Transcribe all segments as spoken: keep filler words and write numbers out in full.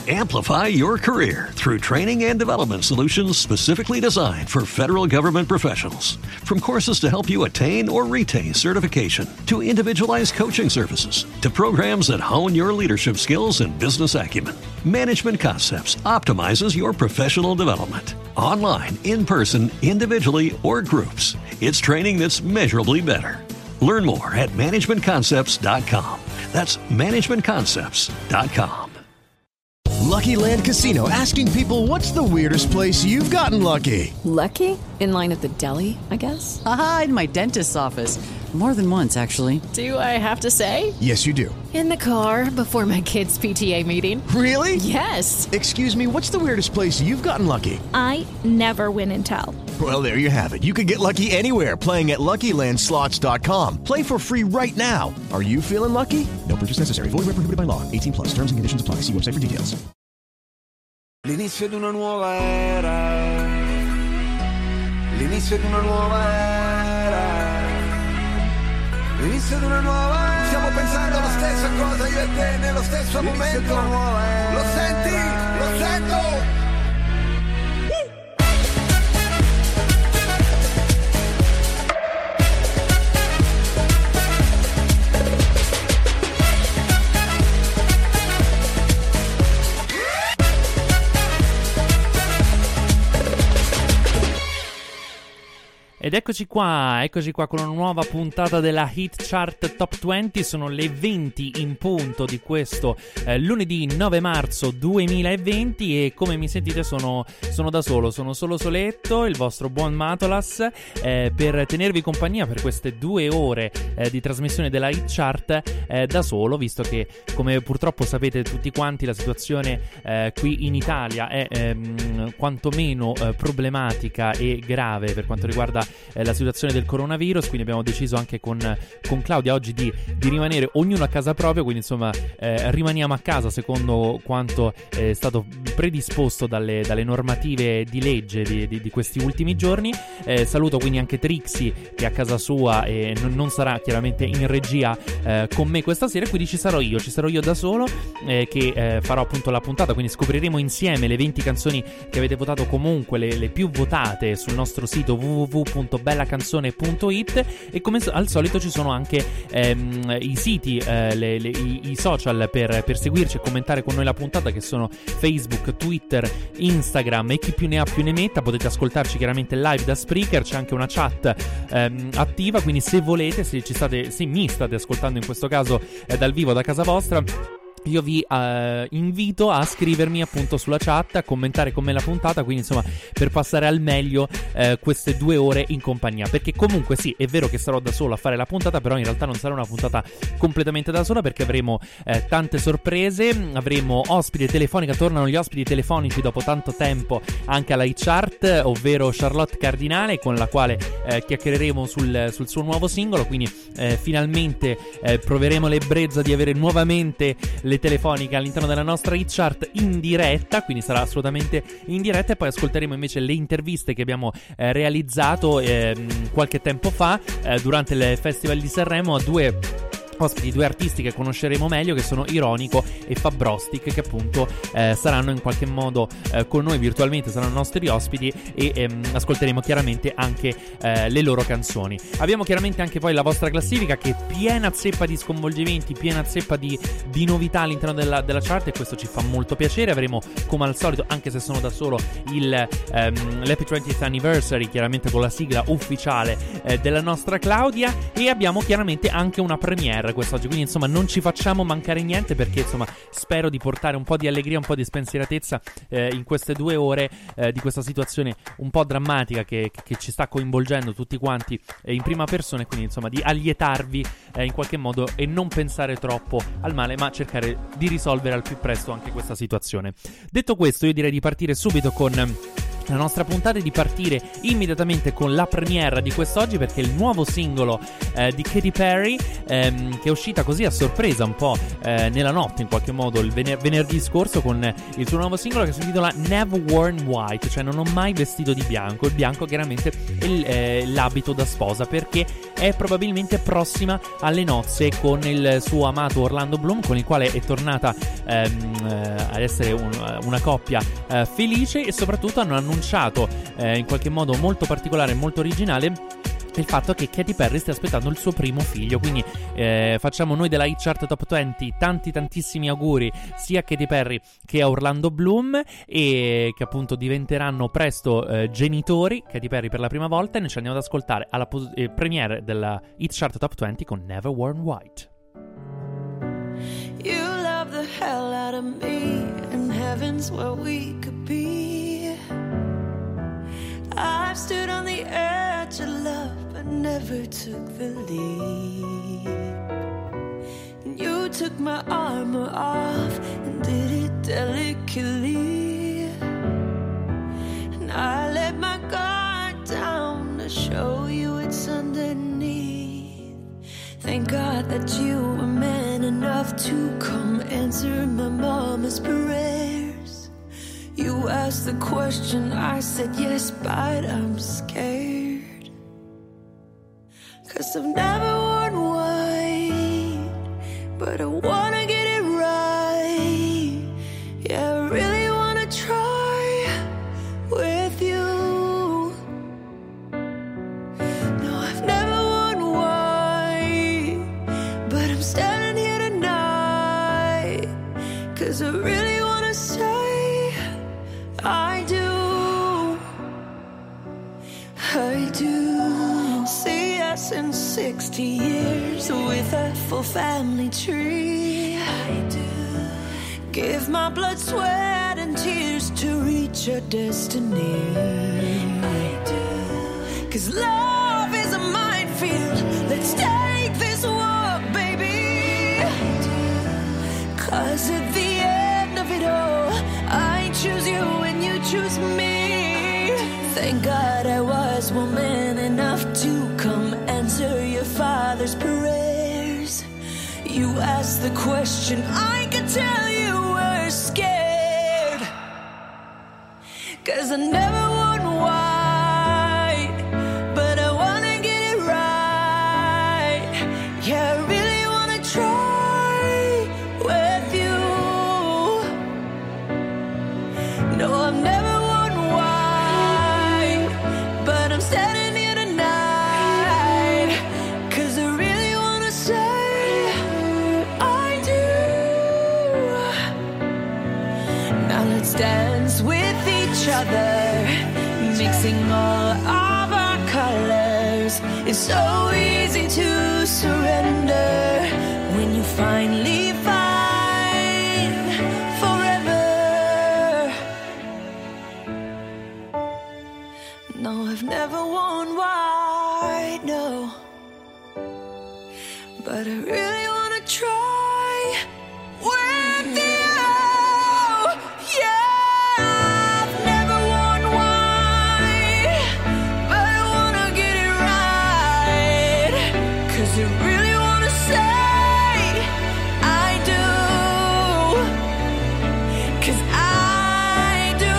Amplify your career through training and development solutions specifically designed for federal government professionals. From courses to help you attain or retain certification, to individualized coaching services, to programs that hone your leadership skills and business acumen, Management Concepts optimizes your professional development. Online, in person, individually, or groups, it's training that's measurably better. Learn more at management concepts dot com. That's management concepts dot com. Lucky Land Casino, asking people, what's the weirdest place you've gotten lucky? Lucky? In line at the deli, I guess? Aha, in my dentist's office. More than once, actually. Do I have to say? Yes, you do. In the car before my kids' P T A meeting. Really? Yes. Excuse me, what's the weirdest place you've gotten lucky? I never win and tell. Well, there you have it. You can get lucky anywhere, playing at Lucky Land Slots dot com. Play for free right now. Are you feeling lucky? No purchase necessary. Void where prohibited by law. eighteen plus. Terms and conditions apply. See website for details. L'inizio di una nuova era. L'inizio di una nuova era. L'inizio di una nuova era. Stiamo pensando alla stessa cosa io e te nello stesso l'inizio momento. Lo senti? Lo sento! Ed eccoci qua, eccoci qua con una nuova puntata della Hit Chart Top venti. Sono le venti in punto di questo eh, lunedì nove marzo duemilaventi e come mi sentite sono, sono da solo, sono solo soletto, il vostro buon Matolas, eh, per tenervi compagnia per queste due ore eh, di trasmissione della Hit Chart eh, da solo, visto che come purtroppo sapete tutti quanti la situazione eh, qui in Italia è ehm, quantomeno eh, problematica e grave per quanto riguarda Eh, la situazione del coronavirus, quindi abbiamo deciso anche con, con Claudia oggi di, di rimanere ognuno a casa propria, quindi insomma eh, rimaniamo a casa secondo quanto è stato predisposto dalle, dalle normative di legge di, di, di questi ultimi giorni. Eh, saluto quindi anche Trixie che è a casa sua e non, non sarà chiaramente in regia eh, con me questa sera, quindi ci sarò io, ci sarò io da solo eh, che eh, farò appunto la puntata, quindi scopriremo insieme le venti canzoni che avete votato, comunque le, le più votate sul nostro sito w w w punto bella canzone punto it e come al solito ci sono anche ehm, i siti, eh, le, le, i, i social per, per seguirci e commentare con noi la puntata, che sono Facebook, Twitter, Instagram e chi più ne ha più ne metta. Potete ascoltarci chiaramente live da Spreaker, c'è anche una chat ehm, attiva, quindi se volete, se ci state, se mi state ascoltando in questo caso eh, dal vivo da casa vostra, io vi uh, invito a scrivermi appunto sulla chat, a commentare con me la puntata, quindi insomma per passare al meglio uh, queste due ore in compagnia, perché comunque sì, è vero che sarò da solo a fare la puntata, però in realtà non sarà una puntata completamente da sola, perché avremo uh, tante sorprese, avremo ospiti telefonica, tornano gli ospiti telefonici dopo tanto tempo anche alla Chart, ovvero Charlotte Cardinale, con la quale uh, chiacchiereremo sul, sul suo nuovo singolo, quindi uh, finalmente uh, proveremo l'ebbrezza di avere nuovamente le telefoniche all'interno della nostra Hit Chart in diretta, quindi sarà assolutamente in diretta, e poi ascolteremo invece le interviste che abbiamo eh, realizzato eh, qualche tempo fa eh, durante il Festival di Sanremo a due ospiti, due artisti che conosceremo meglio, che sono Ironico e Fabrostic, che appunto eh, saranno in qualche modo eh, con noi virtualmente, saranno nostri ospiti e ehm, ascolteremo chiaramente anche eh, le loro canzoni. Abbiamo chiaramente anche poi la vostra classifica, che è piena zeppa di sconvolgimenti, piena zeppa di, di novità all'interno della, della chart, e questo ci fa molto piacere. Avremo come al solito, anche se sono da solo, il ehm, l'Happy twentieth Anniversary, chiaramente con la sigla ufficiale eh, della nostra Claudia, e abbiamo chiaramente anche una premiere quest'oggi, quindi insomma non ci facciamo mancare niente, perché insomma spero di portare un po' di allegria, un po' di spensieratezza eh, in queste due ore eh, di questa situazione un po' drammatica che, che ci sta coinvolgendo tutti quanti eh, in prima persona, e quindi insomma di allietarvi eh, in qualche modo e non pensare troppo al male, ma cercare di risolvere al più presto anche questa situazione. Detto questo, io direi di partire subito con la nostra puntata è di partire immediatamente con la premiere di quest'oggi, perché il nuovo singolo eh, di Katy Perry, ehm, che è uscita così a sorpresa un po' eh, nella notte in qualche modo il vener- venerdì scorso, con il suo nuovo singolo che si intitola Never Worn White, cioè non ho mai vestito di bianco. Il bianco chiaramente è il, eh, l'abito da sposa, perché è probabilmente prossima alle nozze con il suo amato Orlando Bloom, con il quale è tornata ehm, eh, ad essere un, una coppia eh, felice, e soprattutto hanno annunciato eh, in qualche modo molto particolare e molto originale il fatto che Katy Perry stia aspettando il suo primo figlio. Quindi eh, facciamo noi della Hit Chart Top venti tanti tantissimi auguri sia a Katy Perry che a Orlando Bloom, e che appunto diventeranno presto eh, genitori, Katy Perry per la prima volta. E noi ci andiamo ad ascoltare alla pos- eh, premiere della Hit Chart Top venti con Never Worn White. You love the hell out of me, and heaven's where we could be. I've stood on the edge of love, but never took the leap. And you took my armor off and did it delicately. And I let my guard down to show you it's underneath. Thank God that you were man enough to come answer my mama's prayers. You asked the question, I said yes, but I'm scared. 'Cause I've never worn white, but I wanna get it right. Yeah, I really wanna try with you. No, I've never worn white, but I'm standing here tonight 'cause I really wanna say I do, I do. See us in sixty years with a full family tree. I do. Give my blood, sweat and tears to reach our destiny. I do. 'Cause love is a minefield. Let's take this walk, baby. I do. 'Cause at the end of it all, I choose you and you choose me. Thank God I was woman enough to come answer your father's prayers. You asked the question, I could tell you were scared. 'Cause I never worn white, but I wanna get it right. Yeah, I really wanna try with you. No, I've never worn white, but I'm standing here tonight 'cause I really wanna say I do. Now let's dance with each other, mixing all of our colors. It's so easy to surrender when you finally find forever. No, I've never worn white, no, but I really wanna try with you. Yeah, I've never worn white, but I wanna get it right, 'cause I really wanna say I do, 'cause I do.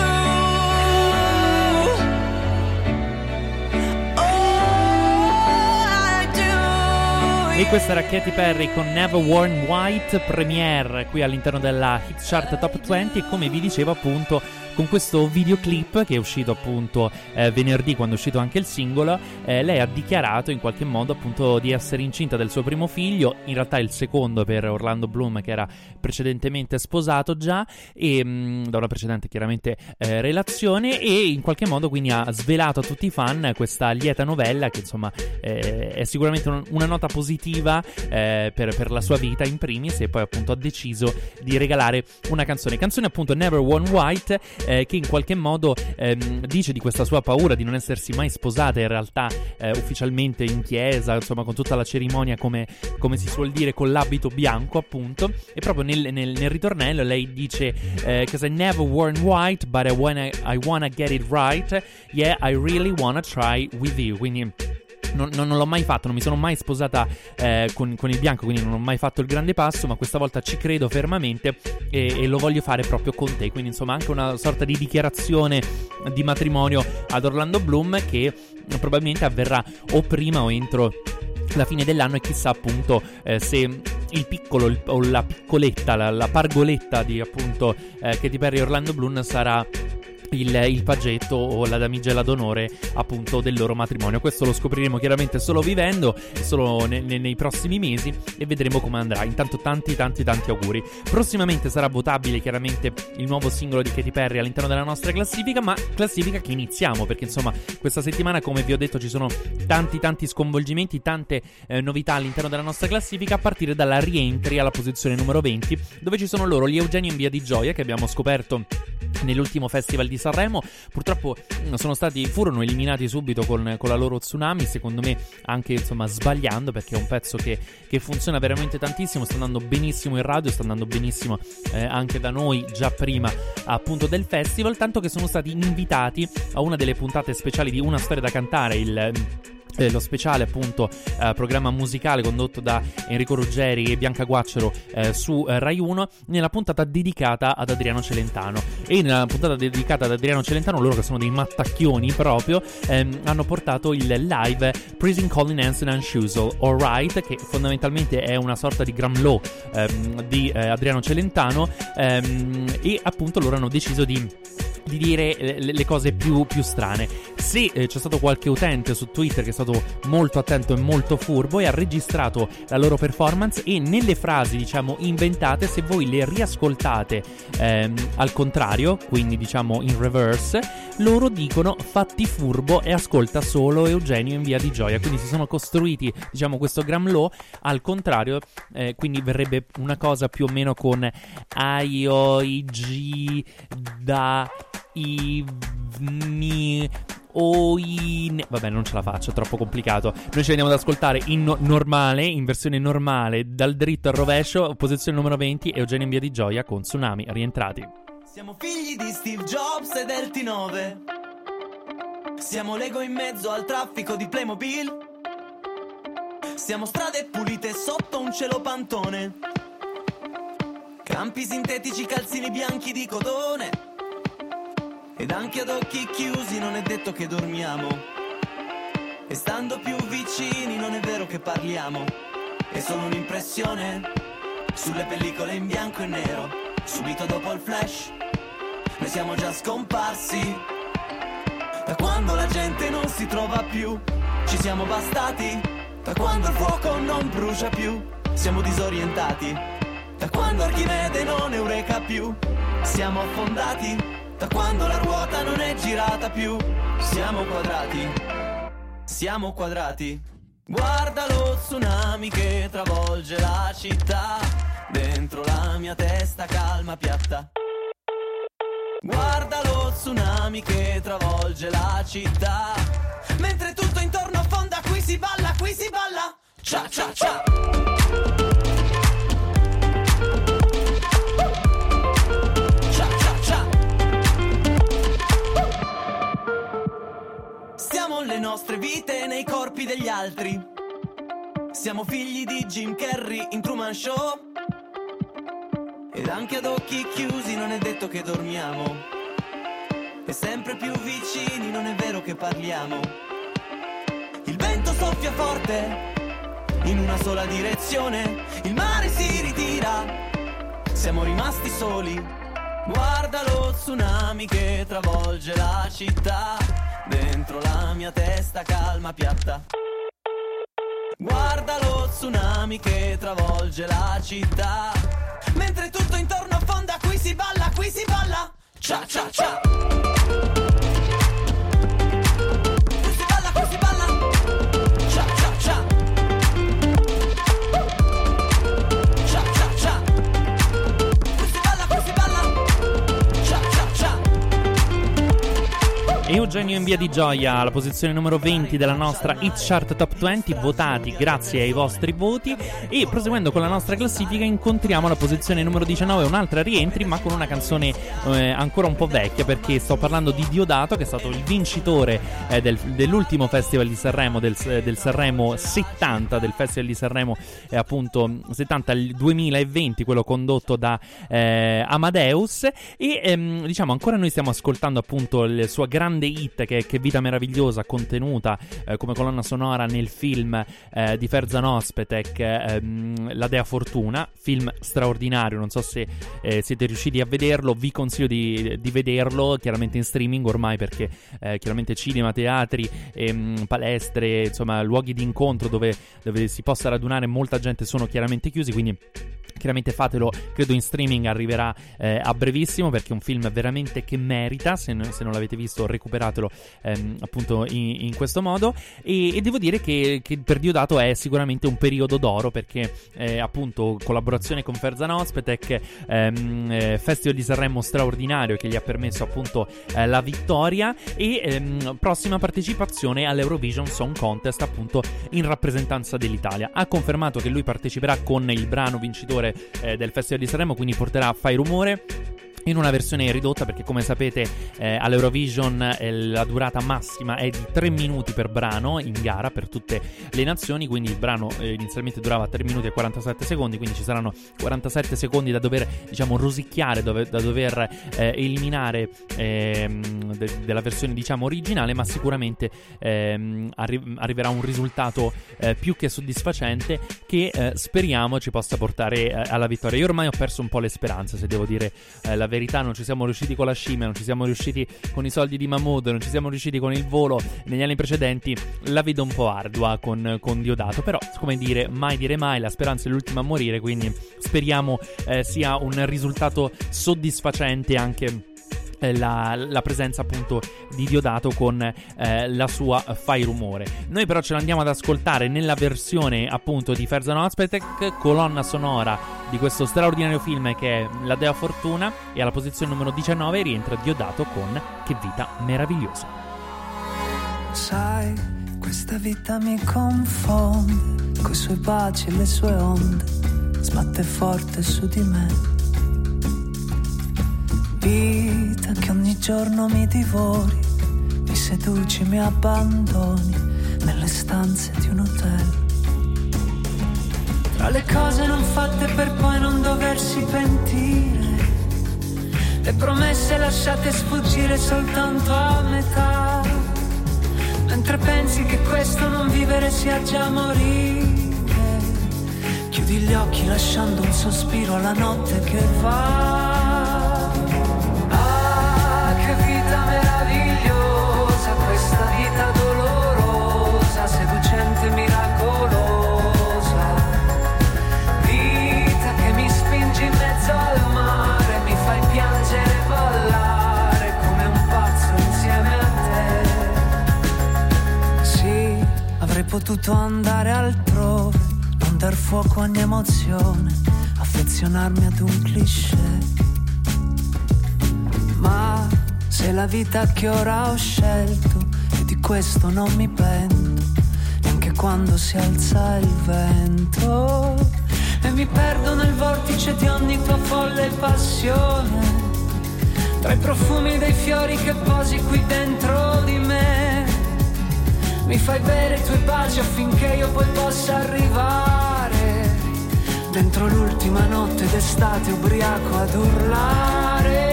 E questa era Katy Perry con Never Worn White, premiere qui all'interno della Hit Chart Top venti. E come vi dicevo appunto, con questo videoclip che è uscito appunto eh, venerdì, quando è uscito anche il singolo, eh, lei ha dichiarato in qualche modo appunto di essere incinta del suo primo figlio, in realtà il secondo per Orlando Bloom, che era precedentemente sposato già, e mh, da una precedente chiaramente eh, relazione, e in qualche modo quindi ha svelato a tutti i fan questa lieta novella che insomma eh, è sicuramente un, una nota positiva eh, per, per la sua vita in primis, e poi appunto ha deciso di regalare una canzone canzone appunto Never Worn White. eh, che in qualche modo ehm, dice di questa sua paura di non essersi mai sposata in realtà eh, ufficialmente in chiesa, insomma con tutta la cerimonia come, come si suol dire, con l'abito bianco appunto, e proprio nel, nel, nel ritornello lei dice eh, "'Cause I never worn white but I wanna, I wanna get it right, yeah I really wanna try with you", quindi Non, non, non l'ho mai fatto, non mi sono mai sposata eh, con, con il bianco, quindi non ho mai fatto il grande passo, ma questa volta ci credo fermamente e, e lo voglio fare proprio con te. Quindi insomma anche una sorta di dichiarazione di matrimonio ad Orlando Bloom, che probabilmente avverrà o prima o entro la fine dell'anno, e chissà appunto eh, se il piccolo il, o la piccoletta, la, la pargoletta di appunto eh, Katy Perry e Orlando Bloom sarà Il, il paggetto o la damigella d'onore appunto del loro matrimonio. Questo lo scopriremo chiaramente solo vivendo, solo ne, ne, nei prossimi mesi, e vedremo come andrà. Intanto tanti tanti tanti auguri. Prossimamente sarà votabile chiaramente il nuovo singolo di Katy Perry all'interno della nostra classifica, ma classifica che iniziamo, perché insomma questa settimana, come vi ho detto, ci sono tanti tanti sconvolgimenti, tante eh, novità all'interno della nostra classifica, a partire dalla rientry alla posizione numero venti, dove ci sono loro, gli Eugenio in Via di Gioia, che abbiamo scoperto nell'ultimo festival di Sanremo. Purtroppo sono stati furono eliminati subito con, con la loro Tsunami, secondo me anche insomma sbagliando, perché è un pezzo che, che funziona veramente tantissimo, sta andando benissimo in radio, sta andando benissimo eh, anche da noi già prima appunto del festival, tanto che sono stati invitati a una delle puntate speciali di Una Storia da Cantare, il Eh, lo speciale appunto eh, programma musicale condotto da Enrico Ruggeri e Bianca Guaccero eh, su eh, Rai uno, nella puntata dedicata ad Adriano Celentano. E nella puntata dedicata ad Adriano Celentano, loro che sono dei mattacchioni proprio, ehm, hanno portato il live Praising Colin Hanson and Schussel Alright, che fondamentalmente è una sorta di Gramlow ehm, di eh, Adriano Celentano, ehm, e appunto loro hanno deciso di di dire le, le cose più, più strane. Se eh, c'è stato qualche utente su Twitter che è stato molto attento e molto furbo e ha registrato la loro performance, e nelle frasi diciamo inventate, se voi le riascoltate ehm, al contrario, quindi diciamo in reverse, loro dicono "fatti furbo e ascolta solo Eugenio in Via di Gioia", quindi si sono costruiti diciamo questo Gramlow al contrario, eh, quindi verrebbe una cosa più o meno con I O I G da I ni o in... vabbè, non ce la faccio, è troppo complicato. Noi ci andiamo ad ascoltare in no- normale, in versione normale, dal dritto al rovescio, posizione numero venti, Eugenio in Via di Gioia con Tsunami. Rientrati. Siamo figli di Steve Jobs e del T nove, siamo Lego in mezzo al traffico di Playmobil, siamo strade pulite sotto un cielo pantone, campi sintetici, calzini bianchi di cotone, ed anche ad occhi chiusi non è detto che dormiamo, e stando più vicini non è vero che parliamo, è solo un'impressione sulle pellicole in bianco e nero, subito dopo il flash noi siamo già scomparsi, da quando la gente non si trova più, ci siamo bastati, da quando il fuoco non brucia più, siamo disorientati, da quando Archimede non eureka più, siamo affondati, da quando la ruota non è girata più, siamo quadrati, siamo quadrati. Guarda lo tsunami che travolge la città, dentro la mia testa calma piatta. Guarda lo tsunami che travolge la città, mentre tutto intorno affonda, qui si balla, qui si balla, cia cia cia. Siamo le nostre vite nei corpi degli altri, siamo figli di Jim Carrey in Truman Show, ed anche ad occhi chiusi non è detto che dormiamo, e sempre più vicini non è vero che parliamo, il vento soffia forte in una sola direzione, il mare si ritira, siamo rimasti soli, guarda lo tsunami che travolge la città, dentro la mia testa calma piatta. Guarda lo tsunami che travolge la città, mentre tutto intorno affonda, qui si balla, qui si balla, cia cia cia. Qui si balla, qui si balla, cia cia cia. Cia cia cia. Qui si balla, qui si balla, cia cia cia. Eugenio in via di Gioia, alla posizione numero venti della nostra Hit Chart Top venti, votati grazie ai vostri voti. E proseguendo con la nostra classifica incontriamo la posizione numero diciannove, un'altra rientri ma con una canzone eh, ancora un po' vecchia, perché sto parlando di Diodato, che è stato il vincitore eh, del, dell'ultimo Festival di Sanremo, del, del Sanremo settanta, del Festival di Sanremo eh, appunto settanta il duemilaventi, quello condotto da eh, Amadeus. E ehm, diciamo ancora noi stiamo ascoltando appunto il suo grande hit che è Che vita meravigliosa, contenuta eh, come colonna sonora nel film eh, di Ferzan Özpetek, ehm, La Dea Fortuna, film straordinario. Non so se eh, siete riusciti a vederlo, vi consiglio di, di vederlo, chiaramente in streaming ormai, perché eh, chiaramente cinema, teatri, ehm, palestre, insomma luoghi di incontro dove, dove si possa radunare molta gente sono chiaramente chiusi, quindi chiaramente fatelo, credo in streaming arriverà eh, a brevissimo, perché è un film veramente che merita. Se, no, se non l'avete visto recuperatelo ehm, appunto in, in questo modo. E, e devo dire che, che per Diodato è sicuramente un periodo d'oro, perché eh, appunto collaborazione con Ferzan Özpetek, ehm, eh, Festival di Sanremo straordinario che gli ha permesso appunto eh, la vittoria, e ehm, prossima partecipazione all'Eurovision Song Contest appunto in rappresentanza dell'Italia. Ha confermato che lui parteciperà con il brano vincitore Eh, del Festival di Sanremo, quindi porterà Fai Rumore in una versione ridotta, perché come sapete eh, all'Eurovision eh, la durata massima è di tre minuti per brano in gara per tutte le nazioni, quindi il brano eh, inizialmente durava tre minuti e quarantasette secondi, quindi ci saranno quarantasette secondi da dover, diciamo, rosicchiare, dove, da dover eh, eliminare eh, de- della versione, diciamo, originale, ma sicuramente eh, arri- arriverà un risultato eh, più che soddisfacente, che eh, speriamo ci possa portare eh, alla vittoria. Io ormai ho perso un po' le speranze, se devo dire eh, la verità. Non ci siamo riusciti con la scimmia, non ci siamo riusciti con i soldi di Mahmood, non ci siamo riusciti con il volo negli anni precedenti. La vedo un po' ardua con, con Diodato, però come dire, mai dire mai, la speranza è l'ultima a morire, quindi speriamo eh, sia un risultato soddisfacente anche La, la presenza appunto di Diodato con eh, la sua Fai Rumore. Noi però ce l'andiamo ad ascoltare nella versione appunto di Ferzan Özpetek, colonna sonora di questo straordinario film che è La Dea Fortuna, e alla posizione numero diciannove rientra Diodato con Che vita meravigliosa. Sai, questa vita mi confonde, coi suoi baci e le sue onde, sbatte forte su di me. Vita che ogni giorno mi divori, mi seduci, mi abbandoni nelle stanze di un hotel. Tra le cose non fatte per poi non doversi pentire, le promesse lasciate sfuggire soltanto a metà, mentre pensi che questo non vivere sia già morire. Chiudi gli occhi lasciando un sospiro alla notte che va. Che vita meravigliosa, questa vita dolorosa, seducente, miracolosa. Vita che mi spingi in mezzo al mare, mi fai piangere e ballare come un pazzo insieme a te. Sì, avrei potuto andare altrove, non dar fuoco a ogni emozione, affezionarmi ad un cliché. Ma se la vita che ora ho scelto, e di questo non mi pento, neanche quando si alza il vento, e mi perdo nel vortice di ogni tua folle passione, tra i profumi dei fiori che posi qui dentro di me. Mi fai bere i tuoi baci affinché io poi possa arrivare dentro l'ultima notte d'estate ubriaco ad urlare.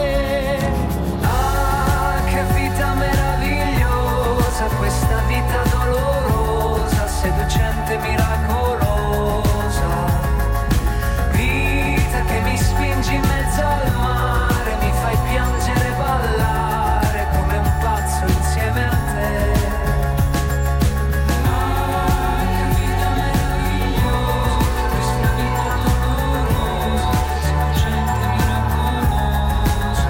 Meravigliosa, questa vita dolorosa, seducente, miracolosa. Vita che mi spingi in mezzo al mare, mi fai piangere e ballare come un pazzo insieme a te. Ah, che vita meravigliosa, questa vita dolorosa, seducente, miracolosa.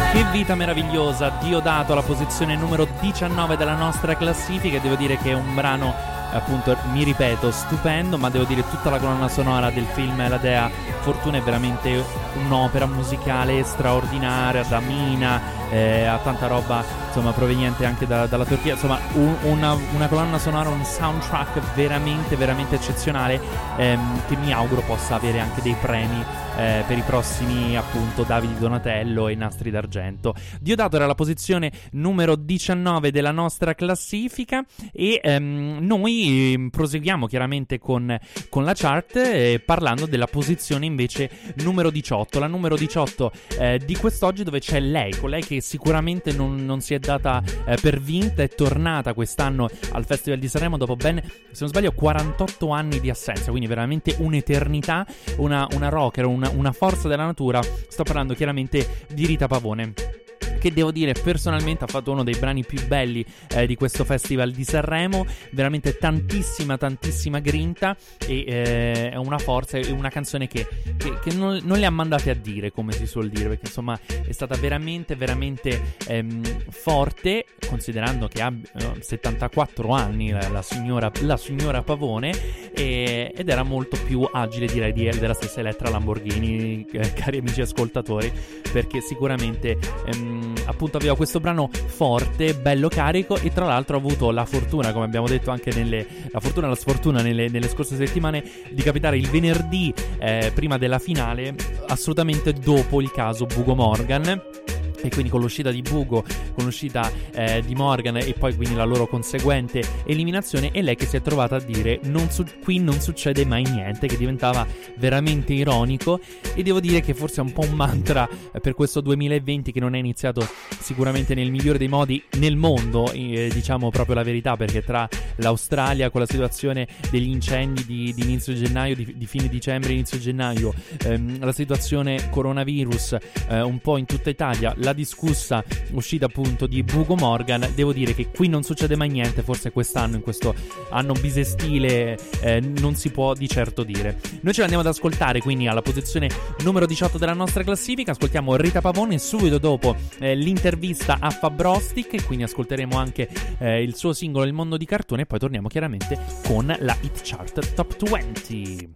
Che vita meravigliosa, Diodato alla posizione numero diciannove della nostra classifica. Devo dire che è un brano, appunto, mi ripeto, stupendo, ma devo dire tutta la colonna sonora del film La Dea Fortuna è veramente un'opera musicale straordinaria, da Mina eh, a tanta roba, insomma, proveniente anche da, dalla Turchia, insomma un, una, una colonna sonora, un soundtrack veramente veramente eccezionale, ehm, che mi auguro possa avere anche dei premi eh, per i prossimi, appunto, Davide Donatello e Nastri d'Argento. Diodato era la posizione numero diciannove della nostra classifica e ehm, noi eh, proseguiamo chiaramente con, con la chart eh, parlando della posizione invece numero diciotto, la numero diciotto eh, di quest'oggi, dove c'è lei, colei che sicuramente non, non si è data eh, per vinta, è tornata quest'anno al Festival di Sanremo dopo ben, se non sbaglio, quarantotto anni di assenza, quindi veramente un'eternità, una, una rocker, una, una forza della natura. Sto parlando chiaramente di Rita Pavone, che devo dire personalmente ha fatto uno dei brani più belli eh, di questo Festival di Sanremo, veramente tantissima tantissima grinta e eh, è una forza, è una canzone che, che, che non, non le ha mandate a dire, come si suol dire, perché insomma è stata veramente veramente ehm, forte, considerando che ha eh, settantaquattro anni la, la, signora, la signora Pavone, e, ed era molto più agile, direi, di, della stessa Elettra Lamborghini, eh, cari amici ascoltatori, perché sicuramente ehm, appunto aveva questo brano forte, bello carico, e tra l'altro ha avuto la fortuna, come abbiamo detto anche nelle la fortuna e la sfortuna nelle, nelle scorse settimane, di capitare il venerdì eh, prima della finale, assolutamente dopo il caso Bugo Morgan. E quindi con l'uscita di Bugo, con l'uscita eh, di Morgan e poi quindi la loro conseguente eliminazione, è lei che si è trovata a dire non su- qui non succede mai niente, che diventava veramente ironico, e devo dire che forse è un po' un mantra eh, per questo duemilaventi, che non è iniziato sicuramente nel migliore dei modi nel mondo, eh, diciamo proprio la verità, perché tra l'Australia con la situazione degli incendi di, di inizio gennaio, di, di fine dicembre, inizio gennaio, ehm, la situazione coronavirus eh, un po' in tutta Italia, la discussa uscita appunto di Bugo Morgan, devo dire che qui non succede mai niente, forse quest'anno, in questo anno bisestile, eh, non si può di certo dire. Noi ce l'andiamo ad ascoltare quindi alla posizione numero diciotto della nostra classifica, ascoltiamo Rita Pavone, subito dopo eh, l'intervista a Fabrostic, e quindi ascolteremo anche eh, il suo singolo Il mondo di cartone, e poi torniamo chiaramente con la Hit Chart Top venti.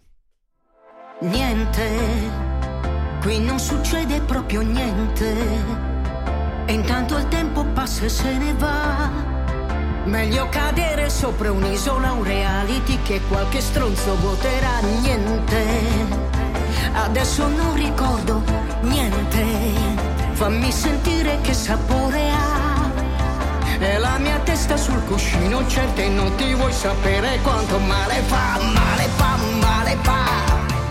Niente, qui non succede proprio niente, e intanto il tempo passa e se ne va. Meglio cadere sopra un'isola, un reality, che qualche stronzo voterà. Niente, adesso non ricordo niente, fammi sentire che sapore ha. E la mia testa sul cuscino, certe notti vuoi sapere quanto male fa, male fa, male fa.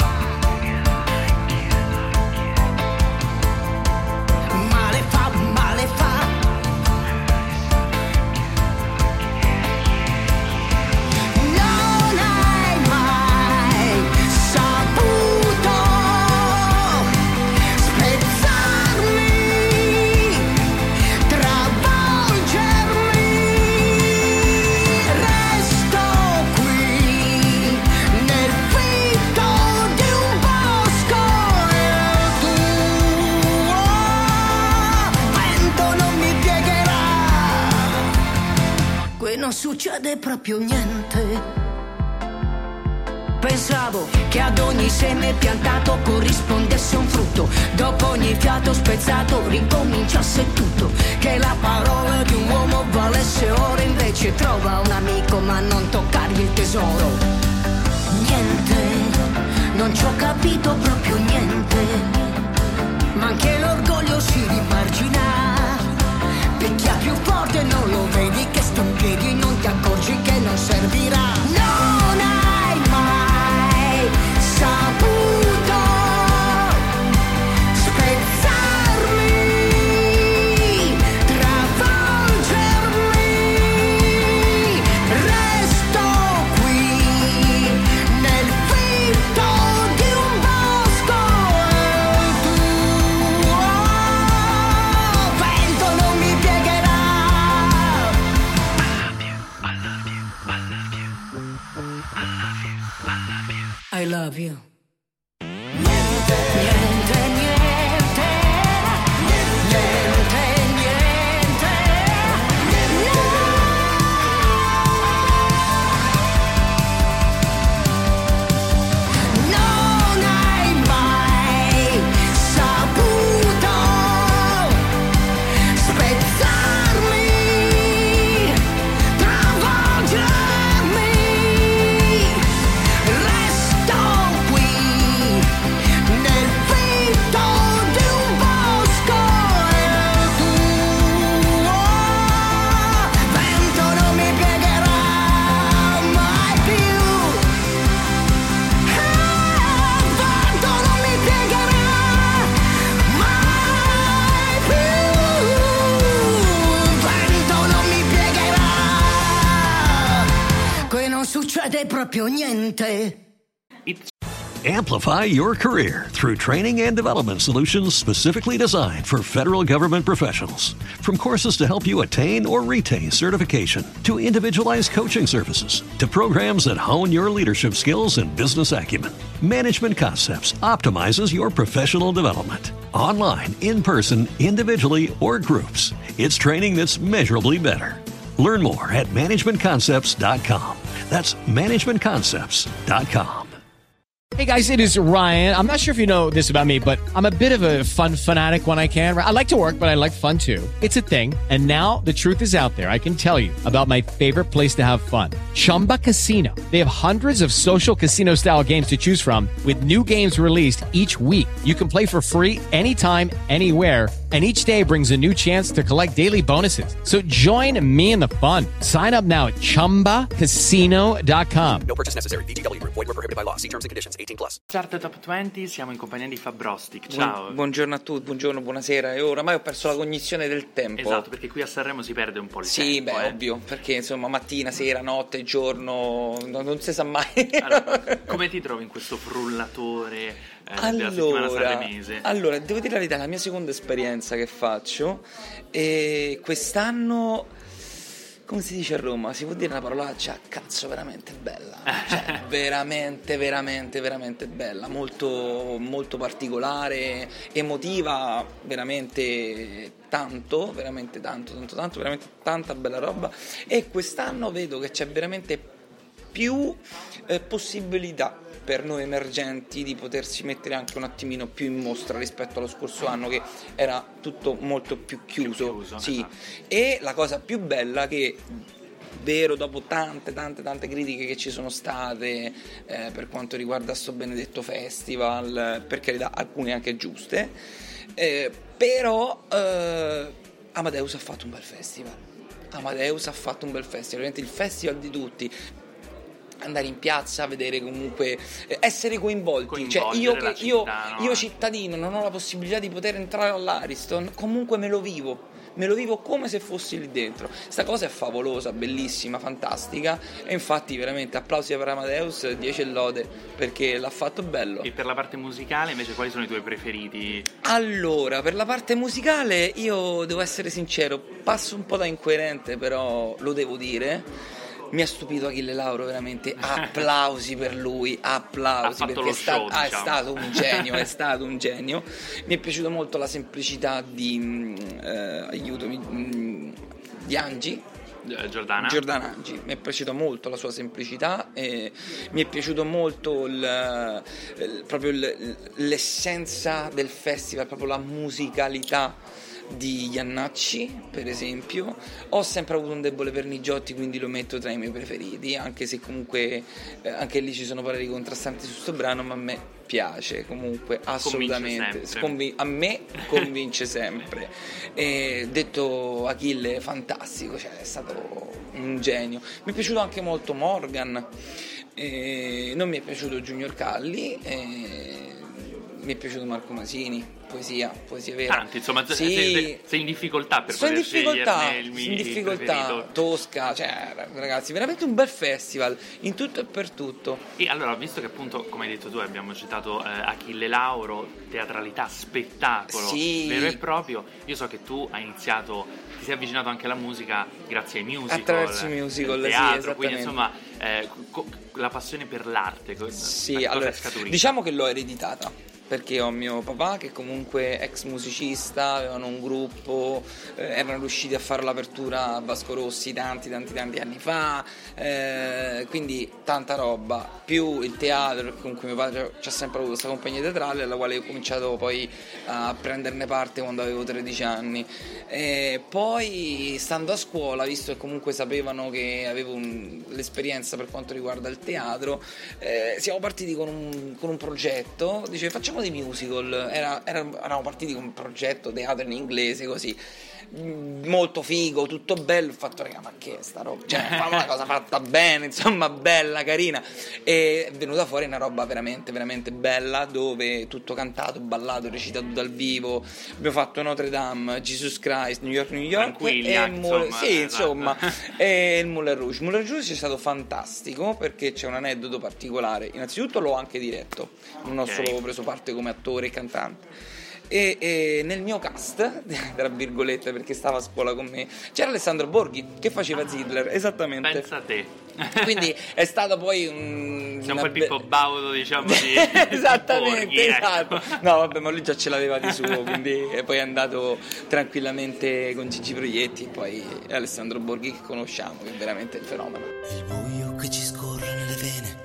Non succede proprio niente. Pensavo che ad ogni seme piantato corrispondesse un frutto, dopo ogni fiato spezzato ricominciasse tutto, che la parola di un uomo valesse oro, invece trova un amico ma non toccargli il tesoro. Niente, non ci ho capito proprio niente, ma anche l'orgoglio si rimargina. Picchia più forte, non lo vedi che sto in piedi, non ti accorgi che non servirà. Non hai mai saputo spezzarmi, travolgermi, resto qui nel fitto di un bosco. proprio niente. Amplify your career through training and development solutions specifically designed for federal government professionals. From courses to help you attain or retain certification, to individualized coaching services, to programs that hone your leadership skills and business acumen, Management Concepts optimizes your professional development. Online, in person, individually, or groups, it's training that's measurably better. Learn more at management concepts dot com. That's management concepts dot com. Hey guys, it is Ryan. I'm not sure if you know this about me, but I'm a bit of a fun fanatic when I can. I like to work, but I like fun too. It's a thing. And now the truth is out there. I can tell you about my favorite place to have fun. Chumba Casino. They have hundreds of social casino style games to choose from with new games released each week. You can play for free anytime, anywhere. And each day brings a new chance to collect daily bonuses. So join me in the fun. Sign up now at chumba casino dot com. No purchase necessary. V G W Group. Void where prohibited by law. See terms and conditions. eighteen plus. Chart Top venti, siamo in compagnia di Fabrostic. Ciao. Buon, buongiorno a tutti, buongiorno, buonasera. Io oramai ho perso la cognizione del tempo. Esatto, perché qui a Sanremo si perde un po' il sì, tempo. Sì, beh, eh. ovvio, perché insomma mattina, sera, notte, giorno, non, non si sa mai. Allora, come ti trovi in questo frullatore eh, allora, della settimana sanremese? Allora, devo dire la verità, la mia seconda esperienza che faccio e quest'anno, come si dice a Roma, si può dire una parolaccia, cazzo, veramente bella, cioè, veramente, veramente, veramente bella, molto, molto particolare, emotiva, veramente tanto, veramente tanto, tanto, tanto, veramente tanta bella roba. E quest'anno vedo che c'è veramente più eh, possibilità per noi emergenti di potersi mettere anche un attimino più in mostra rispetto allo scorso anno, che era tutto molto più chiuso, più chiuso sì. Esatto. E la cosa più bella che, vero, dopo tante tante tante critiche che ci sono state eh, per quanto riguarda sto benedetto festival, per carità alcune anche giuste, eh, però eh, Amadeus ha fatto un bel festival. Amadeus ha fatto un bel festival, veramente il festival di tutti. Andare in piazza, vedere comunque, eh, essere coinvolti, cioè io, che, città, io, no? io cittadino non ho la possibilità di poter entrare all'Ariston, comunque me lo vivo, me lo vivo come se fossi lì dentro. Sta cosa è favolosa, bellissima, fantastica, e infatti veramente applausi per Amadeus, dieci lode, perché l'ha fatto bello. E per la parte musicale invece quali sono i tuoi preferiti? Allora, per la parte musicale io devo essere sincero, passo un po' da incoerente, però lo devo dire. Mi ha stupito Achille Lauro, veramente, applausi per lui, applausi, perché è, sta- show, ah, diciamo. è stato un genio, è stato un genio. Mi è piaciuto molto la semplicità di, eh, aiutami, di Angi. Giordana Giordana Angi, mi è piaciuta molto la sua semplicità, e mi è piaciuto molto il, il, proprio il, l'essenza del festival, proprio la musicalità di Iannacci, per esempio. Ho sempre avuto un debole per Nigiotti, quindi lo metto tra i miei preferiti, anche se comunque eh, anche lì ci sono pareri contrastanti su sto brano, ma a me piace comunque assolutamente. Convin- a me convince sempre. E detto Achille, fantastico, cioè è stato un genio. Mi è piaciuto anche molto Morgan, e non mi è piaciuto Junior Calli, e mi è piaciuto Marco Masini, poesia, poesia vera. Tanti, insomma, sì. sei, sei in difficoltà per Sono poter difficoltà, sceglierne il mio in difficoltà, preferito. Tosca, cioè ragazzi, veramente un bel festival in tutto e per tutto. E allora, visto che appunto, come hai detto tu, abbiamo citato eh, Achille Lauro, teatralità, spettacolo sì. vero e proprio, io so che tu hai iniziato, ti sei avvicinato anche alla musica grazie ai musical, attraverso i musical, il teatro, sì, quindi insomma eh, co- la passione per l'arte, sì, allora, diciamo che l'ho ereditata, perché ho mio papà che comunque ex musicista, avevano un gruppo, eh, erano riusciti a fare l'apertura a Vasco Rossi tanti tanti tanti anni fa, eh, quindi tanta roba, più il teatro, perché comunque mio padre ci ha sempre avuto questa compagnia teatrale alla quale ho cominciato poi a prenderne parte quando avevo tredici anni, e poi stando a scuola, visto che comunque sapevano che avevo un, l'esperienza per quanto riguarda il teatro, eh, siamo partiti con un, con un progetto, dice facciamo facciamo dei musical. Era, era, eravamo partiti con un progetto teatro in inglese così, molto figo, tutto bello. Ho fatto, raga, ma che è sta roba? Cioè, famo una cosa fatta bene, insomma, bella, carina. E è venuta fuori una roba veramente, veramente bella, dove tutto cantato, ballato, recitato dal vivo. Abbiamo fatto Notre Dame, Jesus Christ, New York, New York. Tranquilli, e il Moulin, insomma, sì, esatto. insomma, e il Moulin Rouge. Moulin Rouge è stato fantastico perché c'è un aneddoto particolare. Innanzitutto l'ho anche diretto, non ho Okay. solo preso parte come attore e cantante. E, e nel mio cast, tra virgolette, perché stava a scuola con me, c'era Alessandro Borghi che faceva Zidler, esattamente. Pensa a te. Quindi è stato poi un Sei un una po' il Pippo be- Baudo, diciamo, di esattamente, Borghi, ecco. esatto. No, vabbè, ma lui già ce l'aveva di suo, quindi e poi è andato tranquillamente con Gigi Proietti, e poi è Alessandro Borghi che conosciamo, che è veramente il fenomeno. Il buio che ci scorre nelle vene,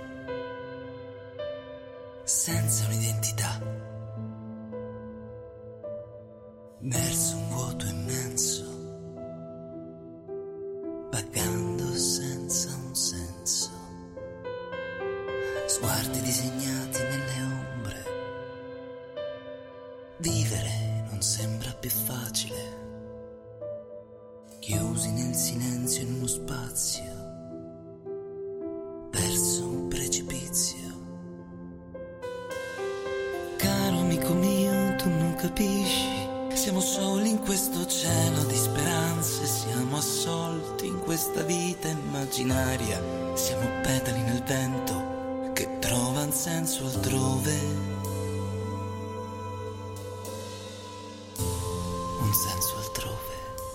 senza un'identità, verso un vuoto immenso, vagando senza un senso, sguardi disegnati nelle ombre, vivere non sembra più facile, chiusi nel silenzio in uno spazio, verso un precipizio. Caro amico mio, tu non capisci, siamo soli in questo cielo di speranze, siamo assolti in questa vita immaginaria, siamo petali nel vento che trova un senso altrove, un senso altrove.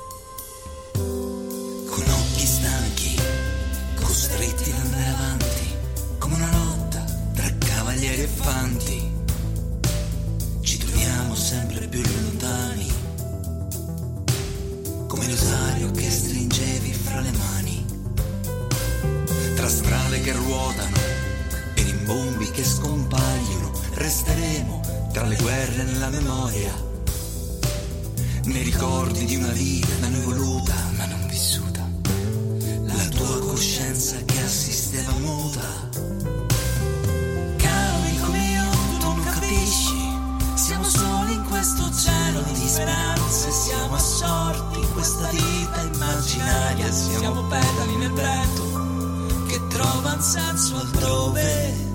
Con occhi stanchi, costretti ad andare avanti, come una lotta tra cavalieri e fanti, ci troviamo sempre più lontani, come l'osario che stringevi fra le mani, tra strade che ruotano e rimbombi che scompaiono, resteremo tra le guerre nella memoria, nei ricordi di una vita da noi voluta ma non vissuta, la tua coscienza che assisteva muta. Caro amico mio, tu non capisci, siamo soli in questo cielo di speranze, siamo assorti in questa vita immaginaria, siamo petali nel vento che trova un senso altrove.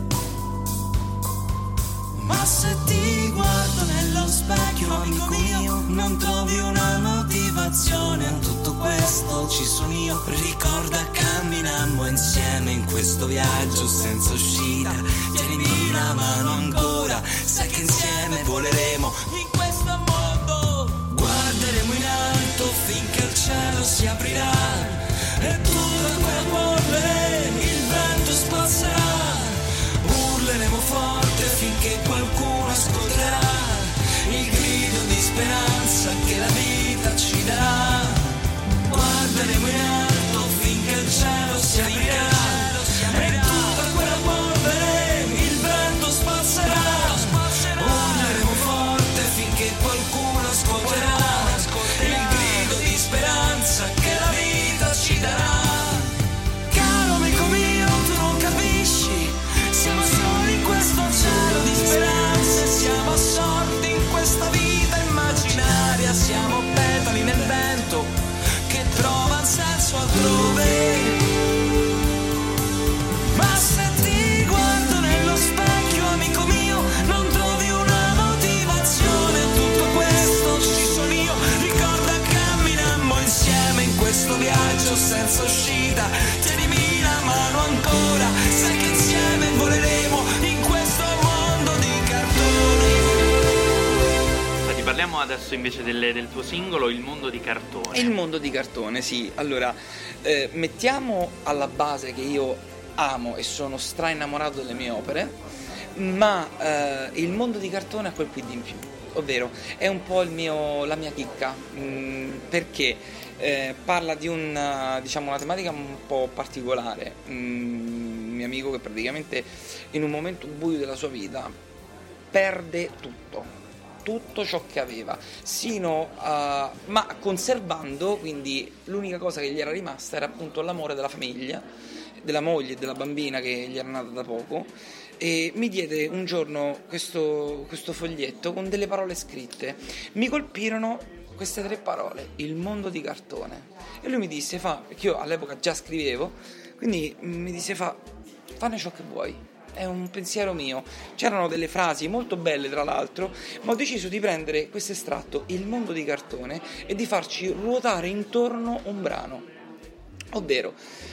Ma se ti guardo nello specchio, amico mio, non trovi una motivazione a tutto questo, ci sono io. Ricorda, camminammo insieme in questo viaggio senza uscita, tienimi la mano ancora, sai che insieme voleremo in questo mondo. Guarderemo in alto finché il cielo si aprirà e tutta quella polvere il vento spazzerà. Urleremo forte finché qualcuno ascolterà il grido di speranza che la vita ci darà. Guarderemo in alto finché il cielo si aprirà e tutta quella polvere il vento spazzerà. Urleremo forte finché qualcuno ascolterà il grido di speranza che la vita ci darà. Caro amico mio, tu non capisci, siamo soli in questo cielo di speranze, siamo assorti in questa vita immaginaria, siamo petali nel vento che trova un senso altrove. Ma se ti guardo nello specchio, amico mio, non trovi una motivazione a tutto questo, ci sono io. Ricorda, camminammo insieme in questo viaggio senza uscita, tienimi la mano ancora, sai che insieme voleremo in questo mondo di cartone. Senti, parliamo adesso invece del, del tuo singolo Il mondo di cartone. Il mondo di cartone, sì. Allora, eh, mettiamo alla base che io amo e sono stra innamorato delle mie opere, ma eh, il mondo di cartone ha quel quid in più, ovvero è un po' il mio, la mia chicca, mh, perché eh, parla di un, diciamo, una tematica un po' particolare. Un mio amico che praticamente in un momento buio della sua vita perde tutto. tutto ciò che aveva, sino a, ma conservando, quindi l'unica cosa che gli era rimasta era appunto l'amore della famiglia, della moglie e della bambina che gli era nata da poco, e mi diede un giorno questo, questo foglietto con delle parole scritte. Mi colpirono queste tre parole: il mondo di cartone. E lui mi disse, fa, perché io all'epoca già scrivevo, quindi mi disse, fa, fanne ciò che vuoi, è un pensiero mio. C'erano delle frasi molto belle tra l'altro, ma ho deciso di prendere questo estratto, il mondo di cartone, e di farci ruotare intorno un brano, ovvero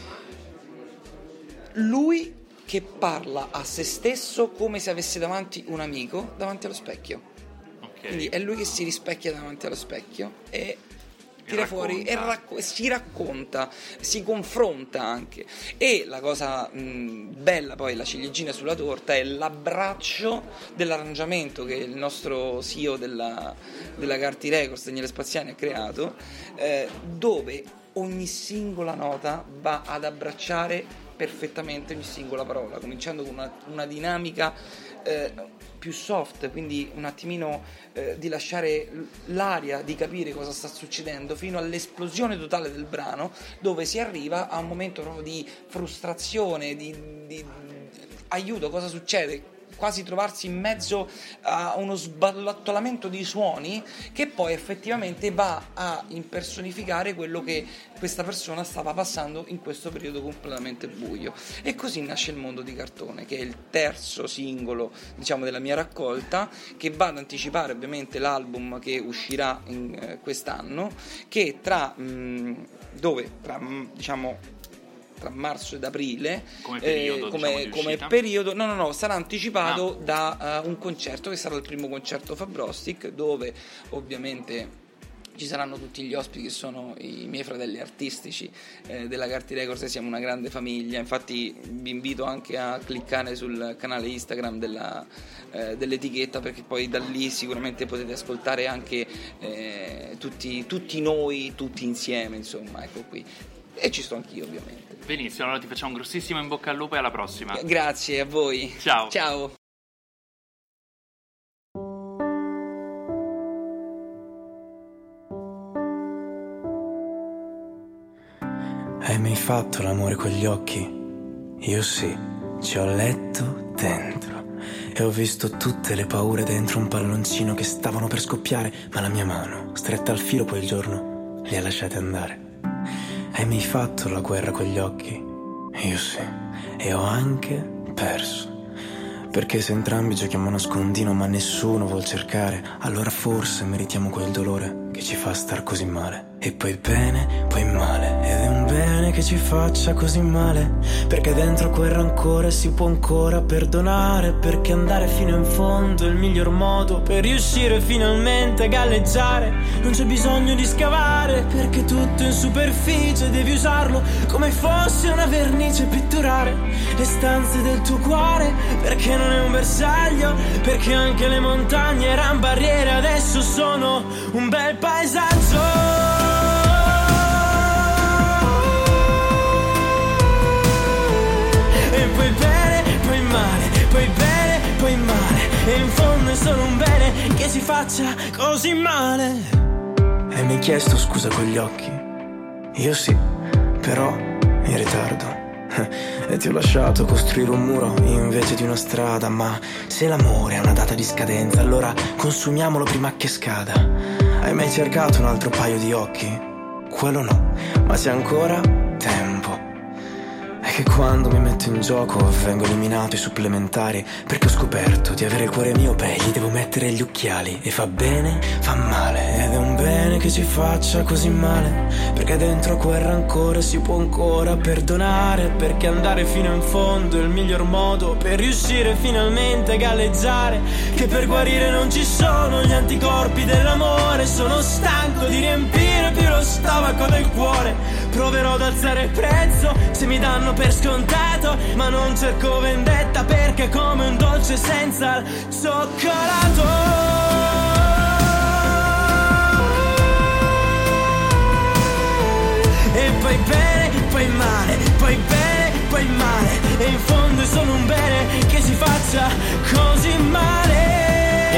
lui che parla a se stesso come se avesse davanti un amico davanti allo specchio. Okay. Quindi è lui che si rispecchia davanti allo specchio e tira e fuori e racco- si racconta, si confronta anche. E la cosa mh, bella, poi la ciliegina sulla torta, è l'abbraccio dell'arrangiamento che il nostro C E O della, della Carti Records, Daniele Spaziani, ha creato, eh, dove ogni singola nota va ad abbracciare perfettamente ogni singola parola, cominciando con una, una dinamica eh, più soft, quindi un attimino eh, di lasciare l'aria di capire cosa sta succedendo, fino all'esplosione totale del brano, dove si arriva a un momento proprio di frustrazione, di, di, di aiuto, cosa succede? Quasi trovarsi in mezzo a uno sballattolamento di suoni che poi effettivamente va a impersonificare quello che questa persona stava passando in questo periodo completamente buio. E così nasce il mondo di cartone, che è il terzo singolo, diciamo, della mia raccolta, che va ad anticipare ovviamente l'album che uscirà in, eh, quest'anno, che tra mh, dove tra mh, diciamo tra marzo ed aprile come periodo, eh, come, diciamo, come periodo no no no sarà anticipato ah. da uh, un concerto che sarà il primo concerto Fabrostic, dove ovviamente ci saranno tutti gli ospiti che sono i miei fratelli artistici eh, della Carti Records, e siamo una grande famiglia. Infatti vi invito anche a cliccare sul canale Instagram della, eh, dell'etichetta, perché poi da lì sicuramente potete ascoltare anche eh, tutti, tutti noi, tutti insieme, insomma, ecco qui. E ci sto anch'io, ovviamente. Benissimo, allora ti facciamo un grossissimo in bocca al lupo e alla prossima. Grazie a voi. Ciao. Ciao. Hai mai fatto l'amore con gli occhi? Io sì, ci ho letto dentro e ho visto tutte le paure dentro un palloncino che stavano per scoppiare, ma la mia mano, stretta al filo quel giorno, li ha lasciati andare. Hai mai fatto la guerra con gli occhi? Io sì, e ho anche perso. Perché se entrambi giochiamo a nascondino ma nessuno vuol cercare, allora forse meritiamo quel dolore che ci fa star così male. E poi bene, poi male, ed è un bene che ci faccia così male, perché dentro quel rancore si può ancora perdonare, perché andare fino in fondo è il miglior modo per riuscire finalmente a galleggiare. Non c'è bisogno di scavare, perché tutto in superficie devi usarlo come fosse una vernice, pitturare le stanze del tuo cuore, perché non è un bersaglio, perché anche le montagne eran barriere, adesso sono un bel paesaggio. E poi bene, poi male, poi bene, poi male, e in fondo è solo un bene che si faccia così male. E mi hai chiesto scusa con gli occhi? Io sì, però in ritardo. E ti ho lasciato costruire un muro invece di una strada. Ma se l'amore ha una data di scadenza, allora consumiamolo prima che scada. Hai mai cercato un altro paio di occhi? Quello no, ma c'è ancora tempo. È che quando mi metto in gioco vengo eliminato i supplementari, perché ho scoperto di avere il cuore miope, gli devo mettere gli occhiali. E fa bene, fa male, ed è un bene che ci faccia così male, perché dentro quel rancore si può ancora perdonare, perché andare fino in fondo è il miglior modo per riuscire finalmente a galleggiare, che per guarire non ci sono gli anticorpi dell'amore. Sono stanco di riempire più lo stomaco del cuore, proverò ad alzare il prezzo se mi danno per scontato, ma non cerco vendetta, perché è come un dolce senza il cioccolato. E poi bene, poi male, poi bene, poi male, e in fondo è solo un bene che si faccia così male. E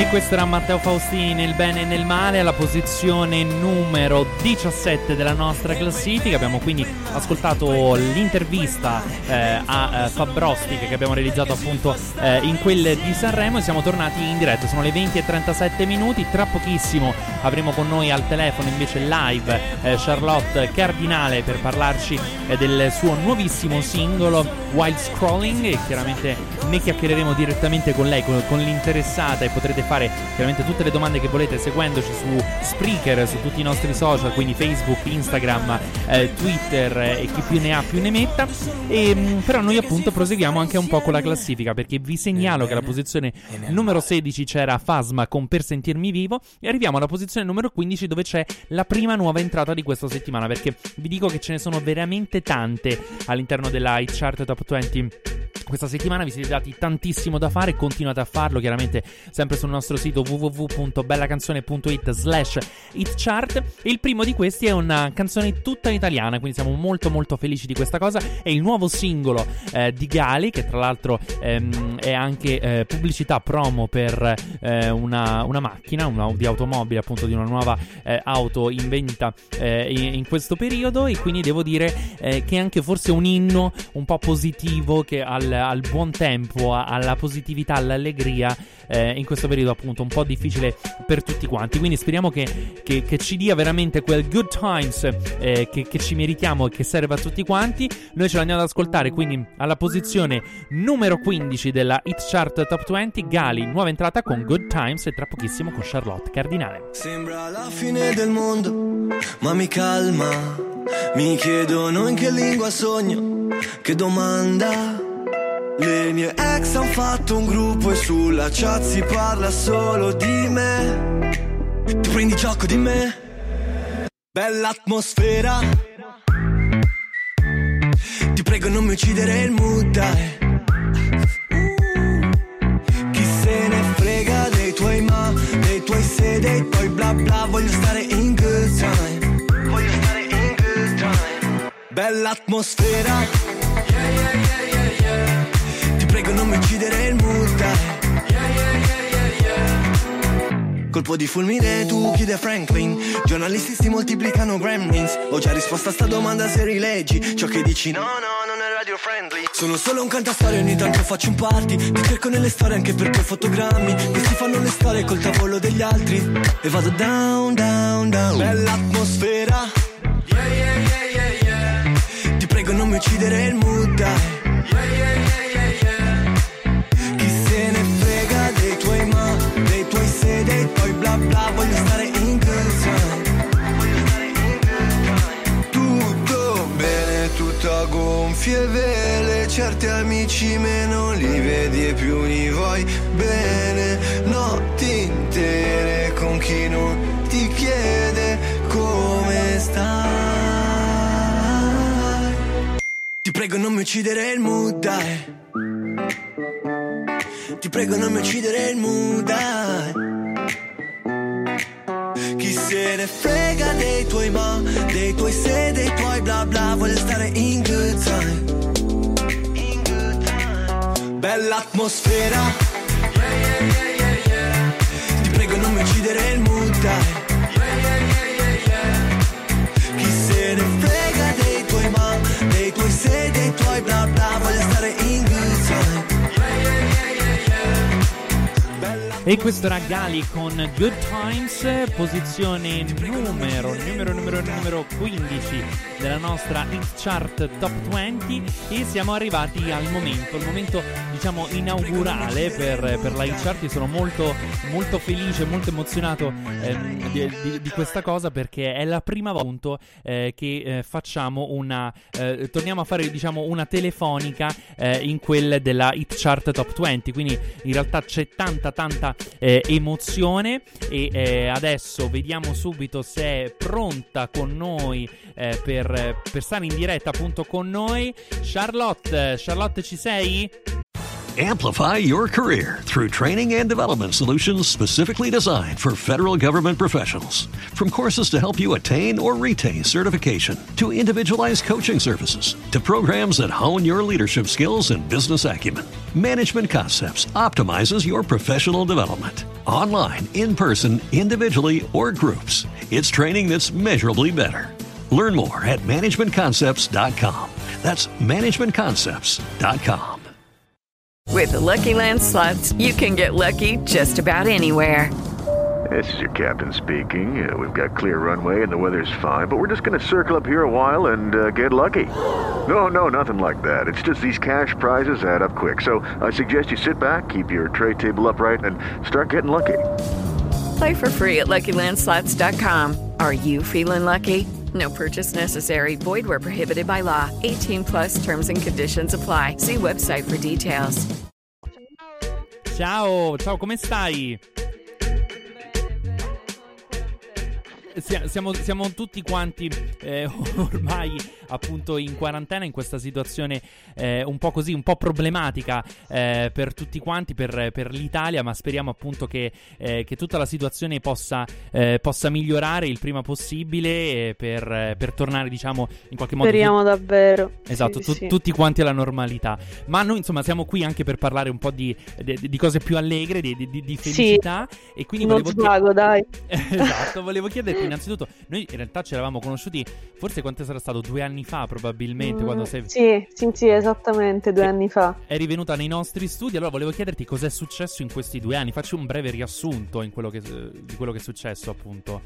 E questo era Matteo Faustini nel bene e nel male, alla posizione numero diciassette della nostra classifica. Abbiamo quindi ascoltato l'intervista eh, a eh, Fabrosti che abbiamo realizzato appunto eh, in quel di Sanremo, e siamo tornati in diretta. Sono le venti e trentasette minuti. Tra pochissimo avremo con noi al telefono invece live eh, Charlotte Cardinale per parlarci eh, del suo nuovissimo singolo Wild Scrolling, e chiaramente ne chiacchiereremo direttamente con lei, con, con l'interessata, e potrete fare chiaramente tutte le domande che volete seguendoci su Spreaker, su tutti i nostri social, quindi Facebook, Instagram, eh, Twitter eh, e chi più ne ha più ne metta. E, mh, però noi appunto proseguiamo anche un po' con la classifica, perché vi segnalo che alla posizione numero sedici c'era Fasma con Per sentirmi vivo, e arriviamo alla posizione numero quindici dove c'è la prima nuova entrata di questa settimana, perché vi dico che ce ne sono veramente tante all'interno della Hit Chart Top venti. Questa settimana vi siete dati tantissimo da fare, continuate a farlo chiaramente sempre sul nostro sito w w w punto bellacanzone punto it slash hitchart. E il primo di questi è una canzone tutta italiana, quindi siamo molto molto felici di questa cosa. È il nuovo singolo eh, di Gali, che tra l'altro ehm, è anche eh, pubblicità promo per eh, una, una macchina, una, di automobile, appunto di una nuova eh, auto in vendita eh, in, in questo periodo, e quindi devo dire eh, che è anche forse un inno un po' positivo che al al buon tempo, alla positività, all'allegria eh, in questo periodo appunto un po' difficile per tutti quanti. Quindi speriamo che, che, che ci dia veramente quel good times eh, che, che ci meritiamo e che serve a tutti quanti. Noi ce l'andiamo ad ascoltare quindi alla posizione numero quindici della Hit Chart Top venti, Gali, nuova entrata con Good Times, e tra pochissimo con Charlotte Cardinale. Sembra la fine del mondo, ma mi calma. Mi chiedono in che lingua sogno, che domanda. Le mie ex han fatto un gruppo e sulla chat si parla solo di me. Ti prendi gioco di me? Bella atmosfera. Ti prego non mi uccidere il mood, dai. uh, Chi se ne frega dei tuoi ma, dei tuoi se, dei tuoi bla bla. Voglio stare in good time. Voglio stare in good time. Bella atmosfera. Yeah, yeah, yeah, yeah, yeah. Prego non mi uccidere il mood, dai. Yeah, yeah, yeah, yeah, yeah. Colpo di fulmine, tu chiede Franklin. Giornalisti si moltiplicano gremlins. Ho già risposto a sta domanda se rileggi ciò che dici, no, no, non è radio friendly. Sono solo un cantastorie, ogni tanto faccio un party. Ti cerco nelle storie anche per quei fotogrammi. Questi fanno le storie col tavolo degli altri. E vado down, down, down. Bella atmosfera. Yeah, yeah, yeah, yeah, yeah. Ti prego non mi uccidere il mood, dai. Yeah, yeah, yeah, yeah. Dei tuoi bla bla, voglio stare in good time. Voglio stare in good time. Tutto bene, tutto a gonfie vele. Certi amici meno li vedi e più li vuoi bene. Notti intere con chi non ti chiede come stai. Ti prego non mi uccidere il mood, dai. Ti prego non mi uccidere il mood, dai. Chi se ne frega dei tuoi ma, dei tuoi se, dei tuoi bla bla. Voglio stare in good time. In good time. Bella atmosfera. Yeah, yeah, yeah, yeah, yeah. Ti prego non mi uccidere il mood, dai. Yeah, yeah, yeah, yeah, yeah. Chi se ne frega dei tuoi ma, dei tuoi se, dei tuoi bla bla. Voglio stare in good time. E questo era Gali con Good Times, posizione numero, numero, numero, numero quindici della nostra Hit Chart Top venti, e siamo arrivati al momento, il momento diciamo inaugurale per, per la Hit Chart. Io sono molto, molto felice, molto emozionato ehm, di, di, di questa cosa, perché è la prima volta eh, che eh, facciamo una, eh, torniamo a fare diciamo una telefonica eh, in quella della Hit Chart Top venti, quindi in realtà c'è tanta tanta Eh, emozione, e eh, adesso vediamo subito se è pronta con noi eh, per, per stare in diretta appunto con noi Charlotte. Charlotte, ci sei? Amplify your career through training and development solutions specifically designed for federal government professionals. From courses to help you attain or retain certification, to individualized coaching services, to programs that hone your leadership skills and business acumen, Management Concepts optimizes your professional development. online, in person, individually, or groups. It's training that's measurably better. Learn more at management concepts dot com. That's management concepts dot com. With the Lucky Land Slots, you can get lucky just about anywhere. This is your captain speaking. Uh, we've got clear runway and the weather's fine, but we're just going to circle up here a while and uh, get lucky. No, no, nothing like that. It's just these cash prizes add up quick. So I suggest you sit back, keep your tray table upright, and start getting lucky. Play for free at lucky land slots dot com. Are you feeling lucky? No purchase necessary. Void where prohibited by law. eighteen plus terms and conditions apply. See website for details. Ciao, ciao, come stai? Siamo, siamo tutti quanti eh, ormai appunto in quarantena, in questa situazione eh, un po' così, un po' problematica eh, per tutti quanti, per, per l'Italia, ma speriamo appunto che, eh, che tutta la situazione possa, eh, possa migliorare il prima possibile eh, per, per tornare, diciamo, in qualche modo. Speriamo tu- davvero. Esatto, sì, tu- sì. tutti quanti alla normalità. Ma noi insomma siamo qui anche per parlare un po' di, di, di cose più allegre, di, di, di felicità. Sì, e quindi non volevo svago, dai. Esatto, volevo chiederti innanzitutto, noi in realtà ci eravamo conosciuti forse quanto sarà stato due anni fa probabilmente, mm, quando sei... Sì, sì, sì, esattamente due anni fa. Eri venuta nei nostri studi, allora volevo chiederti cos'è successo in questi due anni. Facci un breve riassunto in quello che, di quello che è successo appunto.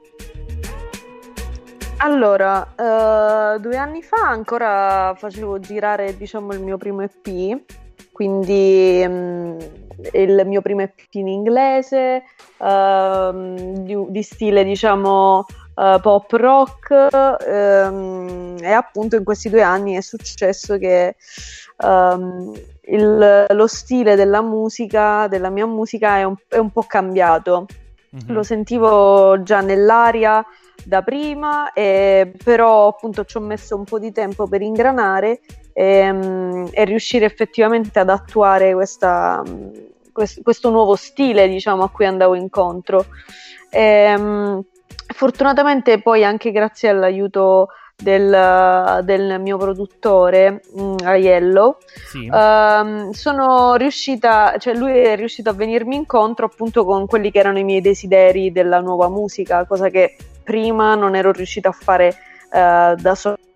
Allora, uh, due anni fa ancora facevo girare, diciamo, il mio primo E P, quindi um, il mio primo E P in inglese, uh, di, di stile, diciamo, uh, pop rock, um, e appunto in questi due anni è successo che um, il, lo stile della musica, della mia musica è un, è un po' cambiato. Mm-hmm. Lo sentivo già nell'aria da prima, e però appunto ci ho messo un po' di tempo per ingranare e, um, e riuscire effettivamente ad attuare questa, um, quest- questo nuovo stile, diciamo, a cui andavo incontro. E, um, fortunatamente poi anche grazie all'aiuto del, del mio produttore um, Aiello, sì. um, sono riuscita, cioè lui è riuscito a venirmi incontro appunto con quelli che erano i miei desideri della nuova musica, cosa che prima non ero riuscita a fare uh, da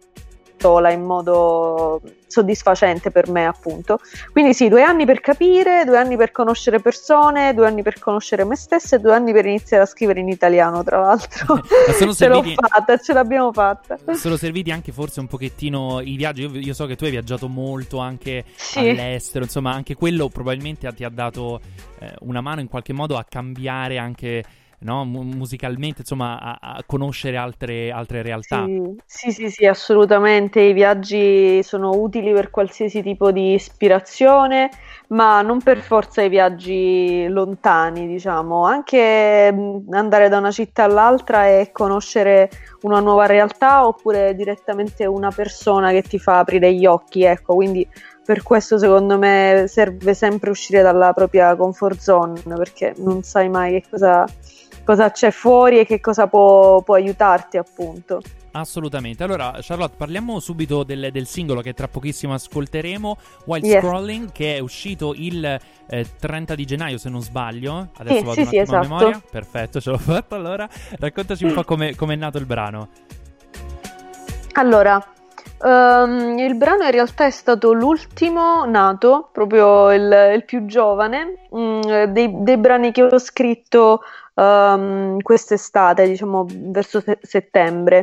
sola in modo soddisfacente per me, appunto. Quindi sì, due anni per capire, due anni per conoscere persone, due anni per conoscere me stessa e due anni per iniziare a scrivere in italiano, tra l'altro. Sono ce serviti... l'ho fatta, ce l'abbiamo fatta. Sono serviti anche forse un pochettino i viaggi. Io, io so che tu hai viaggiato molto anche sì. all'estero, insomma anche quello probabilmente ti ha dato eh, una mano in qualche modo a cambiare anche, no, musicalmente, insomma, a, a conoscere altre, altre realtà. Sì, sì, sì, sì, assolutamente. I viaggi sono utili per qualsiasi tipo di ispirazione, ma non per forza i viaggi lontani, diciamo. Anche andare da una città all'altra e conoscere una nuova realtà, oppure direttamente una persona che ti fa aprire gli occhi, ecco. Quindi per questo secondo me serve sempre uscire dalla propria comfort zone, perché non sai mai che cosa... cosa c'è fuori e che cosa può, può aiutarti, appunto. Assolutamente. Allora, Charlotte, parliamo subito del, del singolo che tra pochissimo ascolteremo, Wild Yes. Scrolling, che è uscito il eh, trenta di gennaio, se non sbaglio. Adesso Sì, vado sì, un sì, attimo a esatto. memoria. Perfetto, ce l'ho fatto. Allora, raccontaci un po' come è nato il brano. Allora, um, il brano in realtà è stato l'ultimo nato, proprio il, il più giovane, mh, dei, dei brani che ho scritto um, quest'estate, diciamo verso se- settembre.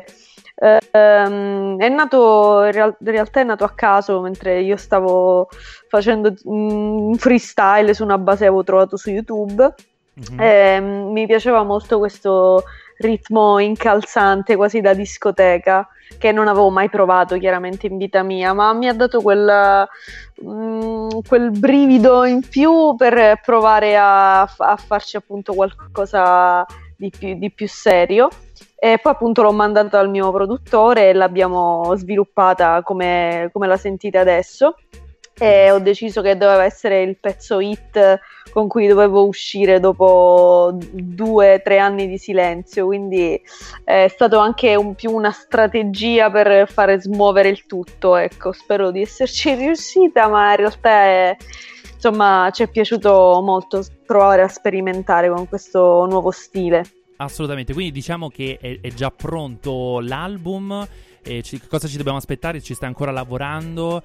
Um, è nato in, real- in realtà è nato a caso mentre io stavo facendo un freestyle su una base che avevo trovato su YouTube. Mm-hmm. E, um, mi piaceva molto questo ritmo incalzante, quasi da discoteca, che non avevo mai provato chiaramente in vita mia, ma mi ha dato quel, mm, quel brivido in più per provare a, a farci appunto qualcosa di più, di più serio. E poi appunto l'ho mandata al mio produttore e l'abbiamo sviluppata come, come la sentite adesso, e ho deciso che doveva essere il pezzo hit con cui dovevo uscire dopo due o tre anni di silenzio, quindi è stato anche un, più una strategia per fare smuovere il tutto, ecco. Spero di esserci riuscita, ma in realtà è, insomma ci è piaciuto molto provare a sperimentare con questo nuovo stile. Assolutamente, quindi diciamo che è, è già pronto l'album. E ci, cosa ci dobbiamo aspettare? Ci stai ancora lavorando?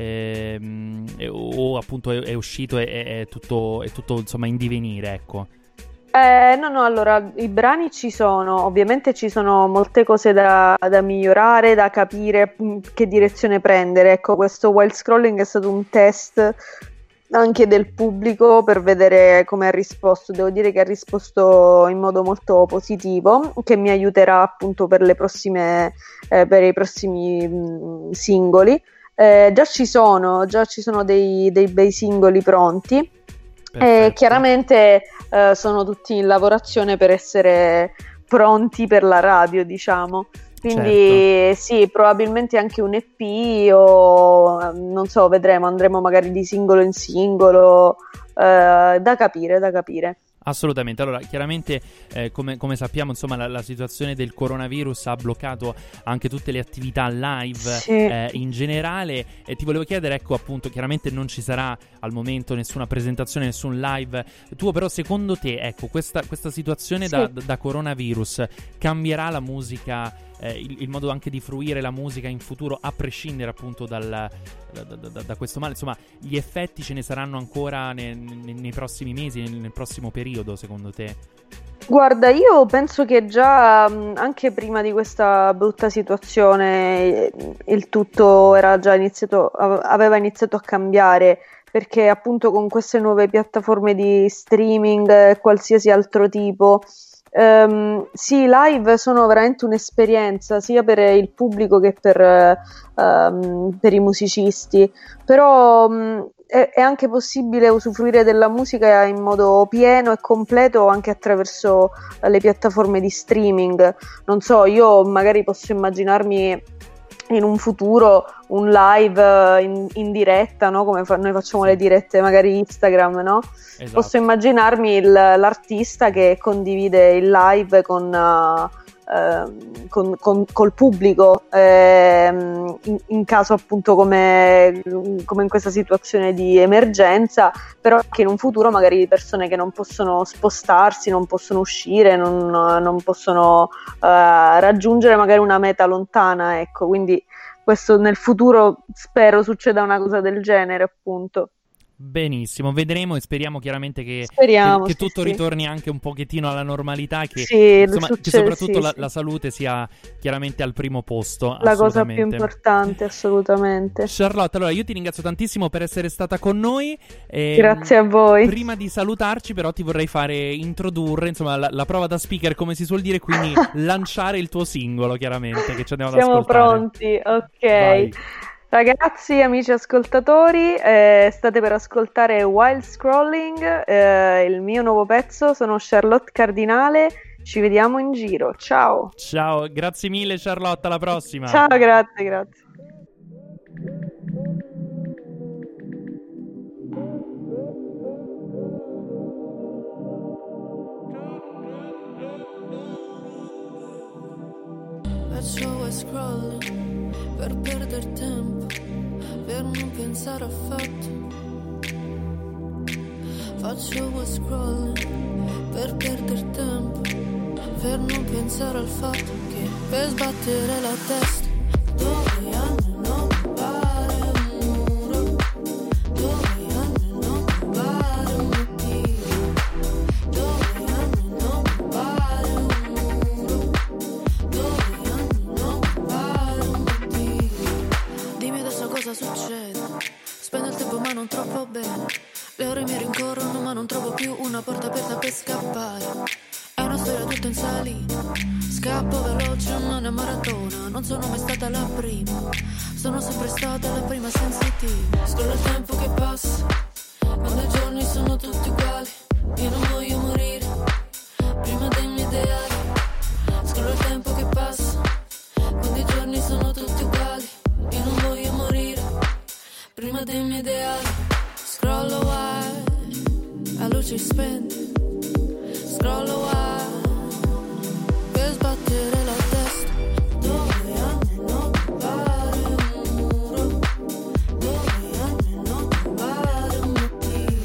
Ehm, o appunto è, è uscito e è, è tutto, è tutto insomma in divenire, ecco? Eh, no, no, allora i brani ci sono, ovviamente ci sono molte cose da, da migliorare, da capire che direzione prendere. Ecco, questo Wild Scrolling è stato un test anche del pubblico per vedere come ha risposto. Devo dire che ha risposto in modo molto positivo, che mi aiuterà appunto per le prossime, eh, per i prossimi mh, singoli. Eh, già ci sono, già ci sono dei, dei bei singoli pronti. E chiaramente eh, sono tutti in lavorazione per essere pronti per la radio, diciamo. Quindi certo. Sì, probabilmente anche un E P o non so, vedremo, andremo magari di singolo in singolo, eh, da capire, da capire. Assolutamente, allora chiaramente eh, come, come sappiamo insomma la, la situazione del coronavirus ha bloccato anche tutte le attività live, sì. eh, in generale, e ti volevo chiedere, ecco appunto, chiaramente non ci sarà al momento nessuna presentazione, nessun live tuo, però secondo te ecco questa, questa situazione sì. da, da coronavirus cambierà la musica, eh, il, il modo anche di fruire la musica in futuro, a prescindere appunto dal, da, da, da, da questo male, insomma gli effetti ce ne saranno ancora nei, nei, nei prossimi mesi, nel, nel prossimo periodo secondo te? Guarda, io penso che già anche prima di questa brutta situazione il tutto era già iniziato, aveva iniziato a cambiare, perché appunto con queste nuove piattaforme di streaming e qualsiasi altro tipo, Um, sì, i live sono veramente un'esperienza sia per il pubblico che per, um, per i musicisti, però um, è, è anche possibile usufruire della musica in modo pieno e completo anche attraverso le piattaforme di streaming. Non so, io magari posso immaginarmi in un futuro un live in, in diretta, no? Come fa- noi facciamo le dirette magari Instagram, no? Esatto. Posso immaginarmi il, l'artista che condivide il live con, uh, uh, con, con col pubblico, eh, in, in caso appunto come, come in questa situazione di emergenza, però anche in un futuro magari persone che non possono spostarsi, non possono uscire, non, non possono uh, raggiungere magari una meta lontana, ecco, quindi questo nel futuro spero succeda una cosa del genere, appunto. Benissimo, vedremo e speriamo chiaramente che, speriamo, che, che sì, tutto sì. ritorni anche un pochettino alla normalità, che, sì, insomma, succede, che soprattutto sì, la, sì. la salute sia chiaramente al primo posto. La cosa più importante, assolutamente. Charlotte, allora io ti ringrazio tantissimo per essere stata con noi. E grazie a voi. Prima di salutarci però ti vorrei fare introdurre, insomma, la, la prova da speaker, come si suol dire, quindi lanciare il tuo singolo, chiaramente, che ci andiamo ad Siamo ascoltare. Pronti, ok. Vai. Ragazzi, amici ascoltatori, eh, state per ascoltare Wild Scrolling, eh, il mio nuovo pezzo. Sono Charlotte Cardinale, ci vediamo in giro, ciao. Ciao, grazie mille Charlotte, alla prossima. Ciao, grazie, grazie. Faccio Wild Scrolling per perdere tempo, per non pensare affatto. Faccio Wild Scrolling per perdere tempo, per non pensare al fatto che per sbattere la testa dove anni non pare un muro, dove anni non pare un motivo, dove anni non pare un muro, dove anni non pare un motivo. Dimmi adesso cosa succede, spendo il tempo ma non troppo bene, le ore mi rincorrono ma non trovo più una porta aperta per scappare. È una storia tutta in salita, scappo veloce ma una maratona, non sono mai stata la prima, sono sempre stata la prima sensitiva. Scorro il tempo che passa, quando i giorni sono tutti uguali, io non voglio morire prima dei miei ideali. Scorro il tempo che passa, quando i giorni sono tutti uguali, io non voglio morire prima dei miei ideali. Scrollo wild, a luci spente, scrollo wild per sbattere la testa dove anni non pare un muro, dove anni non pare un motivo,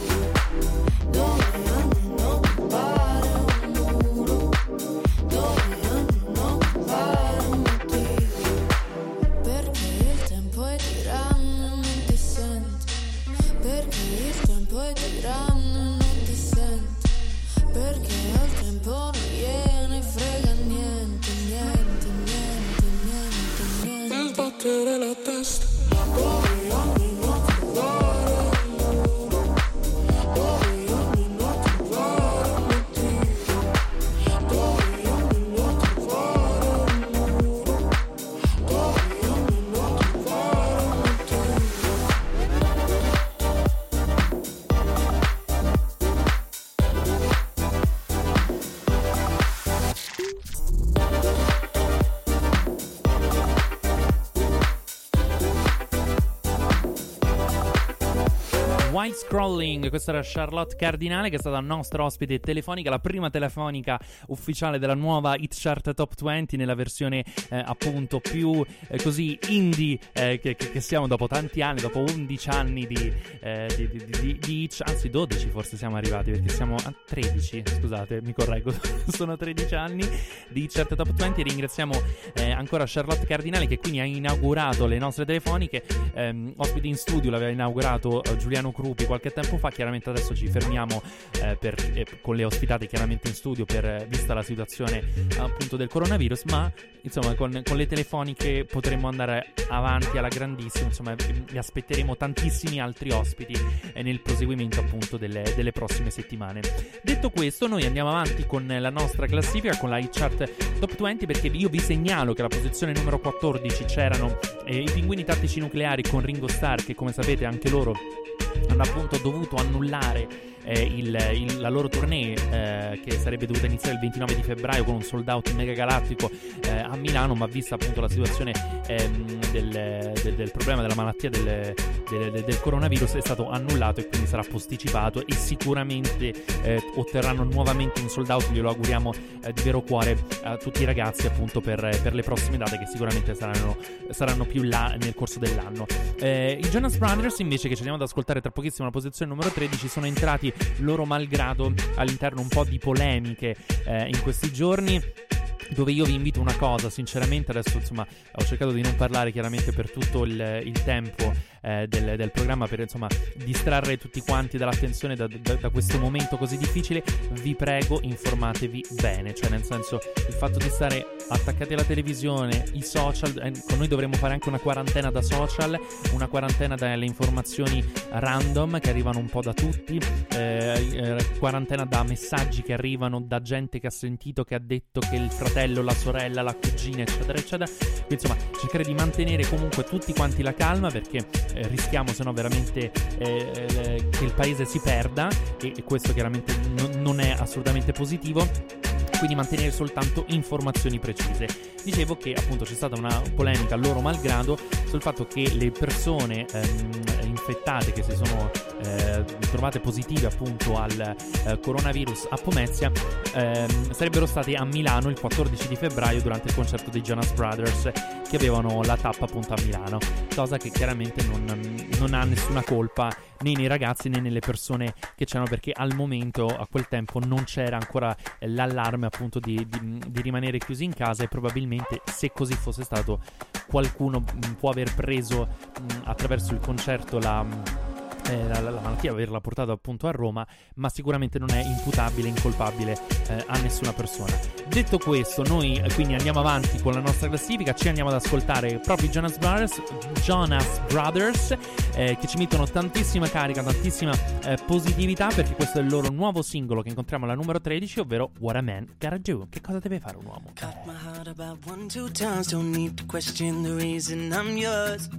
Side Scrolling, questa era Charlotte Cardinale, che è stata nostra ospite telefonica, la prima telefonica ufficiale della nuova Hit Chart Top venti nella versione eh, appunto più eh, così indie eh, che, che, che siamo dopo tanti anni, dopo undici anni di, eh, di, di, di, di Hit, anzi dodici forse siamo arrivati, perché siamo a tredici, scusate mi correggo, sono tredici anni di Hit Chart Top venti. Ringraziamo eh, ancora Charlotte Cardinale, che quindi ha inaugurato le nostre telefoniche, ehm, ospite in studio l'aveva inaugurato eh, Giuliano Crupi qualche tempo fa. Chiaramente adesso ci fermiamo eh, per, eh, con le ospitate chiaramente in studio per eh, vista la situazione appunto del coronavirus, ma insomma con, con le telefoniche potremo andare avanti alla grandissima, insomma vi aspetteremo tantissimi altri ospiti eh, nel proseguimento appunto delle, delle prossime settimane. Detto questo, noi andiamo avanti con la nostra classifica, con la Hit Chart Top venti, perché io vi segnalo che alla posizione numero quattordici c'erano eh, i Pinguini Tattici Nucleari con Ringo Starr, che come sapete anche loro hanno appunto dovuto annullare eh, il, il, la loro tournée eh, che sarebbe dovuta iniziare il ventinove di febbraio con un sold out mega galattico eh, a Milano, ma vista appunto la situazione ehm, del, del, del problema della malattia del, del, del, del coronavirus è stato annullato e quindi sarà posticipato, e sicuramente eh, otterranno nuovamente un sold out. Glielo auguriamo eh, di vero cuore a tutti i ragazzi appunto per, per le prossime date, che sicuramente saranno, saranno più là nel corso dell'anno. Eh, I Jonas Brothers invece, che ci andiamo ad ascoltare tra pochissimo alla posizione numero tredici, sono entrati loro malgrado all'interno un po' di polemiche eh, in questi giorni, dove io vi invito una cosa, sinceramente adesso insomma ho cercato di non parlare chiaramente per tutto il, il tempo eh, del, del programma, per insomma distrarre tutti quanti dall'attenzione da, da, da questo momento così difficile. Vi prego, informatevi bene, cioè nel senso, il fatto di stare attaccati alla televisione, i social, eh, con noi dovremmo fare anche una quarantena da social, una quarantena dalle informazioni random che arrivano un po' da tutti, eh, eh, quarantena da messaggi che arrivano da gente che ha sentito, che ha detto che il fratello, la sorella, la cugina eccetera eccetera. Quindi insomma cercare di mantenere comunque tutti quanti la calma, perché eh, rischiamo se no veramente eh, eh, che il paese si perda, e, e questo chiaramente n- non è assolutamente positivo. Quindi mantenere soltanto informazioni precise. Dicevo che appunto c'è stata una polemica loro malgrado sul fatto che le persone ehm, infettate che si sono eh, trovate positive appunto al eh, coronavirus a Pomezia ehm, sarebbero state a Milano il quattordici di febbraio durante il concerto dei Jonas Brothers, che avevano la tappa appunto a Milano, cosa che chiaramente non, non ha nessuna colpa né nei ragazzi né nelle persone che c'erano, perché al momento, a quel tempo, non c'era ancora eh, l'allarme appunto di, di, di rimanere chiusi in casa, e probabilmente se così fosse stato qualcuno mh, può aver preso mh, attraverso il concerto la... Eh, la, la malattia, averla portata appunto a Roma, ma sicuramente non è imputabile, incolpabile eh, a nessuna persona. Detto questo, noi eh, quindi andiamo avanti con la nostra classifica, ci andiamo ad ascoltare proprio i Jonas Brothers, Jonas Brothers eh, che ci mettono tantissima carica, tantissima eh, positività, perché questo è il loro nuovo singolo che incontriamo alla numero tredici, ovvero What a Man Gotta Do. Che cosa deve fare un uomo? Cut my heart about one, two times, don't need to question the reason I'm yours,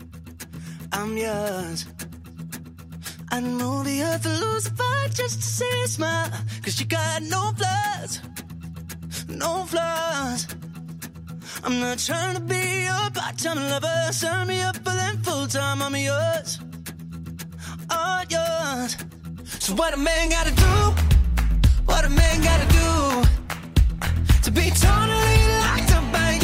I'm yours. I'd move the earth to Lucifer just to see a smile, cause you got no flaws, no flaws. I'm not trying to be your part-time lover, sign me up for them full-time, I'm yours, all yours. So what a man gotta do, what a man gotta do, to be totally locked up by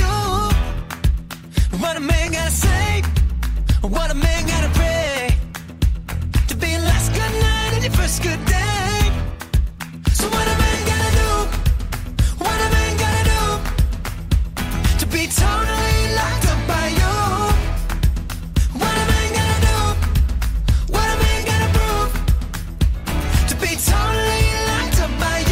you. What a man gotta say, what a man gotta pray, be last good night and your first good day. So what a man gotta do, what a man gotta do, to be totally locked up by you. What a man gotta do, what a man gotta prove, to be totally locked up by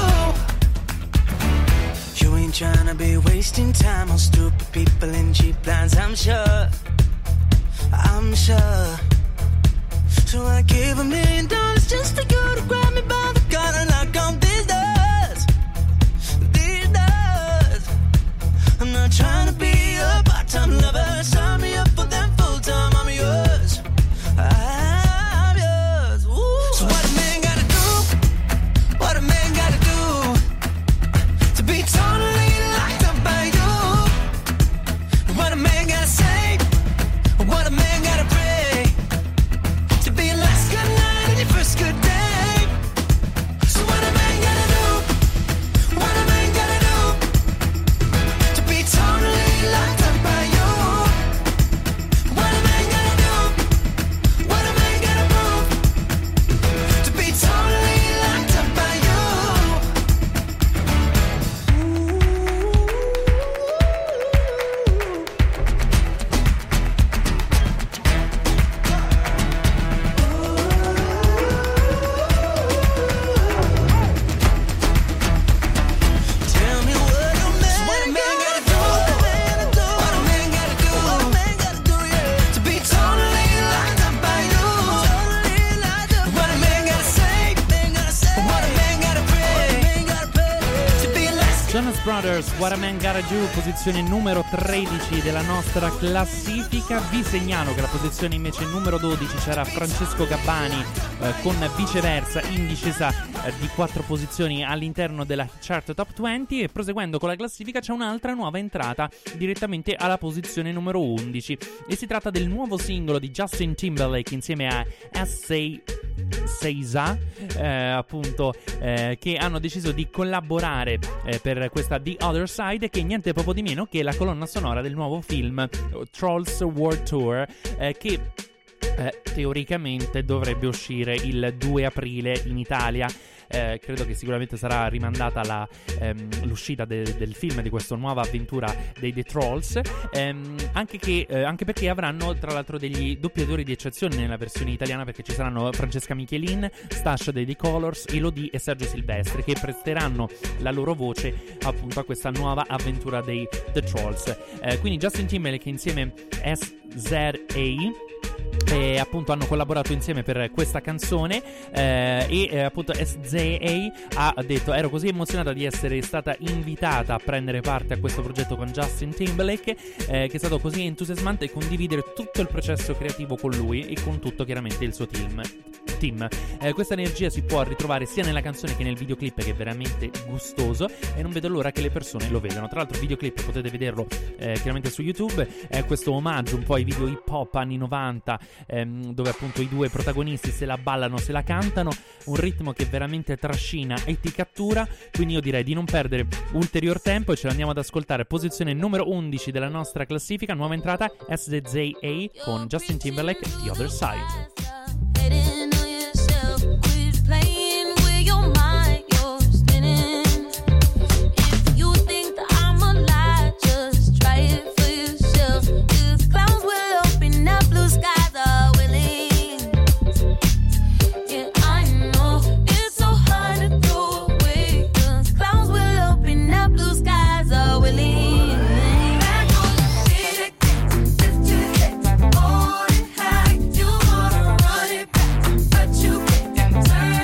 you. You ain't tryna be wasting time on stupid people in cheap lines, I'm sure, I'm sure. So I gave a million dollars just for you to grab me by the collar and knock on these doors, these doors. I'm not trying to be a part-time lover, sign me up for them full-time, I'm yours, I'm yours. Ooh. So what a man gotta do, what a man gotta do, to be totally locked up by you. What a man gotta say, what a man gotta pray, last good night Brothers, What a Man Gotta Do, posizione numero tredici della nostra classifica. Vi segnalo che la posizione invece numero dodici c'era Francesco Gabbani eh, con Viceversa, in discesa eh, di quattro posizioni all'interno della Chart Top venti. E proseguendo con la classifica c'è un'altra nuova entrata direttamente alla posizione numero undici, e si tratta del nuovo singolo di Justin Timberlake insieme a S Seiza, eh, appunto, eh, che hanno deciso di collaborare eh, per questa The Other Side, che è niente poco di meno che la colonna sonora del nuovo film Trolls World Tour, eh, che eh, teoricamente dovrebbe uscire il due aprile in Italia. Eh, credo che sicuramente sarà rimandata la, ehm, l'uscita de- del film, di questa nuova avventura dei The Trolls, ehm, anche, che, eh, anche perché avranno tra l'altro degli doppiatori di eccezione nella versione italiana, perché ci saranno Francesca Michelin, Stash dei The Colors, Elodie e Sergio Silvestri, che presteranno la loro voce appunto a questa nuova avventura dei The Trolls. Eh, quindi Justin Timberlake insieme a S Z A e appunto hanno collaborato insieme per questa canzone, eh, e eh, appunto S Z A ha detto: ero così emozionata di essere stata invitata a prendere parte a questo progetto con Justin Timberlake, eh, che è stato così entusiasmante condividere tutto il processo creativo con lui e con tutto chiaramente il suo team. Team. Eh, questa energia si può ritrovare sia nella canzone che nel videoclip, che è veramente gustoso, e non vedo l'ora che le persone lo vedano. Tra l'altro il videoclip potete vederlo eh, chiaramente su YouTube, è questo omaggio un po' ai video hip hop anni novanta, ehm, dove appunto i due protagonisti se la ballano, se la cantano, un ritmo che veramente trascina e ti cattura. Quindi io direi di non perdere ulterior tempo e ce l'andiamo ad ascoltare. Posizione numero undici della nostra classifica, nuova entrata S Z A con Justin Timberlake, The Other Side. Playing with your mind, you're spinning. If you think that I'm a lie, just try it for yourself. 'Cause clouds will open up, blue skies are willing. Yeah, I know it's so hard to throw away. 'Cause clouds will open up, blue skies are willing. Back on the feet again, lift your head, hold it high. You wanna run it back, but you can't turn.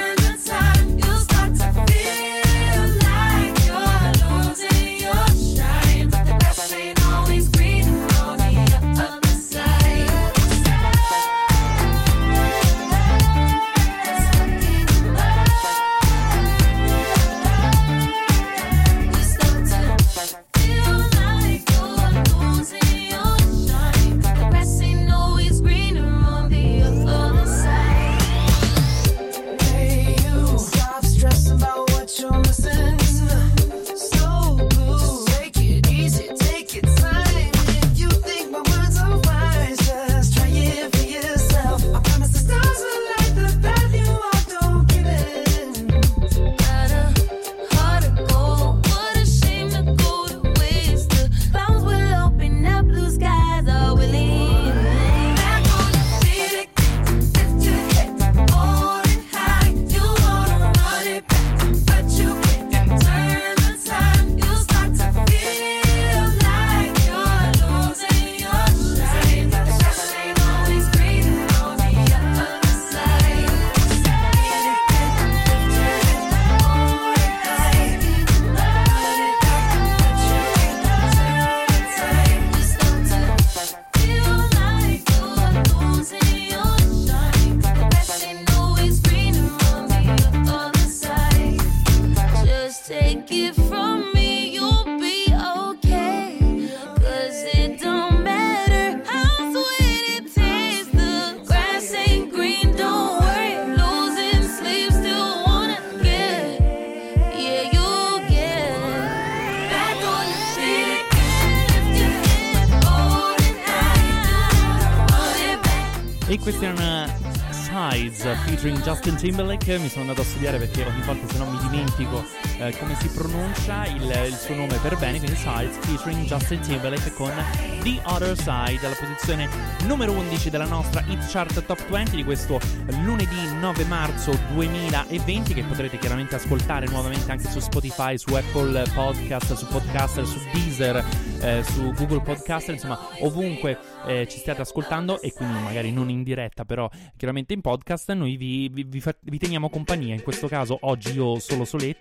E questa è una Sides featuring Justin Timberlake. Mi sono andato a studiare perché ogni volta se no mi dimentico eh, come si pronuncia il, il suo nome per bene. Quindi Sides featuring Justin Timberlake con The Other Side, alla posizione numero undici della nostra Hit Chart Top venti di questo lunedì nove marzo duemilaventi, che potrete chiaramente ascoltare nuovamente anche su Spotify, su Apple Podcast, su Podcaster, su Deezer, eh, su Google Podcaster, insomma ovunque eh, ci stiate ascoltando, e quindi magari non in diretta però chiaramente in podcast. Noi vi, vi, vi, fa, vi teniamo compagnia. In questo caso oggi io solo soletto,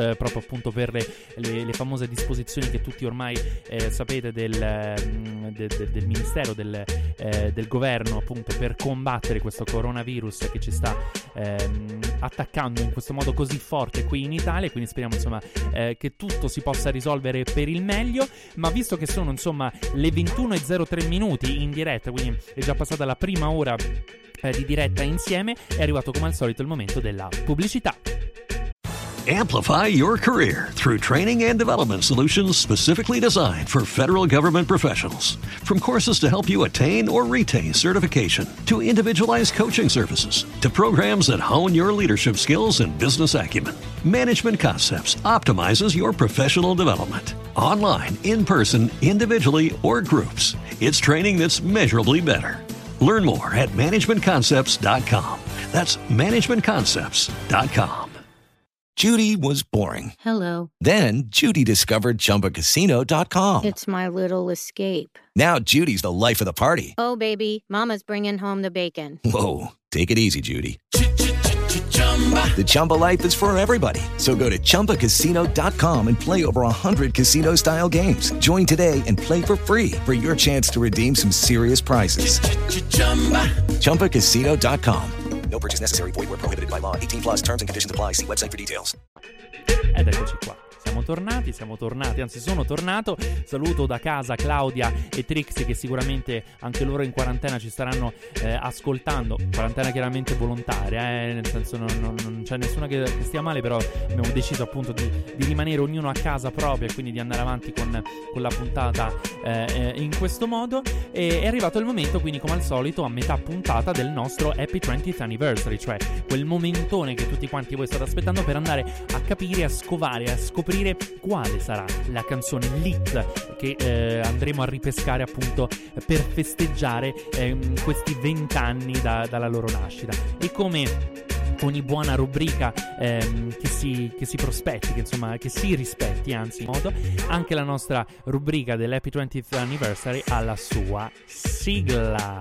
eh, proprio appunto per le, le, le famose disposizioni che tutti ormai eh, sapete del, mm, de, de, del ministero del, eh, del governo, appunto, per combattere questo coronavirus che ci sta ehm, attaccando in questo modo così forte qui in Italia. Quindi speriamo insomma eh, che tutto si possa risolvere per il meglio. Ma visto che sono insomma le ventuno e zero tre minuti in diretta, quindi è già passata la prima ora eh, di diretta insieme, è arrivato come al solito il momento della pubblicità. Amplify your career through training and development solutions specifically designed for federal government professionals. From courses to help you attain or retain certification, to individualized coaching services, to programs that hone your leadership skills and business acumen, Management Concepts optimizes your professional development. Online, in person, individually, or groups, it's training that's measurably better. Learn more at management concepts dot com. That's management concepts dot com. Judy was boring. Hello. Then Judy discovered Chumba Casino dot com. It's my little escape. Now Judy's the life of the party. Oh, baby, mama's bringing home the bacon. Whoa, take it easy, Judy. The Chumba life is for everybody. So go to Chumba Casino dot com and play over one hundred casino-style games. Join today and play for free for your chance to redeem some serious prizes. Chumba Casino dot com. No purchase necessary. Void where prohibited by law. eighteen plus terms and conditions apply. See website for details. Ed eccoci qua. Siamo tornati, siamo tornati, anzi sono tornato. Saluto da casa Claudia e Trixie, che sicuramente anche loro in quarantena ci staranno eh, ascoltando. Quarantena chiaramente volontaria, eh, nel senso non, non, non c'è nessuna che, che stia male, però abbiamo deciso appunto di, di rimanere ognuno a casa propria e quindi di andare avanti con, con la puntata eh, in questo modo. E è arrivato il momento, quindi come al solito, a metà puntata del nostro Happy twentieth Anniversary, cioè quel momentone che tutti quanti voi state aspettando per andare a capire, a scovare, a scoprire quale sarà la canzone lit che eh, andremo a ripescare appunto per festeggiare eh, questi vent'anni da, dalla loro nascita. E come ogni buona rubrica ehm, che, si, che si prospetti, che insomma che si rispetti anzi in modo, anche la nostra rubrica dell'Happy twentieth Anniversary ha la sua sigla.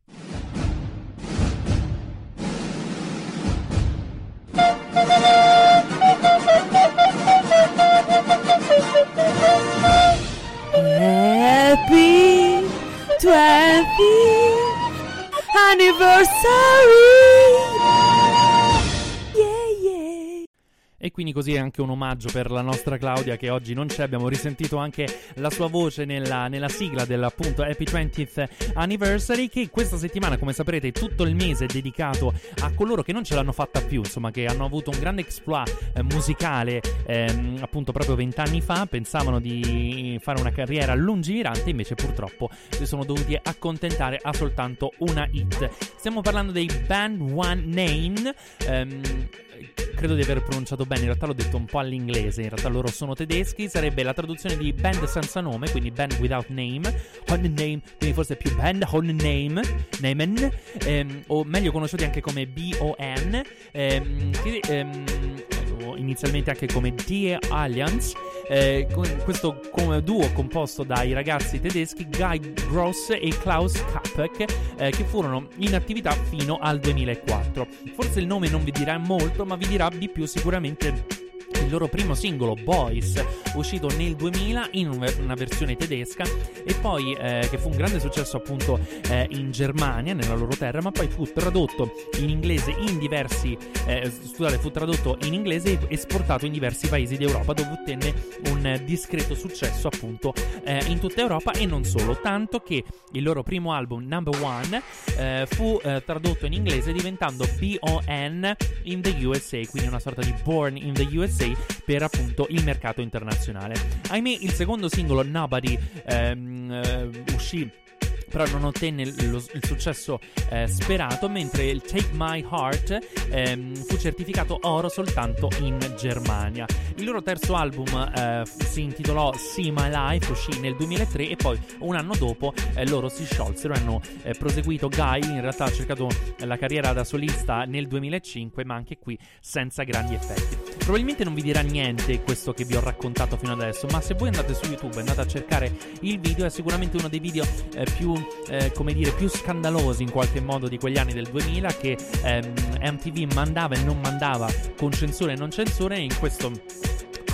Happy twentieth Anniversary! E quindi così è anche un omaggio per la nostra Claudia, che oggi non c'è. Abbiamo risentito anche la sua voce nella, nella sigla dell'appunto Happy twentieth Anniversary, che questa settimana, come saprete, tutto il mese è dedicato a coloro che non ce l'hanno fatta più, insomma, che hanno avuto un grande exploit eh, musicale ehm, appunto proprio vent'anni fa. Pensavano di fare una carriera lungimirante, invece purtroppo si sono dovuti accontentare a soltanto una hit. Stiamo parlando dei Band One Name. ehm, Credo di aver pronunciato bene, in realtà l'ho detto un po' all'inglese, in realtà loro sono tedeschi, sarebbe la traduzione di band senza nome, quindi band without name, on name, quindi forse più band on name, namen, ehm, o meglio conosciuti anche come B O N, ehm, che, ehm, inizialmente anche come Die Allianz, eh, questo come duo composto dai ragazzi tedeschi Guy Gross e Klaus Kapek, eh, che furono in attività fino al duemilaquattro. Forse il nome non vi dirà molto, ma vi dirà di più sicuramente il loro primo singolo Boys, uscito nel duemila in una versione tedesca, e poi eh, che fu un grande successo appunto eh, in Germania, nella loro terra, ma poi fu tradotto in inglese in diversi eh, scusate, fu tradotto in inglese e esportato in diversi paesi d'Europa, dove ottenne un eh, discreto successo appunto eh, in tutta Europa e non solo, tanto che il loro primo album Number One eh, fu eh, tradotto in inglese diventando B O N in the U S A, quindi una sorta di Born in the U S A per appunto il mercato internazionale. Ahimè, il secondo singolo Nobody ehm, eh, uscì, però non ottenne lo, il successo eh, sperato, mentre il Take My Heart ehm, fu certificato oro soltanto in Germania. Il loro terzo album eh, si intitolò See My Life, uscì nel duemilatré, e poi un anno dopo eh, loro si sciolsero e hanno eh, proseguito. Guy in realtà ha cercato la carriera da solista nel duemilacinque, ma anche qui senza grandi effetti. Probabilmente non vi dirà niente questo che vi ho raccontato fino adesso, ma se voi andate su YouTube e andate a cercare il video, è sicuramente uno dei video eh, più Eh, come dire più scandalosi in qualche modo di quegli anni del duemila, che ehm, M T V mandava e non mandava, con censura e non censura, e in questo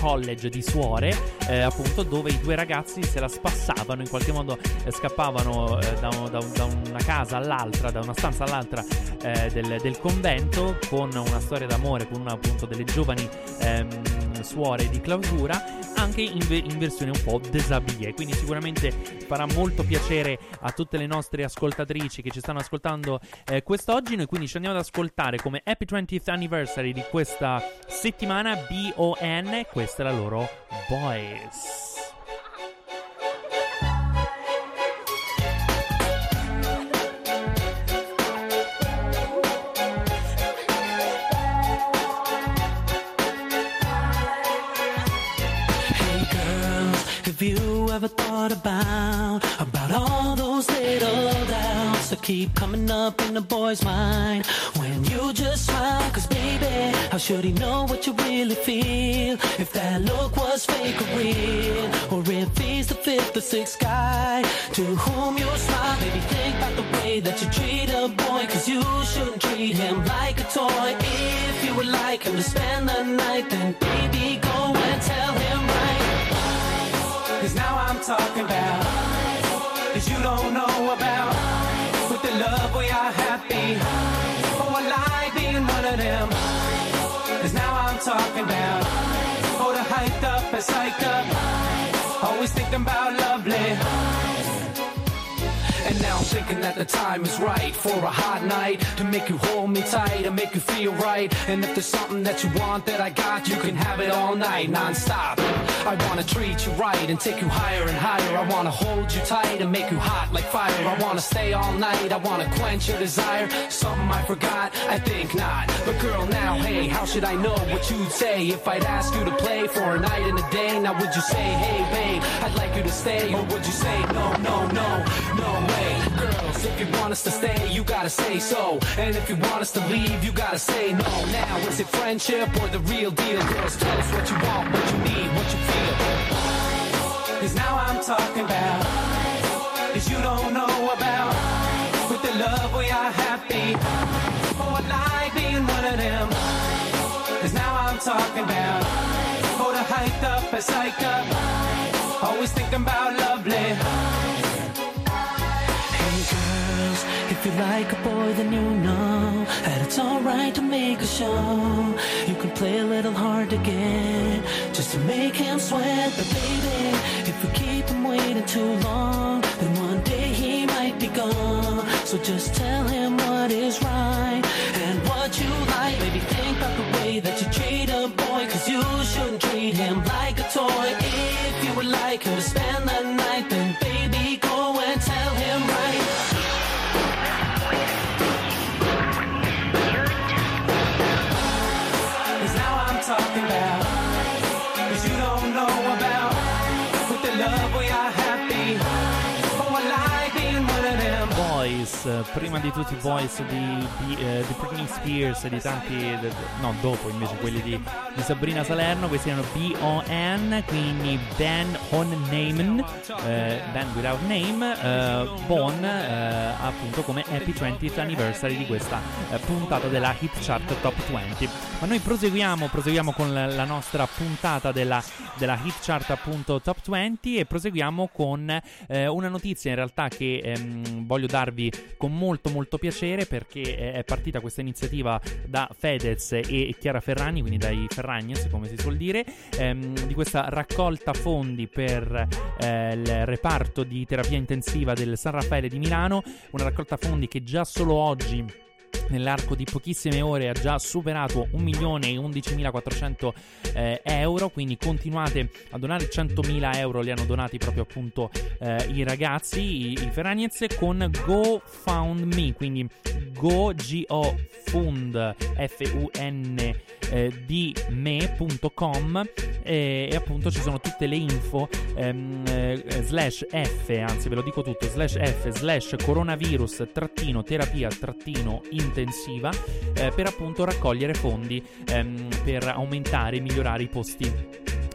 college di suore, eh, appunto, dove i due ragazzi se la spassavano, in qualche modo eh, scappavano eh, da, da, da una casa all'altra, da una stanza all'altra eh, del, del convento, con una storia d'amore con una appunto delle giovani ehm, suore di clausura, anche in, ve- in versione un po' déshabillée. Quindi sicuramente farà molto piacere a tutte le nostre ascoltatrici che ci stanno ascoltando eh, quest'oggi. Noi quindi ci andiamo ad ascoltare come Happy twentieth Anniversary di questa settimana B O N, questa è la loro Boys. Have you ever thought about, about all those little doubts that keep coming up in a boy's mind when you just smile? Cause baby, how should he know what you really feel if that look was fake or real? Or if he's the fifth or sixth guy to whom you smile? Maybe think about the way that you treat a boy, cause you shouldn't treat him like a toy. If you would like him to spend the night, then baby, go and tell him right. Cause now I'm talking about Cause you don't know about With the love we are happy Oh, I like being one of them Cause now I'm talking about Oh, the hyped up and psyched up Always thinking about lovely And now I'm thinking that the time is right for a hot night to make you hold me tight and make you feel right. And if there's something that you want that I got, you can have it all night, non-stop. I wanna treat you right and take you higher and higher. I wanna hold you tight and make you hot like fire. I wanna stay all night, I wanna quench your desire. Something I forgot? I think not. But girl, now, hey, how should I know what you'd say if I'd ask you to play for a night and a day? Now would you say, hey babe, I'd like you to stay? Or would you say, no, no, no, no way? Girls, if you want us to stay, you gotta say so. And if you want us to leave, you gotta say no. Now, is it friendship or the real deal? Girls, tell us what you want, what you need, what you feel. Cause now I'm talking about Cause you don't know about With the love we are happy Oh, I like being one of them Cause now I'm talking about Oh, the hyped up and psyched up Always thinking about lovely Girls, if you like a boy, then you know that it's alright to make a show. You can play a little hard to get, just to make him sweat. But baby, if we keep him waiting too long, then one day he might be gone. So just tell him what is right and what you like. Baby, think about the way that you treat a boy, cause you shouldn't treat him like a toy. If you would like him to spend the night, then baby, go and tell him right. Talking about Cause you don't know about With the love we are happy Oh, I like being one of them Boys, prima di tutti i Boys di, di, eh, di Britney Spears e di tanti de, no, dopo invece quelli di, di Sabrina Salerno. Questi erano B O N, quindi Band On Name, eh, Band Without Name, eh, Bon, eh, appunto come Happy twentieth Anniversary di questa eh, puntata della Hit Chart Top venti. Ma noi proseguiamo, proseguiamo con la, la nostra puntata della, della Hit Chart appunto Top venti e proseguiamo con eh, una notizia in realtà che ehm, voglio darvi con molto molto piacere, perché è partita questa iniziativa da Fedez e Chiara Ferragni, quindi dai Ferragnez come si suol dire, ehm, di questa raccolta fondi per eh, il reparto di terapia intensiva del San Raffaele di Milano, una raccolta fondi che già solo oggi nell'arco di pochissime ore ha già superato un milione e undicimilaquattrocento eh, euro, quindi continuate a donare. Centomila euro li hanno donati proprio appunto eh, i ragazzi, i, i Ferragnez, con GoFundMe, quindi Go G O Fund F U N eh, di me punto com e, e appunto ci sono tutte le info ehm, eh, slash F, anzi ve lo dico tutto, slash F slash coronavirus trattino terapia trattino intensiva eh, per appunto raccogliere fondi ehm, per aumentare e migliorare i posti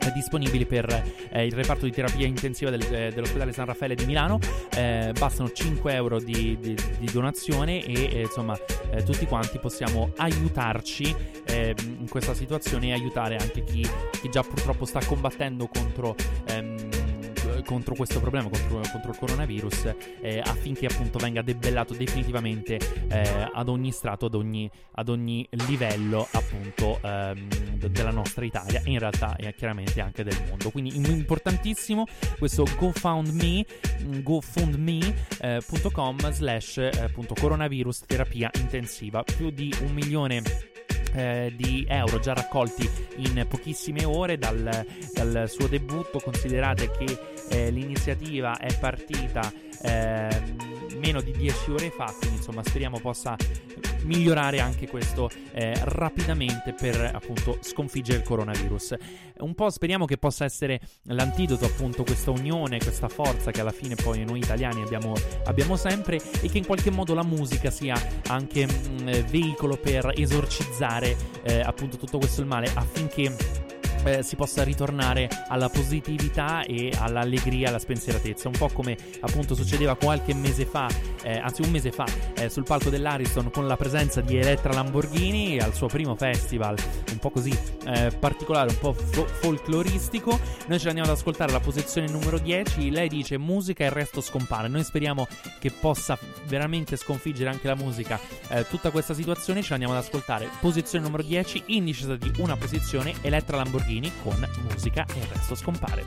eh, disponibili per eh, il reparto di terapia intensiva del, eh, dell'ospedale San Raffaele di Milano. Eh, bastano cinque euro di, di, di donazione e eh, insomma eh, tutti quanti possiamo aiutarci eh, in questa situazione e aiutare anche chi, chi già purtroppo sta combattendo contro ehm, contro questo problema, contro, contro il coronavirus, eh, affinché appunto venga debellato definitivamente eh, ad ogni strato, ad ogni, ad ogni livello appunto ehm, della nostra Italia e in realtà eh, chiaramente anche del mondo. Quindi importantissimo questo GoFundMe, GoFundMe eh, punto com slash eh, appunto coronavirus terapia intensiva. Più di un milione Eh, di euro già raccolti in pochissime ore dal, dal suo debutto. Considerate che eh, l'iniziativa è partita eh, meno di dieci ore fa, quindi insomma speriamo possa migliorare anche questo eh, rapidamente per appunto sconfiggere il coronavirus. Un po' speriamo che possa essere l'antidoto appunto questa unione, questa forza che alla fine poi noi italiani abbiamo, abbiamo sempre, e che in qualche modo la musica sia anche mh, veicolo per esorcizzare eh, appunto tutto questo il male, affinché Eh, si possa ritornare alla positività e all'allegria, alla spensieratezza, un po' come appunto succedeva qualche mese fa, eh, anzi un mese fa, eh, sul palco dell'Ariston, con la presenza di Elettra Lamborghini al suo primo festival, un po' così eh, particolare, un po' fo- folcloristico. Noi ci andiamo ad ascoltare la posizione numero dieci. Lei dice musica e il resto scompare. Noi speriamo che possa veramente sconfiggere anche la musica eh, tutta questa situazione. Ci andiamo ad ascoltare posizione numero dieci, in discesa di una posizione, Elettra Lamborghini con musica e il resto scompare.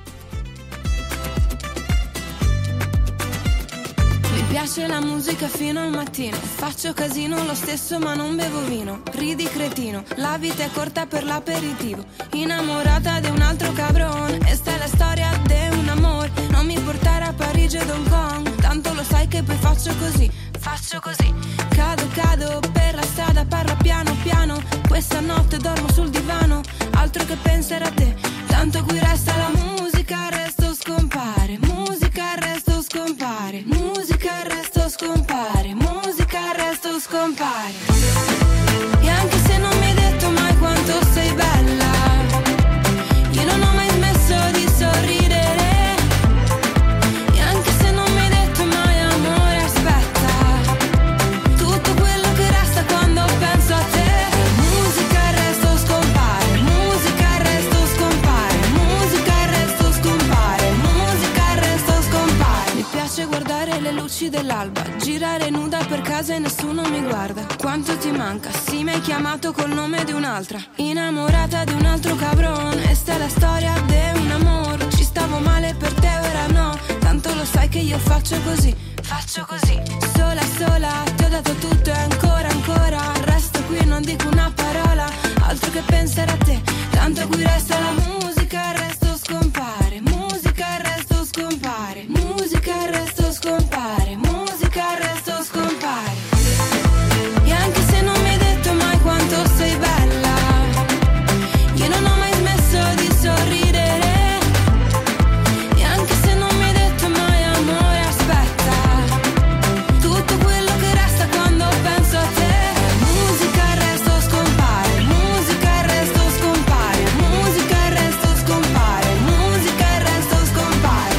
Mi piace la musica fino al mattino, faccio casino lo stesso ma non bevo vino. Ridi cretino, la vita è corta per l'aperitivo, innamorata di un altro cabron. E sta è la storia di un amore, non mi portare a Parigi o Hong Kong, tanto lo sai che poi faccio così, faccio così. Cado, cado per la strada, parla piano piano, questa notte dormo sul divano, altro che pensare a te, tanto qui resta la musica, il resto scompare. Musica, il resto scompare. Musica, il resto scompare. Musica, il resto scompare. E anche se non mi hai detto mai quanto sei bella, io non ho mai smesso di sorridere. E anche se non mi hai detto mai amore, aspetta, tutto quello che resta quando penso a te. Musica, il resto scompare. Musica, il resto scompare. Musica, il resto scompare. Musica, il resto scompare. Mi piace guardare le luci dell'alba, girare nuda per casa e nessuno mi guarda. Quanto ti manca? Sì, mi hai chiamato col nome di un'altra, innamorata di un altro cabron. E sta è la storia di un amore, ci stavo male per te, ora no, tanto lo sai che io faccio così, faccio così. Sola, sola, ti ho dato tutto e ancora, ancora resto qui, non dico una parola, altro che pensare a te, tanto qui resta la musica, il resto scompare. Musica, il resto scompare. Musica, il resto scompare. Musica, il resto scompare. E anche se non mi hai detto mai quanto sei bella, io non ho mai smesso di sorridere. E anche se non mi hai detto mai amore, aspetta, tutto quello che resta quando penso a te. Musica, il resto scompare. Musica, il resto scompare. Musica, il resto scompare. Musica, il resto scompare.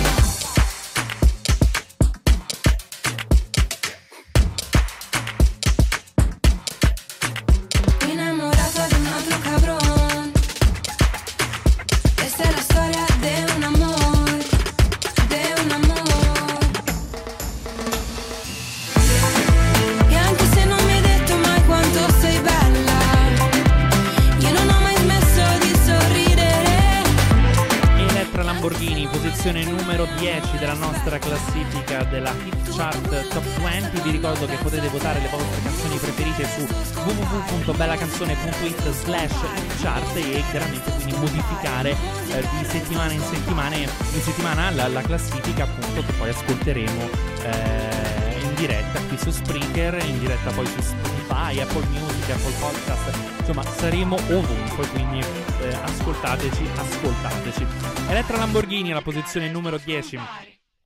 Innamorata di un altro cabron. Questa è la storia di un amore, di un amore. E anche se non mi hai detto mai quanto sei bella, io non ho mai smesso di sorridere. Elettra Lamborghini, posizione numero dieci della nostra classifica della Hit Chart Top venti. Vi ricordo che potete votare le vostre canzoni preferite su w w w punto bellacanzone punto it slash hitchart e chiaramente quindi modificare eh, di settimana in settimana, in settimana la, la classifica appunto, che poi ascolteremo eh, in diretta qui su Spreaker, in diretta poi su Spotify, Apple Music, Apple Podcast, insomma saremo ovunque, quindi eh, ascoltateci, ascoltateci. Elettra Lamborghini alla posizione numero dieci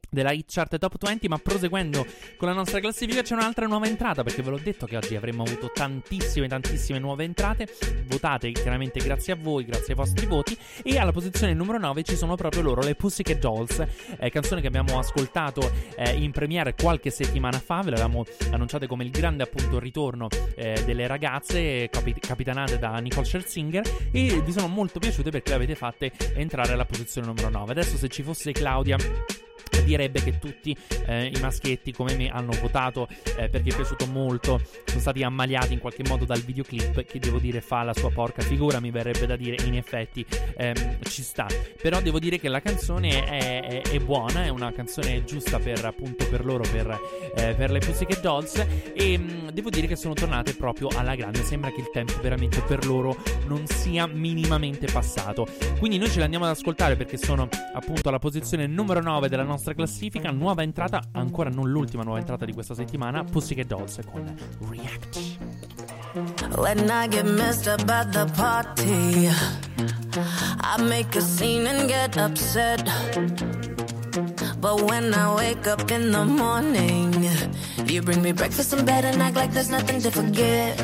della Hit Chart Top venti, ma proseguendo con la nostra classifica c'è un'altra nuova entrata, perché ve l'ho detto che oggi avremmo avuto tantissime tantissime nuove entrate, votate chiaramente grazie a voi, grazie ai vostri voti, e alla posizione numero nove ci sono proprio loro, le Pussycat Dolls, eh, canzone che abbiamo ascoltato eh, in premiere qualche settimana fa, ve l'avevamo annunciate come il grande appunto ritorno eh, delle ragazze capi- capitanate da Nicole Scherzinger, e vi sono molto piaciute perché le avete fatte entrare alla posizione numero nove. Adesso, se ci fosse Claudia, direbbe che tutti eh, i maschietti come me hanno votato eh, perché è piaciuto molto, sono stati ammaliati in qualche modo dal videoclip, che devo dire fa la sua porca figura, mi verrebbe da dire, in effetti ehm, ci sta, però devo dire che la canzone è, è, è buona, è una canzone giusta per appunto per loro, per, eh, per le Pussycat Dolls, e mh, devo dire che sono tornate proprio alla grande, sembra che il tempo veramente per loro non sia minimamente passato, quindi noi ce le andiamo ad ascoltare perché sono appunto alla posizione numero nove della nostra classifica. Nuova entrata, ancora non l'ultima nuova entrata di questa settimana, Pussycat Dolls con React. When I get messed up at the party, I make a scene and get upset. But when I wake up in the morning, you bring me breakfast in bed and act like there's nothing to forget.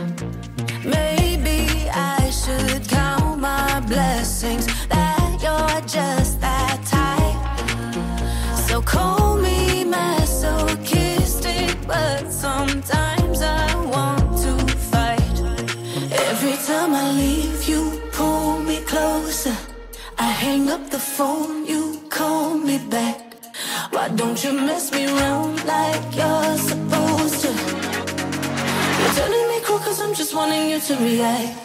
Maybe I should count my blessings that you're just that type. So call me masochistic, but sometimes I want to fight. Every time I leave, you pull me closer. I hang up the phone, you call me back. Why don't you mess me around like you're supposed to? You're turning me cool cause I'm just wanting you to react.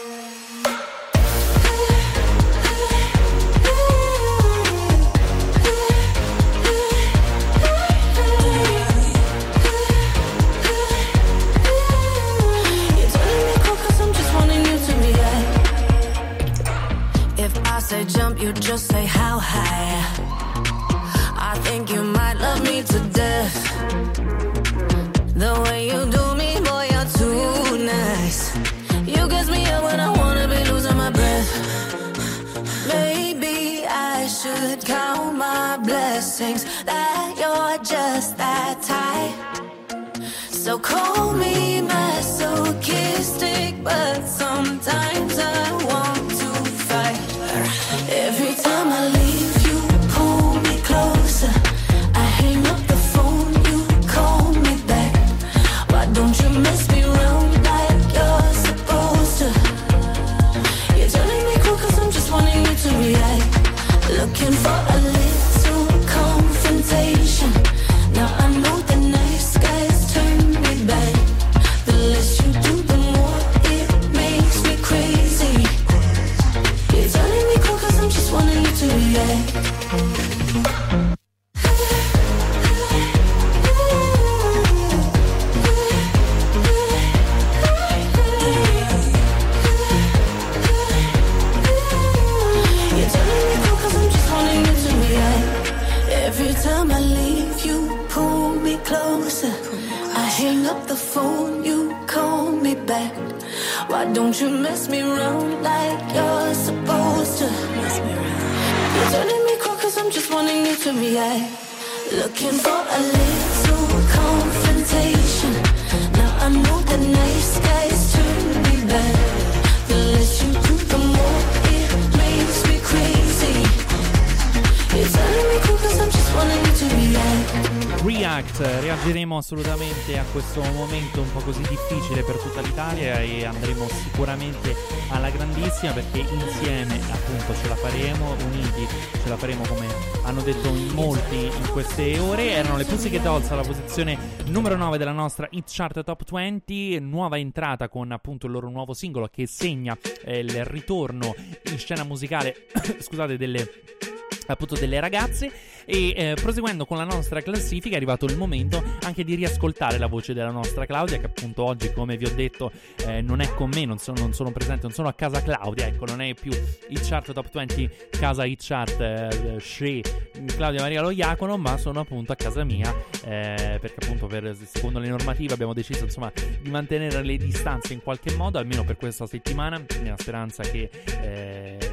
Say jump, you just say how high. I think you might love me to death. The way you do me, boy, you're too nice. You get me up when I wanna be losing my breath. Maybe I should count my blessings that you're just that type. So call me masochistic, but sometimes I want to fight. Every time I leave, you pull me closer. I hang up the phone, you call me back. Why don't you mess me around like you're supposed to? You're telling me cool cause I'm just wanting you to react. Looking for a little confrontation. Now I know the nice guys turn me back. The less you do, the more it makes me crazy. You're telling me cool cause I'm just wanting you to react. You're telling me cool cause I'm just wanting you to react. Every time I leave, you pull me closer. I hang up the phone, you call me back. Why don't you mess me around like you're supposed to? You're turning me cool cause I'm just wanting you to react. Looking for a little confrontation. Now I know the nice guys turn me back. The less you do, the more it makes me crazy. You're telling me cool cause I'm just wanting you to react. React, reagiremo assolutamente a questo momento un po' così difficile per tutta l'Italia e andremo sicuramente alla grandissima, perché insieme appunto ce la faremo, uniti ce la faremo, come hanno detto in molti in queste ore. Erano le Pussycat Dolls alla posizione numero nove della nostra Hit Chart Top venti, nuova entrata con appunto il loro nuovo singolo che segna eh, il ritorno in scena musicale scusate delle appunto delle ragazze. E eh, proseguendo con la nostra classifica è arrivato il momento anche di riascoltare la voce della nostra Claudia, che appunto oggi, come vi ho detto, eh, non è con me, non sono, non sono presente, non sono a casa Claudia, ecco, non è più Hit Chart Top venti casa Hit Chart eh, She Claudia Maria Loiacono, ma sono appunto a casa mia eh, perché appunto per, secondo le normative abbiamo deciso insomma di mantenere le distanze in qualche modo, almeno per questa settimana, nella speranza che eh,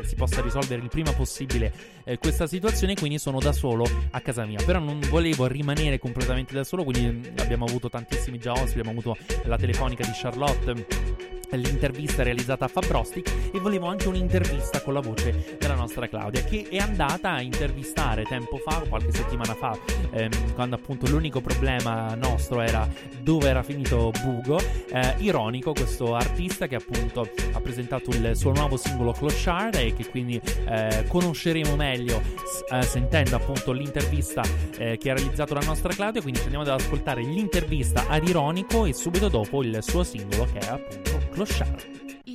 si possa risolvere il prima possibile eh, questa situazione, quindi sono da solo a casa mia. Però non volevo rimanere completamente da solo, quindi abbiamo avuto tantissimi già ospiti, abbiamo avuto la telefonica di Charlotte, l'intervista realizzata a Fabrosti, e volevo anche un'intervista con la voce della nostra Claudia, che è andata a intervistare tempo fa, qualche settimana fa, ehm, quando appunto l'unico problema nostro era dove era finito Bugo. eh, Ironico, questo artista che appunto ha presentato il suo nuovo singolo Clochard, e che quindi eh, conosceremo meglio s- eh, sentendo appunto l'intervista eh, che ha realizzato la nostra Claudia. Quindi ci andiamo ad ascoltare l'intervista ad Ironico e subito dopo il suo singolo, che è appunto Clochard.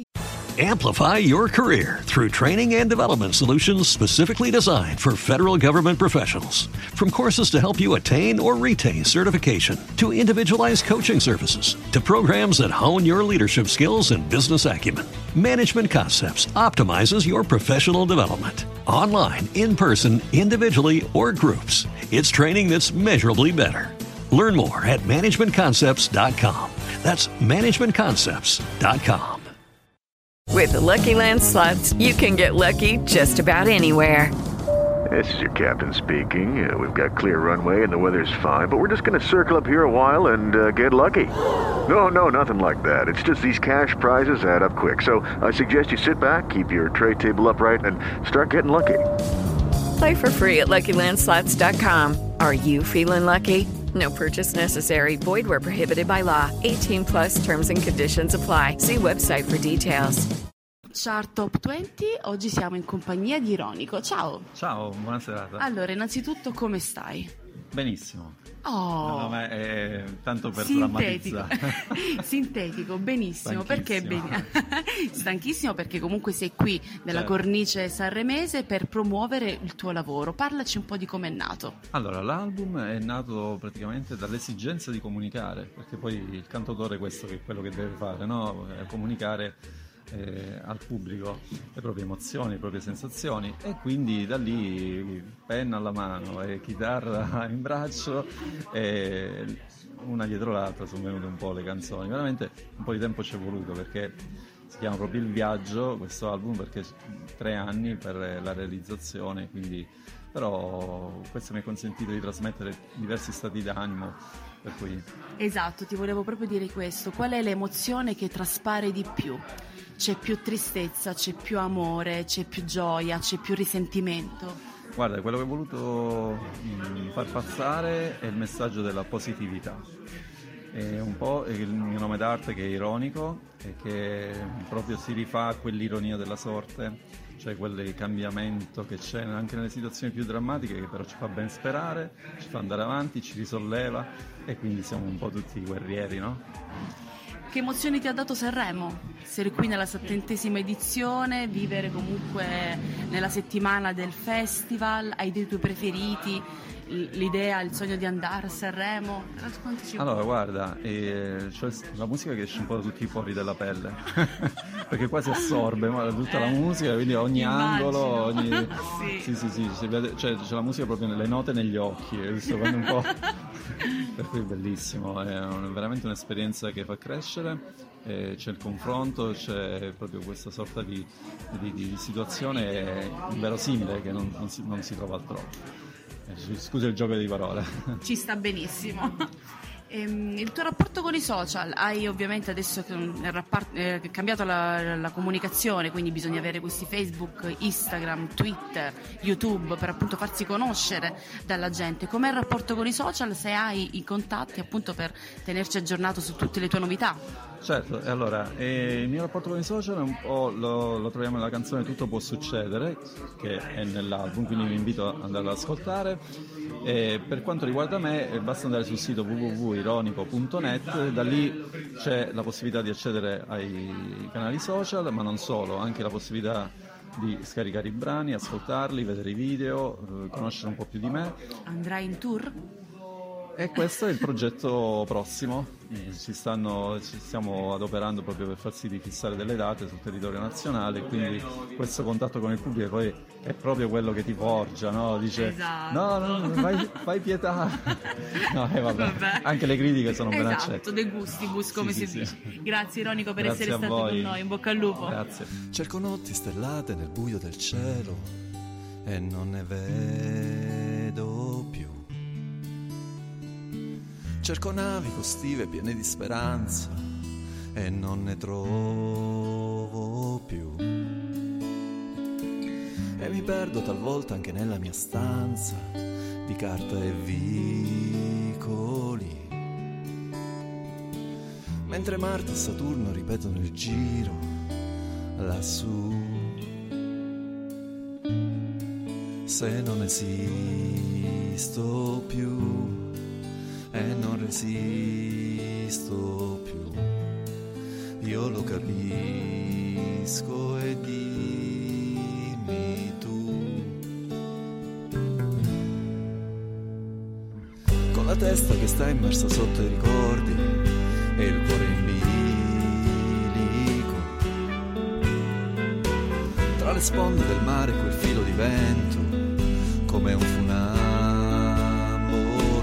Amplify your career through training and development solutions specifically designed for federal government professionals. From courses to help you attain or retain certification, to individualized coaching services, to programs that hone your leadership skills and business acumen, Management Concepts optimizes your professional development. Online, in person, individually, or groups, it's training that's measurably better. Learn more at management concepts dot com. That's management concepts dot com. With the Lucky Land Slots, you can get lucky just about anywhere. This is your captain speaking. Uh, we've got clear runway and the weather's fine, but we're just going to circle up here a while and uh, get lucky. No, no, nothing like that. It's just these cash prizes add up quick. So I suggest you sit back, keep your tray table upright, and start getting lucky. Play for free at lucky land slots dot com. Are you feeling lucky? No purchase necessary. Void where prohibited by law. eighteen plus terms and conditions apply. See website for details. Chart Top venti, oggi siamo in compagnia di Ironico. Ciao. Ciao, buona serata. Allora, innanzitutto come stai? Benissimo. Oh, no, ma è tanto per sintetico. drammatizzare. Sintetico, benissimo. Perché ben... Stanchissimo perché comunque sei qui nella certo. cornice sanremese per promuovere il tuo lavoro. Parlaci un po' di come è nato. Allora, l'album è nato praticamente dall'esigenza di comunicare, perché poi il cantautore questo che è quello che deve fare, no? È comunicare Eh, al pubblico le proprie emozioni, le proprie sensazioni, e quindi da lì penna alla mano e chitarra in braccio, e una dietro l'altra sono venute un po' le canzoni. Veramente un po' di tempo ci è voluto, perché si chiama proprio Il Viaggio questo album, perché tre anni per la realizzazione, quindi però questo mi ha consentito di trasmettere diversi stati d'animo, per cui... Esatto, ti volevo proprio dire questo. Qual è l'emozione che traspare di più? C'è più tristezza, c'è più amore, c'è più gioia, c'è più risentimento? Guarda, quello che ho voluto mh, far passare è il messaggio della positività. È un po' il mio nome d'arte, che è Ironico, e che proprio si rifà a quell'ironia della sorte, cioè quel cambiamento che c'è anche nelle situazioni più drammatiche, che però ci fa ben sperare, ci fa andare avanti, ci risolleva, e quindi siamo un po' tutti guerrieri, no? Che emozioni ti ha dato Sanremo? Essere qui nella settantesima edizione, vivere comunque nella settimana del festival, hai dei tuoi preferiti, l'idea, il sogno di andare a Sanremo? Raccontaci. Allora guarda, eh, cioè la musica che esce un po' da tutti i pori della pelle perché qua si assorbe ma, tutta eh, la musica, quindi ogni immagino. angolo, ogni... sì. sì sì sì, si vede, cioè, c'è la musica proprio nelle note negli occhi, eh, sto un po'... per cui è bellissimo, è un, veramente un'esperienza che fa crescere, eh, c'è il confronto, c'è proprio questa sorta di, di, di situazione inverosimile che non, non, si, non si trova altrove. Scusa il gioco di parole. Ci sta benissimo. Ehm, il tuo rapporto con i social? Hai ovviamente adesso eh, cambiato la, la comunicazione, quindi bisogna avere questi Facebook, Instagram, Twitter, YouTube per appunto farsi conoscere dalla gente. Com'è il rapporto con i social, se hai i contatti appunto per tenerci aggiornato su tutte le tue novità? Certo, e allora eh, il mio rapporto con i social è un po' lo, lo troviamo nella canzone Tutto può succedere, che è nell'album, quindi vi invito ad andare ad ascoltare. E per quanto riguarda me, basta andare sul sito w w w punto ironico punto net, da lì c'è la possibilità di accedere ai canali social, ma non solo, anche la possibilità di scaricare i brani, ascoltarli, vedere i video, eh, conoscere un po' più di me. Andrai in tour? E questo è il progetto prossimo, ci, stanno, ci stiamo adoperando proprio per far sì di fissare delle date sul territorio nazionale, quindi questo contatto con il pubblico poi è proprio quello che ti forgia, no? Dice esatto. no, no, fai, fai pietà. No, eh, vabbè. Vabbè. Anche le critiche sono ben esatto, accette. De gustibus, come sì, si sì, dice. sì. Grazie Ironico per Grazie essere a stato voi. con noi, in bocca al lupo. Grazie. Cerco notti stellate nel buio del cielo e non ne vedo più. Cerco navi costive piene di speranza e non ne trovo più. E mi perdo talvolta anche nella mia stanza di carta e vicoli, mentre Marte e Saturno ripetono il giro lassù. Se non esisto più e non resisto più, io lo capisco e dimmi tu. Con la testa che sta immersa sotto i ricordi e il cuore in bilico, tra le sponde del mare quel filo di vento come un funambolo,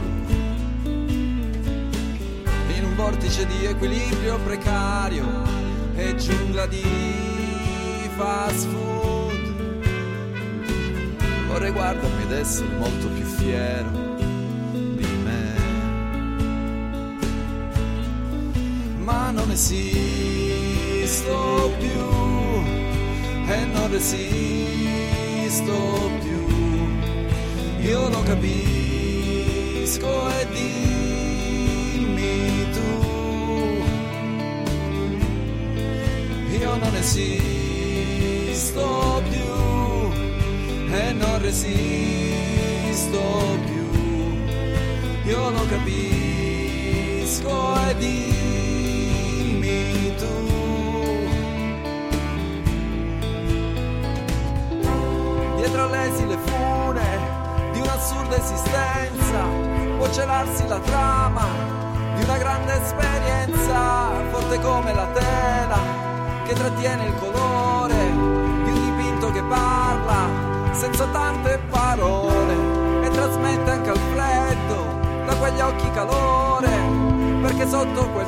in un vortice di equilibrio precario e giungla di fast food. Vorrei guardarmi ed essere molto più fiero di me, ma non esisto più e non resisto più. Io lo capisco e dimmi tu. Io non esisto più e non resisto più. Io lo capisco e dimmi tu. Dietro l'esile fune di un'assurda esistenza può celarsi la trama di una grande esperienza, forte come la tela che trattiene il colore di un dipinto che parla senza tante parole e trasmette anche al freddo da quegli occhi calore, perché sotto quel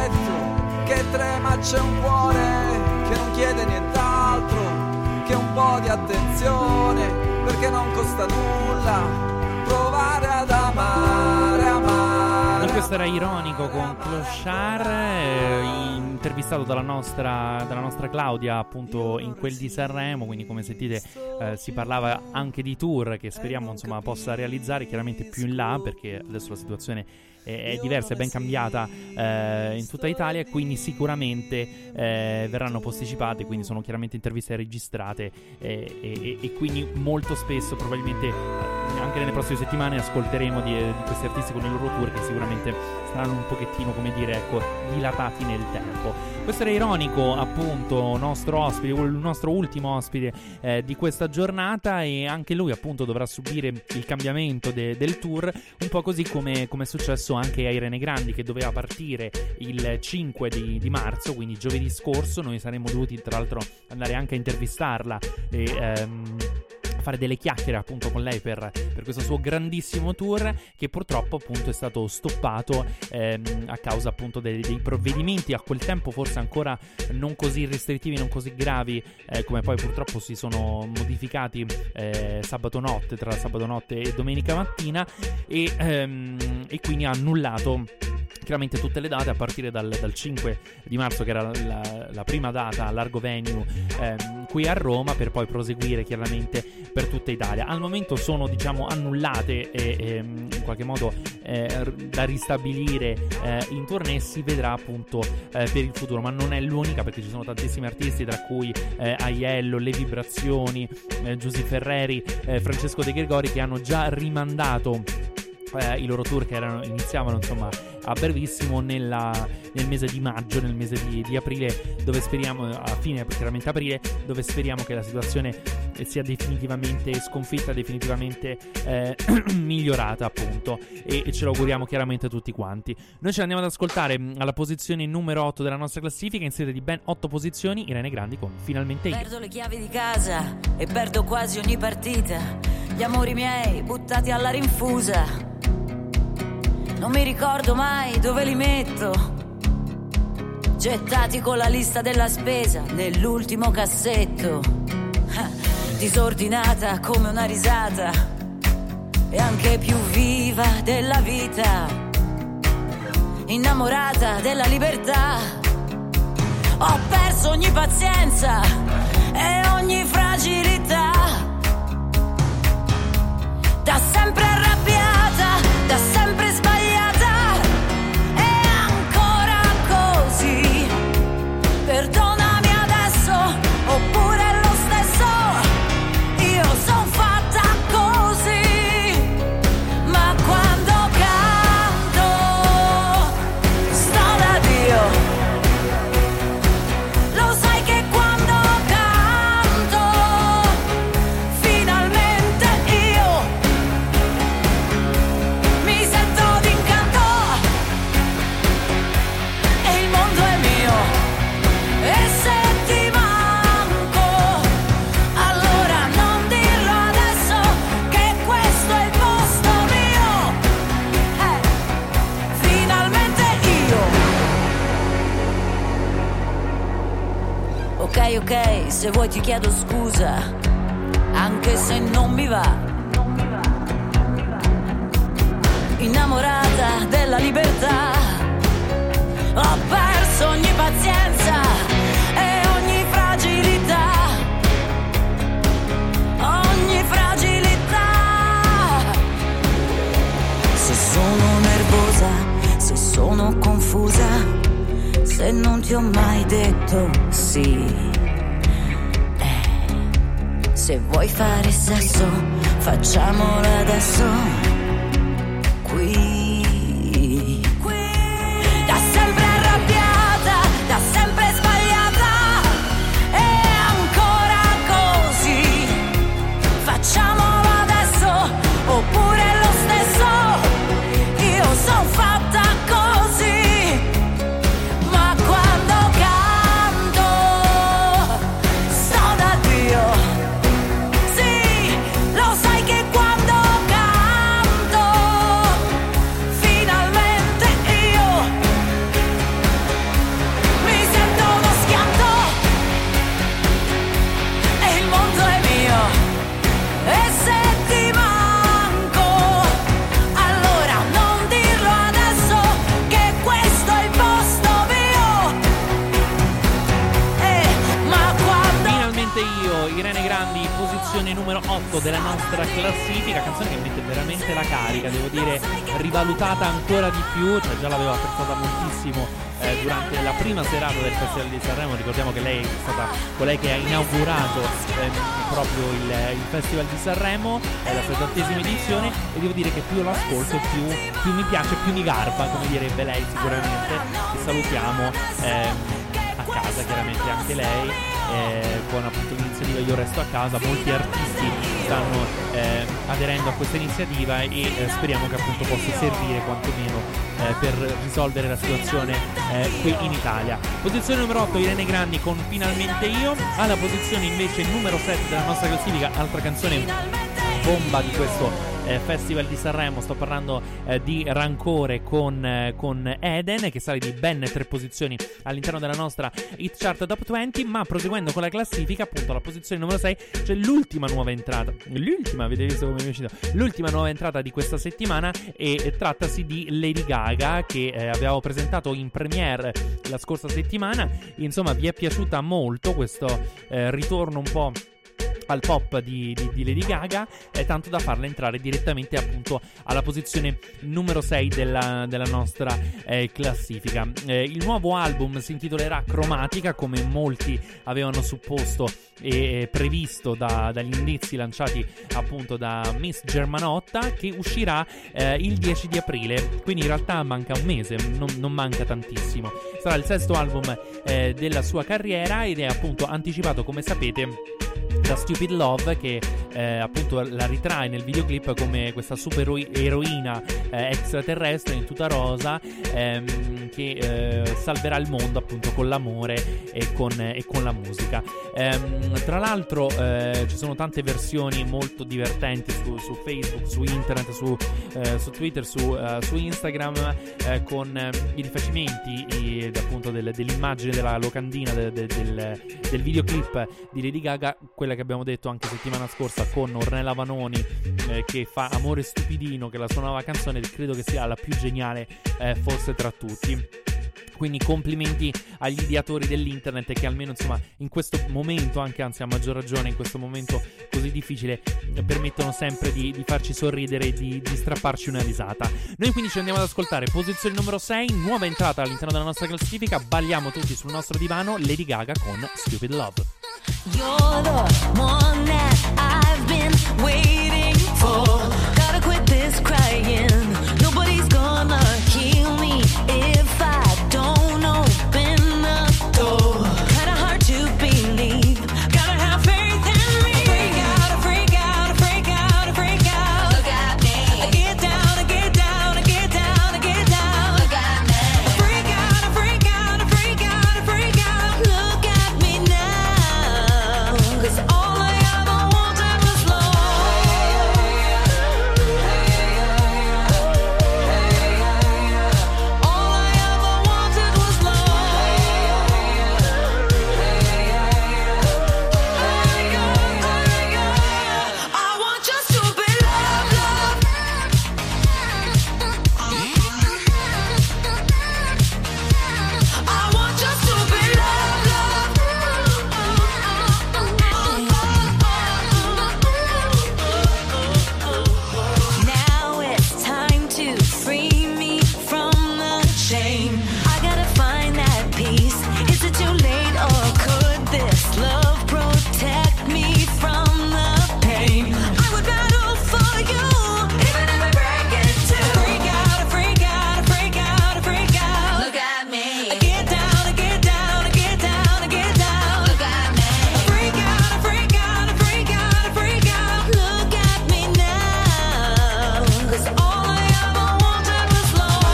petto che trema c'è un cuore che non chiede nient'altro che un po' di attenzione, perché non costa nulla provare ad amare, amare. E questo era Ironico con Clochard, eh, intervistato dalla nostra, dalla nostra Claudia appunto in quel di Sanremo, quindi come sentite eh, si parlava anche di tour che speriamo insomma possa realizzare chiaramente più in là, perché adesso la situazione è diversa, è ben cambiata eh, in tutta Italia, e quindi sicuramente eh, verranno posticipate, quindi sono chiaramente interviste registrate eh, e, e quindi molto spesso probabilmente eh, anche nelle prossime settimane ascolteremo di, di questi artisti con i loro tour che sicuramente saranno un pochettino, come dire, ecco, dilatati nel tempo. Questo era Ironico, appunto, nostro ospite, il nostro ultimo ospite eh, di questa giornata, e anche lui appunto dovrà subire il cambiamento de- del tour, un po' così come, come è successo anche a Irene Grandi, che doveva partire il cinque di, di marzo, quindi giovedì scorso. Noi saremmo dovuti tra l'altro andare anche a intervistarla e ehm, fare delle chiacchiere appunto con lei per, per questo suo grandissimo tour, che purtroppo appunto è stato stoppato ehm, a causa appunto dei, dei provvedimenti a quel tempo forse ancora non così restrittivi, non così gravi eh, come poi purtroppo si sono modificati eh, sabato notte, tra sabato notte e domenica mattina, e, ehm, e quindi ha annullato chiaramente tutte le date a partire dal, dal cinque di marzo, che era la, la prima data a largo venue ehm, qui a Roma, per poi proseguire chiaramente per tutta Italia. Al momento sono diciamo annullate e, e in qualche modo eh, da ristabilire eh, in tournée. Si vedrà appunto eh, per il futuro, ma non è l'unica, perché ci sono tantissimi artisti, tra cui eh, Aiello, Le Vibrazioni, eh, Giusy Ferreri, eh, Francesco De Gregori, che hanno già rimandato eh, i loro tour che erano, iniziavano insomma a brevissimo nella, nel mese di maggio, nel mese di, di aprile, dove speriamo, a fine chiaramente aprile, dove speriamo che la situazione sia definitivamente sconfitta, definitivamente eh, migliorata appunto, e, e ce lo auguriamo chiaramente tutti quanti. Noi ce l'andiamo ad ascoltare alla posizione numero otto della nostra classifica, in sede di ben otto posizioni, Irene Grandi con Finalmente Io. Perdo le chiavi di casa e perdo quasi ogni partita, gli amori miei buttati alla rinfusa, non mi ricordo mai dove li metto, gettati con la lista della spesa nell'ultimo cassetto, disordinata come una risata e anche più viva della vita, innamorata della libertà, ho perso ogni pazienza e ogni fragilità, da sempre arrabbiata, da sempre sbagliata e ancora così, perdonami adesso oppure lo stesso, io son fatta così, ma quando canto sto da Dio, lo sai che quando canto finalmente io mi sento d'incanto e il mondo è mio, e se ti manco allora non dirlo adesso che questo è il posto mio, eh, finalmente io. Ok, ok, se vuoi ti chiedo scusa, anche se non mi va, innamorata della libertà, ho perso ogni pazienza e ogni fragilità, ogni fragilità, se sono nervosa, se sono confusa, se non ti ho mai detto sì, eh, se vuoi fare sesso facciamolo adesso, qui, qui, da sempre arrabbiata, da sempre sbagliata e ancora così, facciamolo adesso oppure lo stesso, io son fatta così, ma quando canto sto da Dio, sì, lo sai che quando canto finalmente io mi sento uno schianto e il mondo è mio, e se ti manco allora non dirlo adesso che questo è il posto mio, eh, ma quando Finalmente Io, Irene Grandi, posizione numero otto della nostra classifica, canzone che mette veramente la carica, devo dire, rivalutata ancora di più, cioè già l'avevo apprezzata moltissimo eh, durante la prima serata del Festival di Sanremo. Ricordiamo che lei è stata colei che ha inaugurato eh, proprio il, il Festival di Sanremo, è la sessantattesima edizione, e devo dire che più l'ascolto più, più mi piace, più mi garba, come direbbe lei sicuramente, e salutiamo ehm, a casa chiaramente anche lei, eh, con appunto l'iniziativa Io Resto a Casa. Molti artisti stanno eh, aderendo a questa iniziativa e eh, speriamo che appunto possa servire quantomeno eh, per risolvere la situazione eh, qui in Italia. Posizione numero otto, Irene Grandi con Finalmente Io. Alla posizione invece numero sette della nostra classifica, altra canzone bomba di questo Eh, Festival di Sanremo, sto parlando eh, di Rancore con, eh, con Eden, che sale di ben tre posizioni all'interno della nostra Hit Chart Top venti. Ma proseguendo con la classifica, appunto alla posizione numero sei c'è l'ultima nuova entrata, l'ultima, avete visto come mi è uscito, l'ultima nuova entrata di questa settimana, e, e trattasi di Lady Gaga, che eh, avevamo presentato in premiere la scorsa settimana. Insomma, vi è piaciuta molto questo eh, ritorno un po' al pop di, di, di Lady Gaga, eh, tanto da farla entrare direttamente appunto alla posizione numero sei della, della nostra eh, classifica. Eh, il nuovo album si intitolerà Cromatica, come molti avevano supposto e previsto da, dagli indizi lanciati appunto da Miss Germanotta, che uscirà eh, il dieci di aprile, quindi in realtà manca un mese, non, non manca tantissimo. Sarà il sesto album eh, della sua carriera ed è appunto anticipato, come sapete, da Stupid Love, che eh, appunto la ritrae nel videoclip come questa super eroina eh, extraterrestre in tuta rosa, ehm, che eh, salverà il mondo appunto con l'amore e con, e con la musica. Ehm, tra l'altro eh, ci sono tante versioni molto divertenti su, su Facebook, su internet, su, eh, su Twitter, su, uh, su Instagram, eh, con eh, i rifacimenti i, appunto del, dell'immagine della locandina de, de, del, del videoclip di Lady Gaga, quella che abbiamo detto anche settimana scorsa con Ornella Vanoni, eh, che fa Amore Stupidino, che è la sua nuova canzone, credo che sia la più geniale eh, forse tra tutti. Quindi complimenti agli ideatori dell'internet, che almeno insomma in questo momento, anche anzi a maggior ragione in questo momento così difficile, permettono sempre di, di farci sorridere e di, di strapparci una risata. Noi quindi ci andiamo ad ascoltare posizione numero sei, nuova entrata all'interno della nostra classifica. Balliamo tutti sul nostro divano, Lady Gaga con Stupid Love. You're the one that I've been waiting for. Gotta quit this crying. Nobody's gonna heal me if I don't open the door. Kinda hard to believe. Gotta have faith in me. Freak out, freak out, freak out, freak out. Look at me. I get down, I get down, I get down, I get down. Look at me. Freak out, freak out, freak out, freak out. Look at me now. 'Cause all I ever wanted was love. All I ever wanted was love. I want your stupid love, love. I want your stupid love, love. Now it's time to free me from the chain. I gotta find that peace. Is it too late, or could this love protect me from the pain? I would battle for you, even if I break it too. Freak out, freak out, freak out, freak out. Look at me. I get down, I get down, I get down, I get down. Look at me. Freak out, freak out, freak out, freak out. Look at me now. 'Cause all I ever wanted was love.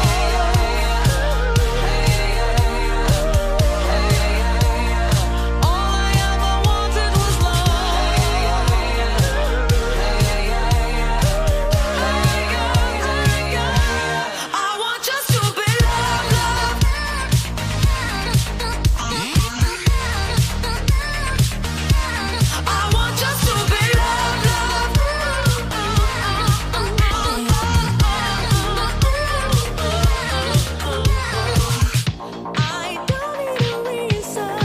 All I ever wanted was love. I want your stupid love, love. I want your stupid love, love. I don't need a reason.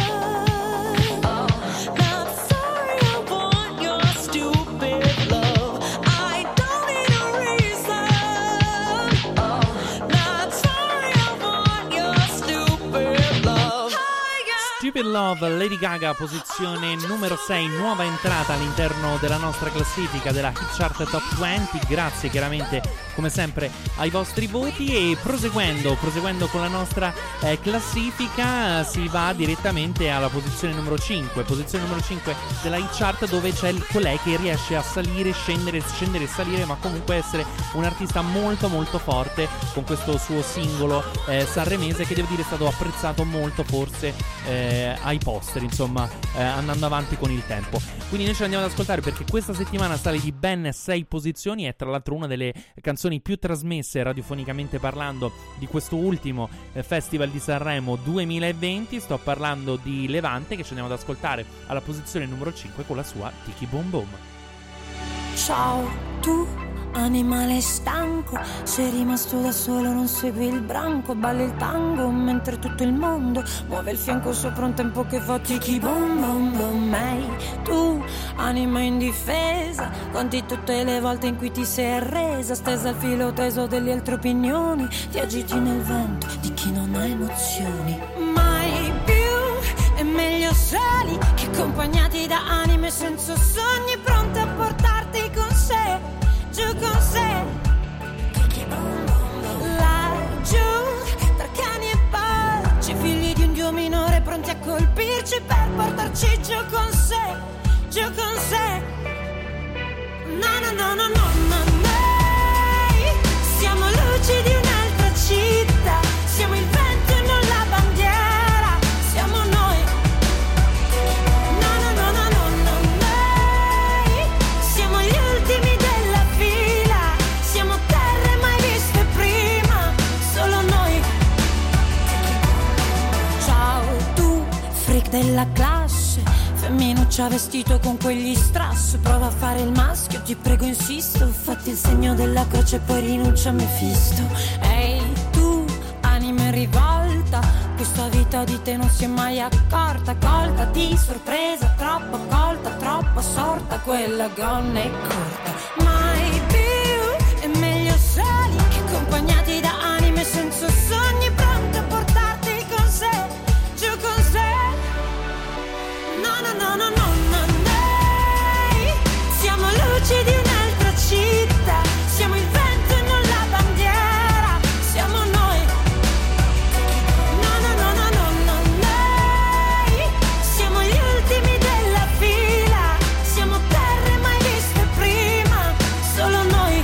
Not sorry, I want your stupid love. I don't need a reason. Not sorry, I want your stupid love. Stupid Love, Lady Gaga, posizione numero sei, nuova entrata all'interno della nostra classifica della Hit Chart Top venti. Grazie chiaramente come sempre ai vostri voti, e proseguendo, proseguendo con la nostra eh, classifica si va direttamente alla posizione numero cinque, posizione numero cinque della Hit Chart, dove c'è il, colei che riesce a salire, scendere, scendere e salire, ma comunque essere un artista molto molto forte con questo suo singolo eh, sanremese, che devo dire è stato apprezzato molto, forse eh, ai posteri, insomma, eh, andando avanti con il tempo. Quindi noi ce l'andiamo ad ascoltare, perché questa settimana sale di ben sei posizioni, è tra l'altro una delle canzoni più trasmesse radiofonicamente parlando di questo ultimo eh, Festival di Sanremo duemilaventi. Sto parlando di Levante, che ci andiamo ad ascoltare alla posizione numero cinque con la sua Tiki Boom Boom. Ciao, tu animale stanco, sei rimasto da solo, non segui il branco, balli il tango mentre tutto il mondo muove il fianco sopra un tempo che fa tiki bom bom bom. Ehi, tu, anima indifesa, conti tutte le volte in cui ti sei arresa, stesa al filo teso delle altre opinioni, ti agiti nel vento di chi non ha emozioni. Mai più, è meglio soli che accompagnati da anime senza sogni, pronte a portarti con sé, giù con sé. Laggiù, tra cani e porci, figli di un dio minore pronti a colpirci per portarci giù con sé, giù con sé. No, no, no, no, no, no, noi siamo luci di un'altra città, siamo il vento e non la bandiera, siamo noi. No, no, no, no, no, no, noi siamo gli ultimi della fila, siamo terre mai viste prima, solo noi. Ciao tu, freak della classe, femminuccia vestito con quegli strass, prova a fare il maschio, ti prego insisto, fatti il segno della croce e poi rinuncia a Mefisto. Ehi tu, anima in rivolta, questa vita di te non si è mai accorta, colta di sorpresa, troppo colta, troppo sorta, quella gonna è corta. Mai più, è meglio soli che accompagnati da anime senza sogni, pronte a portarti con sé, giù con sé. No, no, no, no, no, no, noi siamo luci di un'altra città, siamo il vento e non la bandiera, siamo noi. No, no, no, no, no, no, noi siamo gli ultimi della fila, siamo terre mai viste prima, solo noi.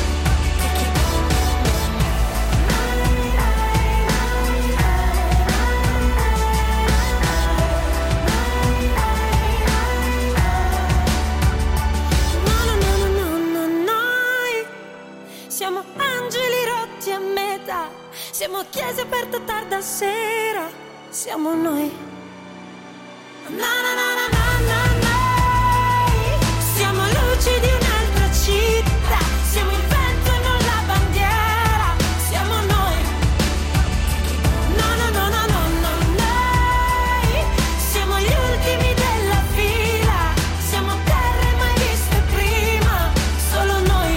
Siamo angeli rotti a metà, siamo chiese aperte tarda sera, siamo noi. Na na na na na na, noi siamo luci di un'altra città, siamo il vento e non la bandiera, siamo noi. No no no no no no, noi siamo gli ultimi della fila, siamo terre mai viste prima, solo noi.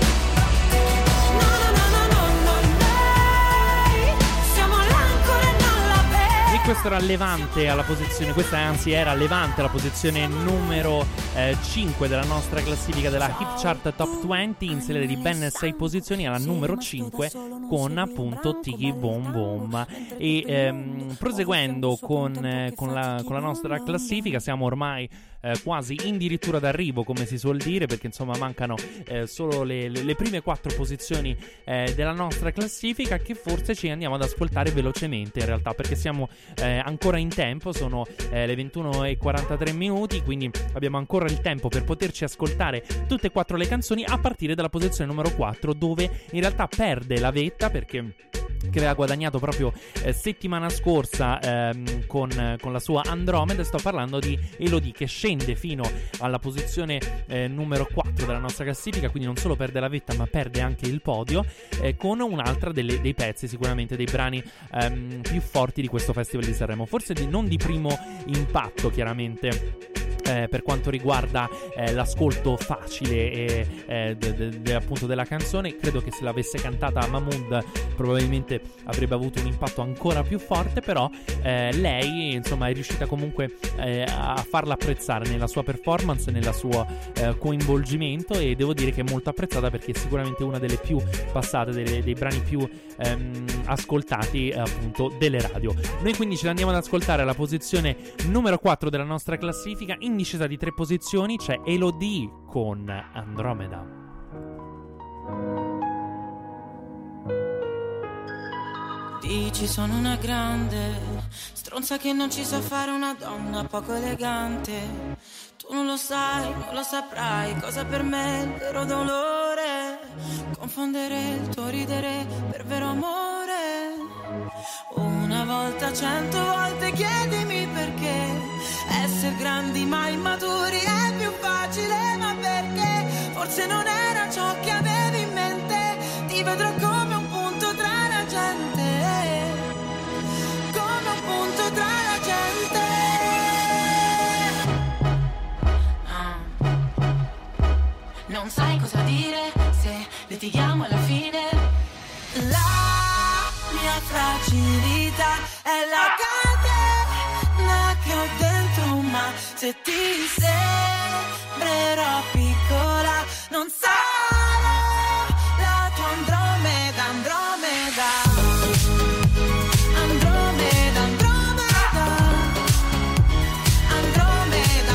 Questo era Levante alla posizione, questa anzi era Levante alla posizione numero eh, cinque della nostra classifica della Hit Chart Top venti, in salita di ben sei posizioni alla numero cinque con appunto Tiki Boom Boom. E ehm, proseguendo con, eh, con, la, con la nostra classifica, siamo ormai eh, quasi addirittura d'arrivo, come si suol dire, perché insomma mancano eh, solo le, le, le prime quattro posizioni eh, della nostra classifica, che forse ci andiamo ad ascoltare velocemente in realtà, perché siamo Eh, ancora in tempo, sono eh, le ventuno e quarantatré minuti, quindi abbiamo ancora il tempo per poterci ascoltare tutte e quattro le canzoni a partire dalla posizione numero quattro, dove in realtà perde la vetta, perché che aveva guadagnato proprio eh, settimana scorsa ehm, con, con la sua Andromeda. Sto parlando di Elodie, che scende fino alla posizione eh, numero quattro della nostra classifica, quindi non solo perde la vetta ma perde anche il podio, eh, con un'altra delle, dei pezzi, sicuramente dei brani ehm, più forti di questo Festival di Sanremo, forse di, non di primo impatto chiaramente Eh, per quanto riguarda eh, l'ascolto facile e, eh, de, de, de, appunto della canzone. Credo che se l'avesse cantata Mahmood probabilmente avrebbe avuto un impatto ancora più forte, però eh, lei insomma è riuscita comunque eh, a farla apprezzare nella sua performance, nel suo eh, coinvolgimento, e devo dire che è molto apprezzata, perché è sicuramente una delle più passate, delle, dei brani più ehm, ascoltati eh, appunto delle radio. Noi quindi ce l'andiamo ad ascoltare alla posizione numero quattro della nostra classifica. In discesa di tre posizioni c'è Elodie con Andromeda. Dici sono una grande stronza che non ci sa fare una donna poco elegante. Tu non lo sai, non lo saprai cosa per me è il vero dolore. Confondere il tuo ridere per vero amore. Una volta, cento volte chiedimi perché essere grandi ma immaturi è più facile, ma perché forse non era ciò che avevo vedrò come un punto tra la gente, come un punto tra la gente. Ah. Non sai cosa dire se litighiamo alla fine. La mia fragilità è la catena che ho dentro, ma se ti sembrerò piccola non sarò la tua Andromeda, Andromeda, Andromeda, Andromeda,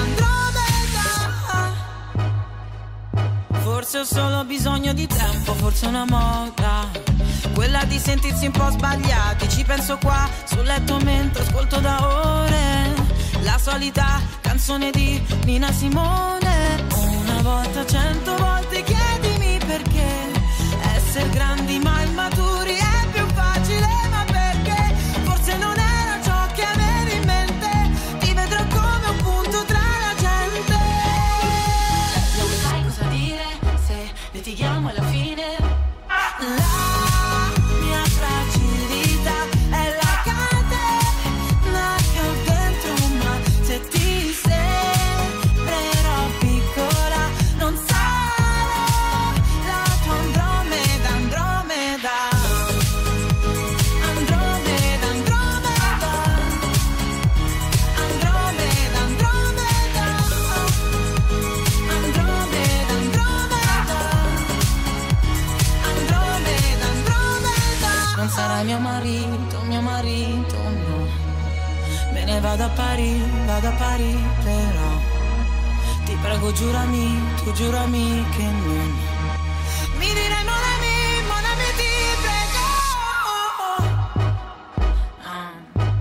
Andromeda. Forse ho solo bisogno di tempo, forse una moda, quella di sentirsi un po' sbagliati. Ci penso qua sul letto mentre ascolto da ore la solita canzone di Nina Simone. Una volta, cento volte chiedimi perché essere grandi ma immaturi è più facile, ma perché forse non era ciò che avevi in mente. Ti vedrò come un punto tra la gente. Non sai cosa dire se litighiamo alla fine. La mia fragilità è la catena che ho dentro, ma se ti sembrerò piccola non sarò la tua Andromeda, Andromeda, Andromeda, Andromeda, Andromeda, Andromeda, Andromeda, Andromeda, Andromeda. Non sarai mio marito, mio marito, no. Me ne vado a Parigi, vado a Parigi, però ti prego giurami, tu giurami che non mi dirai mon ami, mon ami, ti prego. Ah.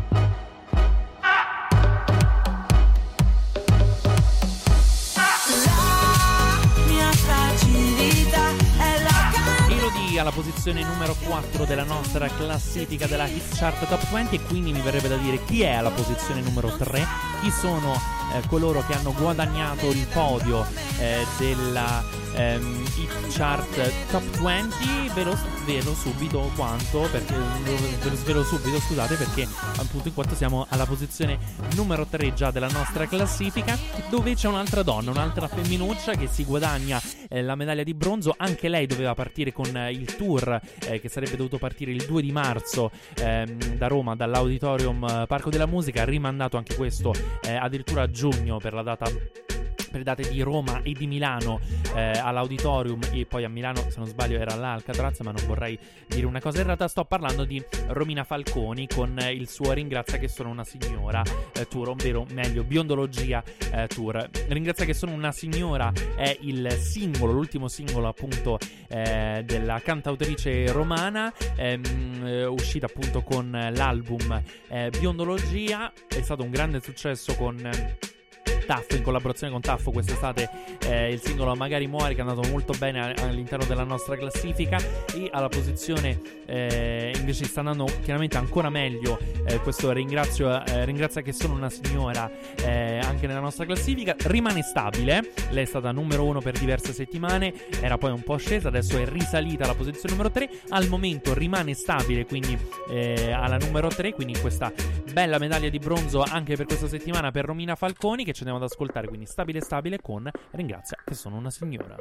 La mia fragilità è la Elodie alla posizione numero quattro della nostra classifica della Hit Chart Top venti, e quindi mi verrebbe da dire chi è alla posizione numero tre, chi sono eh, coloro che hanno guadagnato il podio eh, della ehm, Hit Chart Top venti. Ve lo svelo subito quanto, perché ve lo svelo subito, scusate, perché appunto in quanto siamo alla posizione numero tre già della nostra classifica, dove c'è un'altra donna, un'altra femminuccia che si guadagna eh, la medaglia di bronzo. Anche lei doveva partire con eh, il tour eh, che sarebbe dovuto partire il due di marzo ehm, da Roma, dall'Auditorium eh, Parco della Musica, rimandato anche questo eh, addirittura a giugno per la data, per le date di Roma e di Milano eh, all'Auditorium, e poi a Milano, se non sbaglio, era all'Alcatraz, ma non vorrei dire una cosa errata. Sto parlando di Romina Falconi con eh, il suo Ringrazia che sono una signora eh, tour, ovvero meglio Biondologia eh, tour. Ringrazia che sono una signora è il singolo, l'ultimo singolo appunto eh, della cantautrice romana, ehm, eh, uscita appunto con l'album eh, Biondologia. È stato un grande successo con eh, Taffo, in collaborazione con Taffo quest'estate, eh, il singolo Magari Muori, che è andato molto bene all'interno della nostra classifica. E alla posizione eh, invece sta andando chiaramente ancora meglio eh, questo ringrazio, eh, Ringrazia che sono una signora eh, anche nella nostra classifica. Rimane stabile, lei è stata numero uno per diverse settimane, era poi un po' scesa, adesso è risalita alla posizione numero tre. Al momento rimane stabile quindi eh, alla numero tre, quindi questa bella medaglia di bronzo anche per questa settimana per Romina Falconi, che ci andiamo ad ascoltare, quindi stabile stabile con Ringrazia che sono una signora.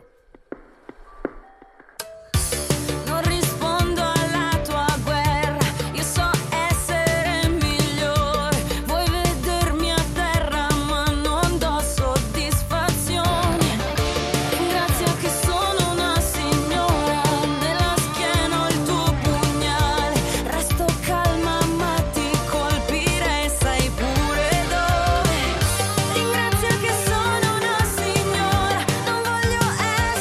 Non rispondo alla tua guerra, io so essere migliore. Vuoi vedermi a terra ma non do soddisfazioni. Ringrazio che sono una signora, nella schiena ho il tuo pugnale. Resto calma ma ti colpirei, sai pure dove. Ringrazio che sono una signora, non voglio essere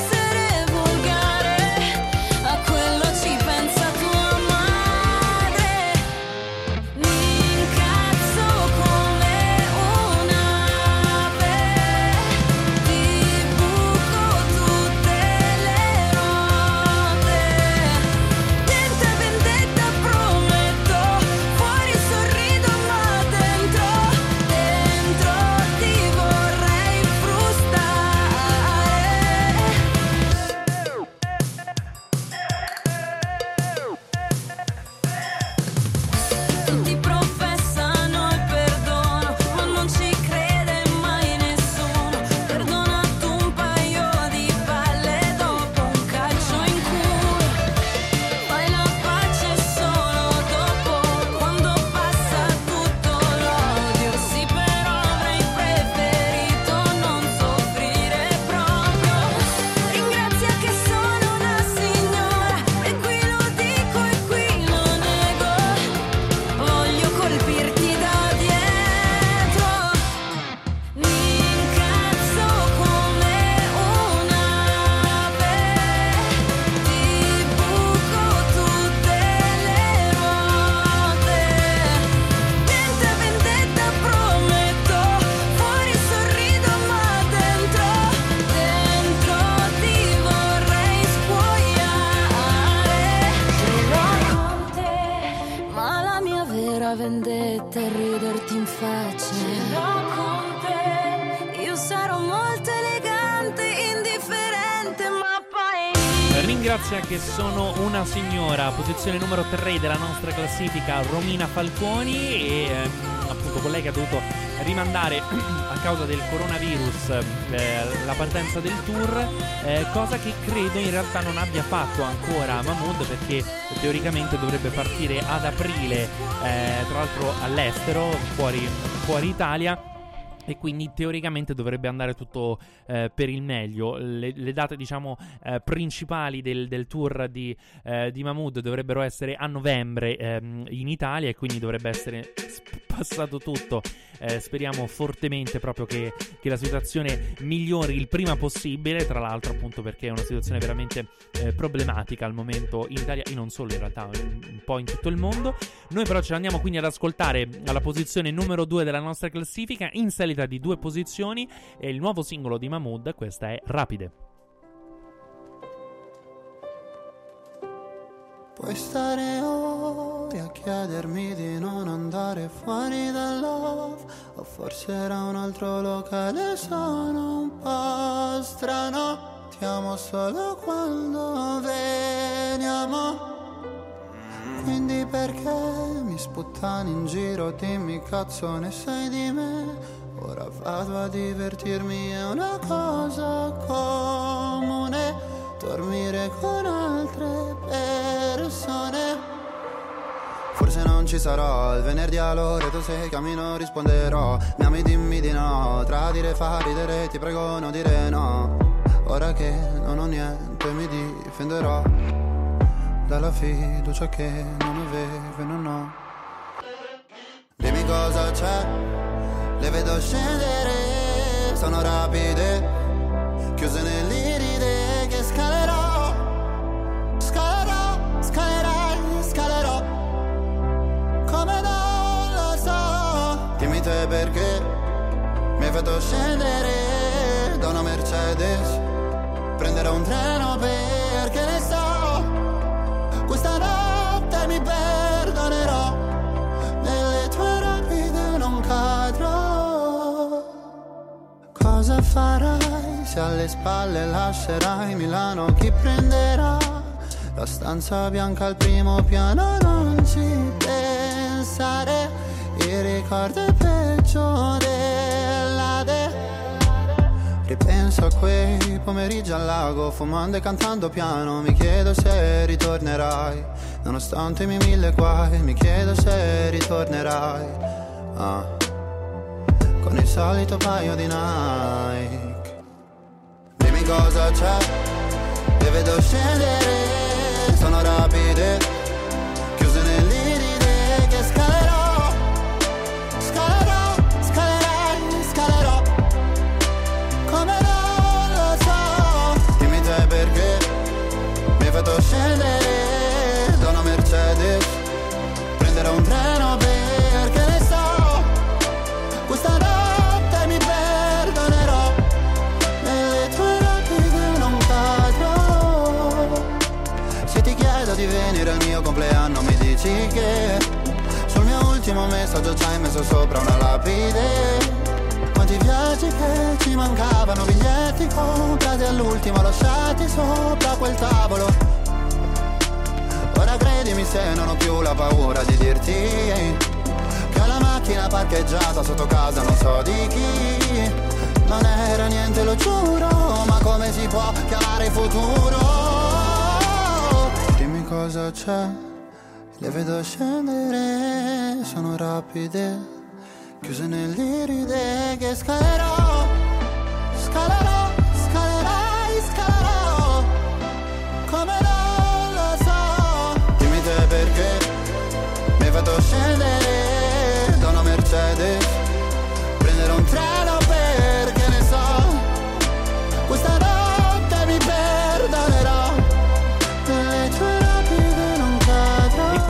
vendetta e riderti in faccia. Ce l'ho con te, io sarò molto elegante, indifferente, ma poi ringrazia che sono una signora, posizione numero tre della nostra classifica, Romina Falconi, e ehm, appunto con lei che ha dovuto rimandare a causa del coronavirus eh, la partenza del tour, eh, cosa che credo in realtà non abbia fatto ancora Mahmood, perché teoricamente dovrebbe partire ad aprile, eh, tra l'altro all'estero, fuori, fuori Italia. E quindi teoricamente dovrebbe andare tutto eh, per il meglio. Le, le date, diciamo, eh, principali del, del tour di, eh, di Mahmood dovrebbero essere a novembre ehm, in Italia, e quindi dovrebbe essere passato tutto. Eh, speriamo fortemente proprio che, che la situazione migliori il prima possibile, tra l'altro appunto perché è una situazione veramente eh, problematica al momento in Italia, e non solo in realtà, un, un po' in tutto il mondo. Noi però ce l'andiamo quindi ad ascoltare alla posizione numero due della nostra classifica, in salita di due posizioni, è il nuovo singolo di Mahmood, questa è Rapide. Puoi stare ore a chiedermi di non andare fuori dal love, o forse era un altro locale, sono un po' strano, ti amo solo quando veniamo. Quindi perché mi sputtani in giro, dimmi cazzo ne sai di me. Ora vado a divertirmi, è una cosa comune, dormire con altre persone. Forse non ci sarò il venerdì a Loreto, se cammino risponderò. Mi ami dimmi di no, tradire fa ridere, ti prego non dire no. Ora che non ho niente mi difenderò dalla fiducia che non avevo e non ho. Dimmi cosa c'è, le vedo scendere, sono rapide, chiuse nell'iride che scalerò, scalerò, scalerai, scalerò, come non lo so. Dimmi te perché mi hai fatto scendere da una Mercedes, prenderò un treno perché ne so, questa notte mi perdonerò, nelle tue rapide non cadrò. Cosa farai se alle spalle lascerai Milano? Chi prenderà la stanza bianca al primo piano? Non ci pensare, il ricordo è peggio dell'Ade. Ripenso a quei pomeriggi al lago, fumando e cantando piano. Mi chiedo se ritornerai, nonostante i miei mille guai. Mi chiedo se ritornerai, ah, con il solito paio di Nike. Dimmi cosa c'è, le vedo scendere, sono rapide, chiuse nell'iride che scalerò, scalerò, scalerai, scalerò, come non lo so. Dimmi te perché mi hai fatto scendere da una Mercedes, prenderò un treno perché ne so, questa notte mi perdonerò, nelle tue rapide non cadrò. Se ti chiedo di venire al mio compleanno mi dici che sul mio ultimo messaggio ci hai messo sopra una lapide. Quanti viaggi che ci mancavano, biglietti comprati all'ultimo lasciati sopra quel tavolo. Ora credimi se non ho più la paura di dirti che ho la macchina parcheggiata sotto casa non so di chi. Non era niente lo giuro, ma come si può chiamare futuro? Dimmi cosa c'è, le vedo scendere, sono rapide, chiuse nell'iride che scalerò, scalerò, scalerai, scalerò, come non lo so. Dimmi te perché mi hai fatto scendere da una Mercedes, prendere un treno perché ne so, questa notte mi perdonerò, nelle tue rapide non cadrò. E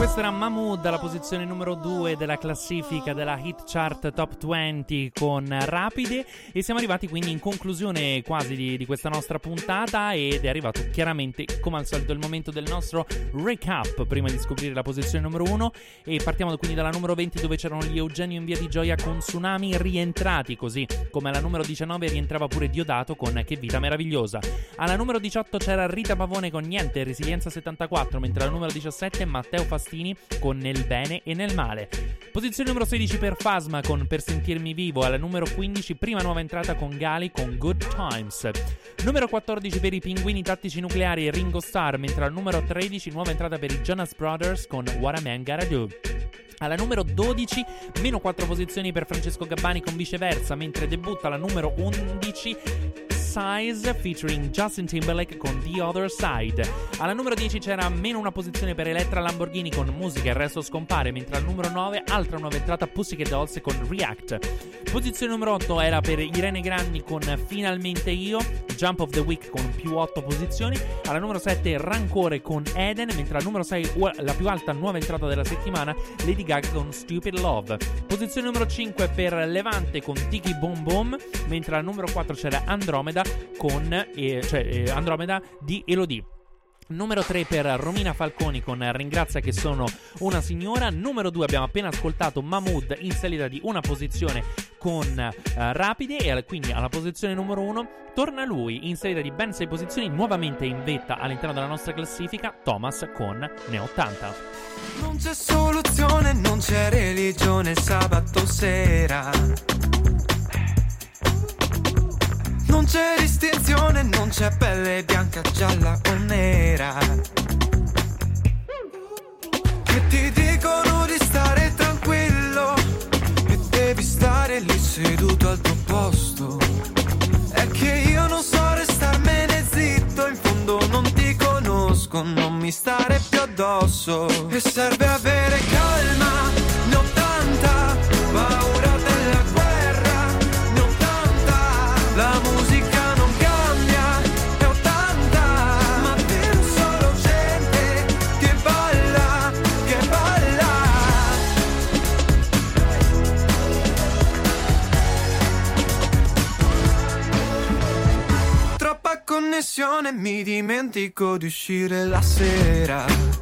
questo era Mahmood alla posizione numero due della classifica della Hit Chart Top venti con Rapide, e siamo arrivati quindi in conclusione quasi di, di questa nostra puntata, ed è arrivato chiaramente come al solito il momento del nostro recap prima di scoprire la posizione numero uno, e partiamo quindi dalla numero venti, dove c'erano gli Eugenio in Via di Gioia con Tsunami, rientrati, così come alla numero diciannove rientrava pure Diodato con Che vita meravigliosa. Alla numero diciotto c'era Rita Pavone con Niente, Resilienza settantaquattro, mentre alla numero diciassette Matteo Fastini con Nel bene e nel male. Posizione numero sedici per Fasma con Per sentirmi vivo. Alla numero quindici prima nuova entrata con Gali con Good Times. Numero quattordici per i Pinguini Tattici Nucleari e Ringo Starr, mentre al numero tredici nuova entrata per i Jonas Brothers con What a Man Gotta Do. Alla numero dodici, meno quattro posizioni per Francesco Gabbani con Viceversa, mentre debutta alla numero undici Size featuring Justin Timberlake con The Other Side. Alla numero dieci c'era meno una posizione per Elettra Lamborghini con Musica e il resto scompare, mentre al numero nove altra nuova entrata Pussycat Dolls con React. Posizione numero otto era per Irene Grandi con Finalmente io, Jump of the Week con più otto posizioni. Alla numero sette Rancore con Eden, mentre al numero sei la più alta nuova entrata della settimana, Lady Gaga con Stupid Love. Posizione numero cinque per Levante con Tiki Boom Boom, mentre al numero quattro c'era Andromeda con eh, cioè eh, Andromeda di Elodie. Numero tre per Romina Falconi con Ringrazia che sono una signora. Numero due abbiamo appena ascoltato Mahmood in salita di una posizione con eh, Rapide, e quindi alla posizione numero uno torna lui in salita di ben sei posizioni, nuovamente in vetta all'interno della nostra classifica, Thomas con Ne ottanta. Non c'è soluzione, non c'è religione il sabato sera. Non c'è distinzione, non c'è pelle bianca, gialla o nera. Che ti dicono di stare tranquillo e devi stare lì seduto al tuo posto. È che io non so restarmene zitto, in fondo non ti conosco, non mi stare più addosso. E serve avere calma, ne ho tanta paura della guerra, ne ho tanta, la musica non cambia, ne ho tanta, ma vedo solo gente che balla, che balla. Troppa connessione, mi dimentico di uscire la sera.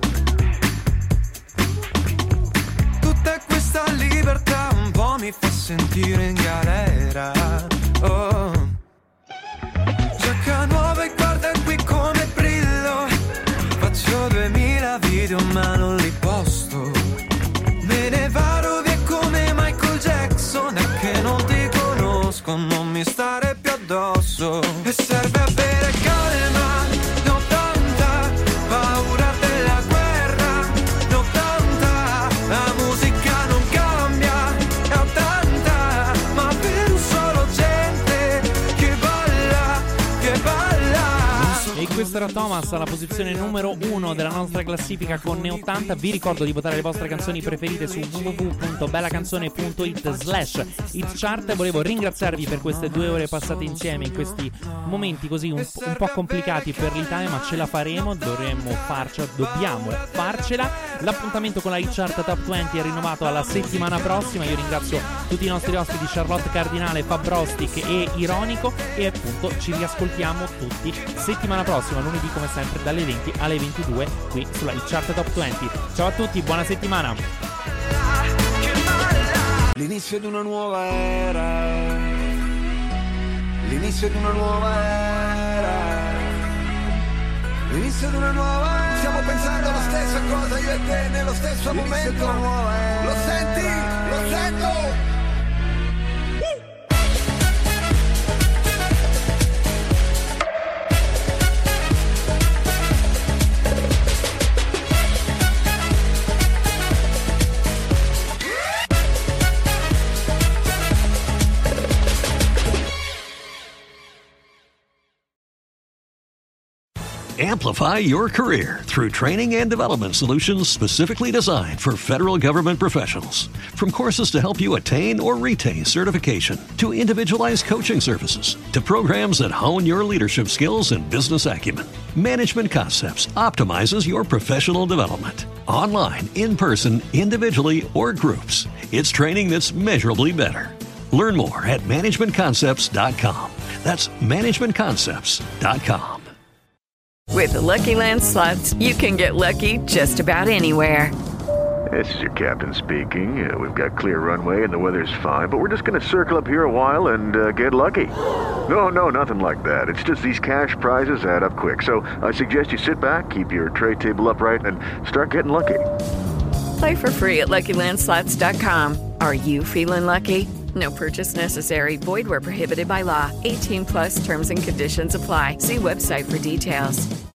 Tutta questa libertà un po' mi fa sentire in galera. Oh, giacca nuova e guarda qui come brillo. Faccio duemila video ma non li posto. Me ne vado via come Michael Jackson. È che non ti conosco, non mi stare più addosso. E serve avere calma, ne ho tanta paura della guerra, ne ho tanta, la musica non cambia, ne ho tanta, ma vedo solo gente che balla, che balla. E questo era Thomas alla posizione numero uno della nostra classifica con Ne ottanta. Vi ricordo di votare le vostre canzoni preferite su w w w punto bella canzone punto it slash hitchart. Volevo ringraziarvi per queste due ore passate insieme in questi momenti così un, un po' complicati per l'Italia, ma ce la faremo, dovremmo farcela, dobbiamo farcela. L'appuntamento con la Hitchart Top venti è rinnovato alla settimana prossima. Io ringrazio tutti i nostri ospiti, Charlotte Cardinale, Fab Rostic e Ironico, e appunto ci riascoltiamo tutti settimana prossima, lunedì come sempre dalle venti alle ventidue qui sulla Hitchart Top venti. Ciao a tutti, buona settimana. L'inizio di una nuova era, l'inizio di una nuova era, l'inizio di una nuova era. Stiamo pensando alla stessa cosa io e te nello stesso l'inizio momento. Lo senti? Lo sento? Amplify your career through training and development solutions specifically designed for federal government professionals. From courses to help you attain or retain certification, to individualized coaching services, to programs that hone your leadership skills and business acumen, Management Concepts optimizes your professional development. Online, in person, individually, or groups, it's training that's measurably better. Learn more at management concepts dot com. That's management concepts dot com. With the Lucky Land Slots, you can get lucky just about anywhere. This is your captain speaking. Uh, we've got clear runway and the weather's fine, but we're just going to circle up here a while and uh, get lucky. No, no, nothing like that. It's just these cash prizes add up quick. So I suggest you sit back, keep your tray table upright, and start getting lucky. Play for free at lucky land slots dot com. Are you feeling lucky? No purchase necessary. Void where prohibited by law. eighteen plus terms and conditions apply. See website for details.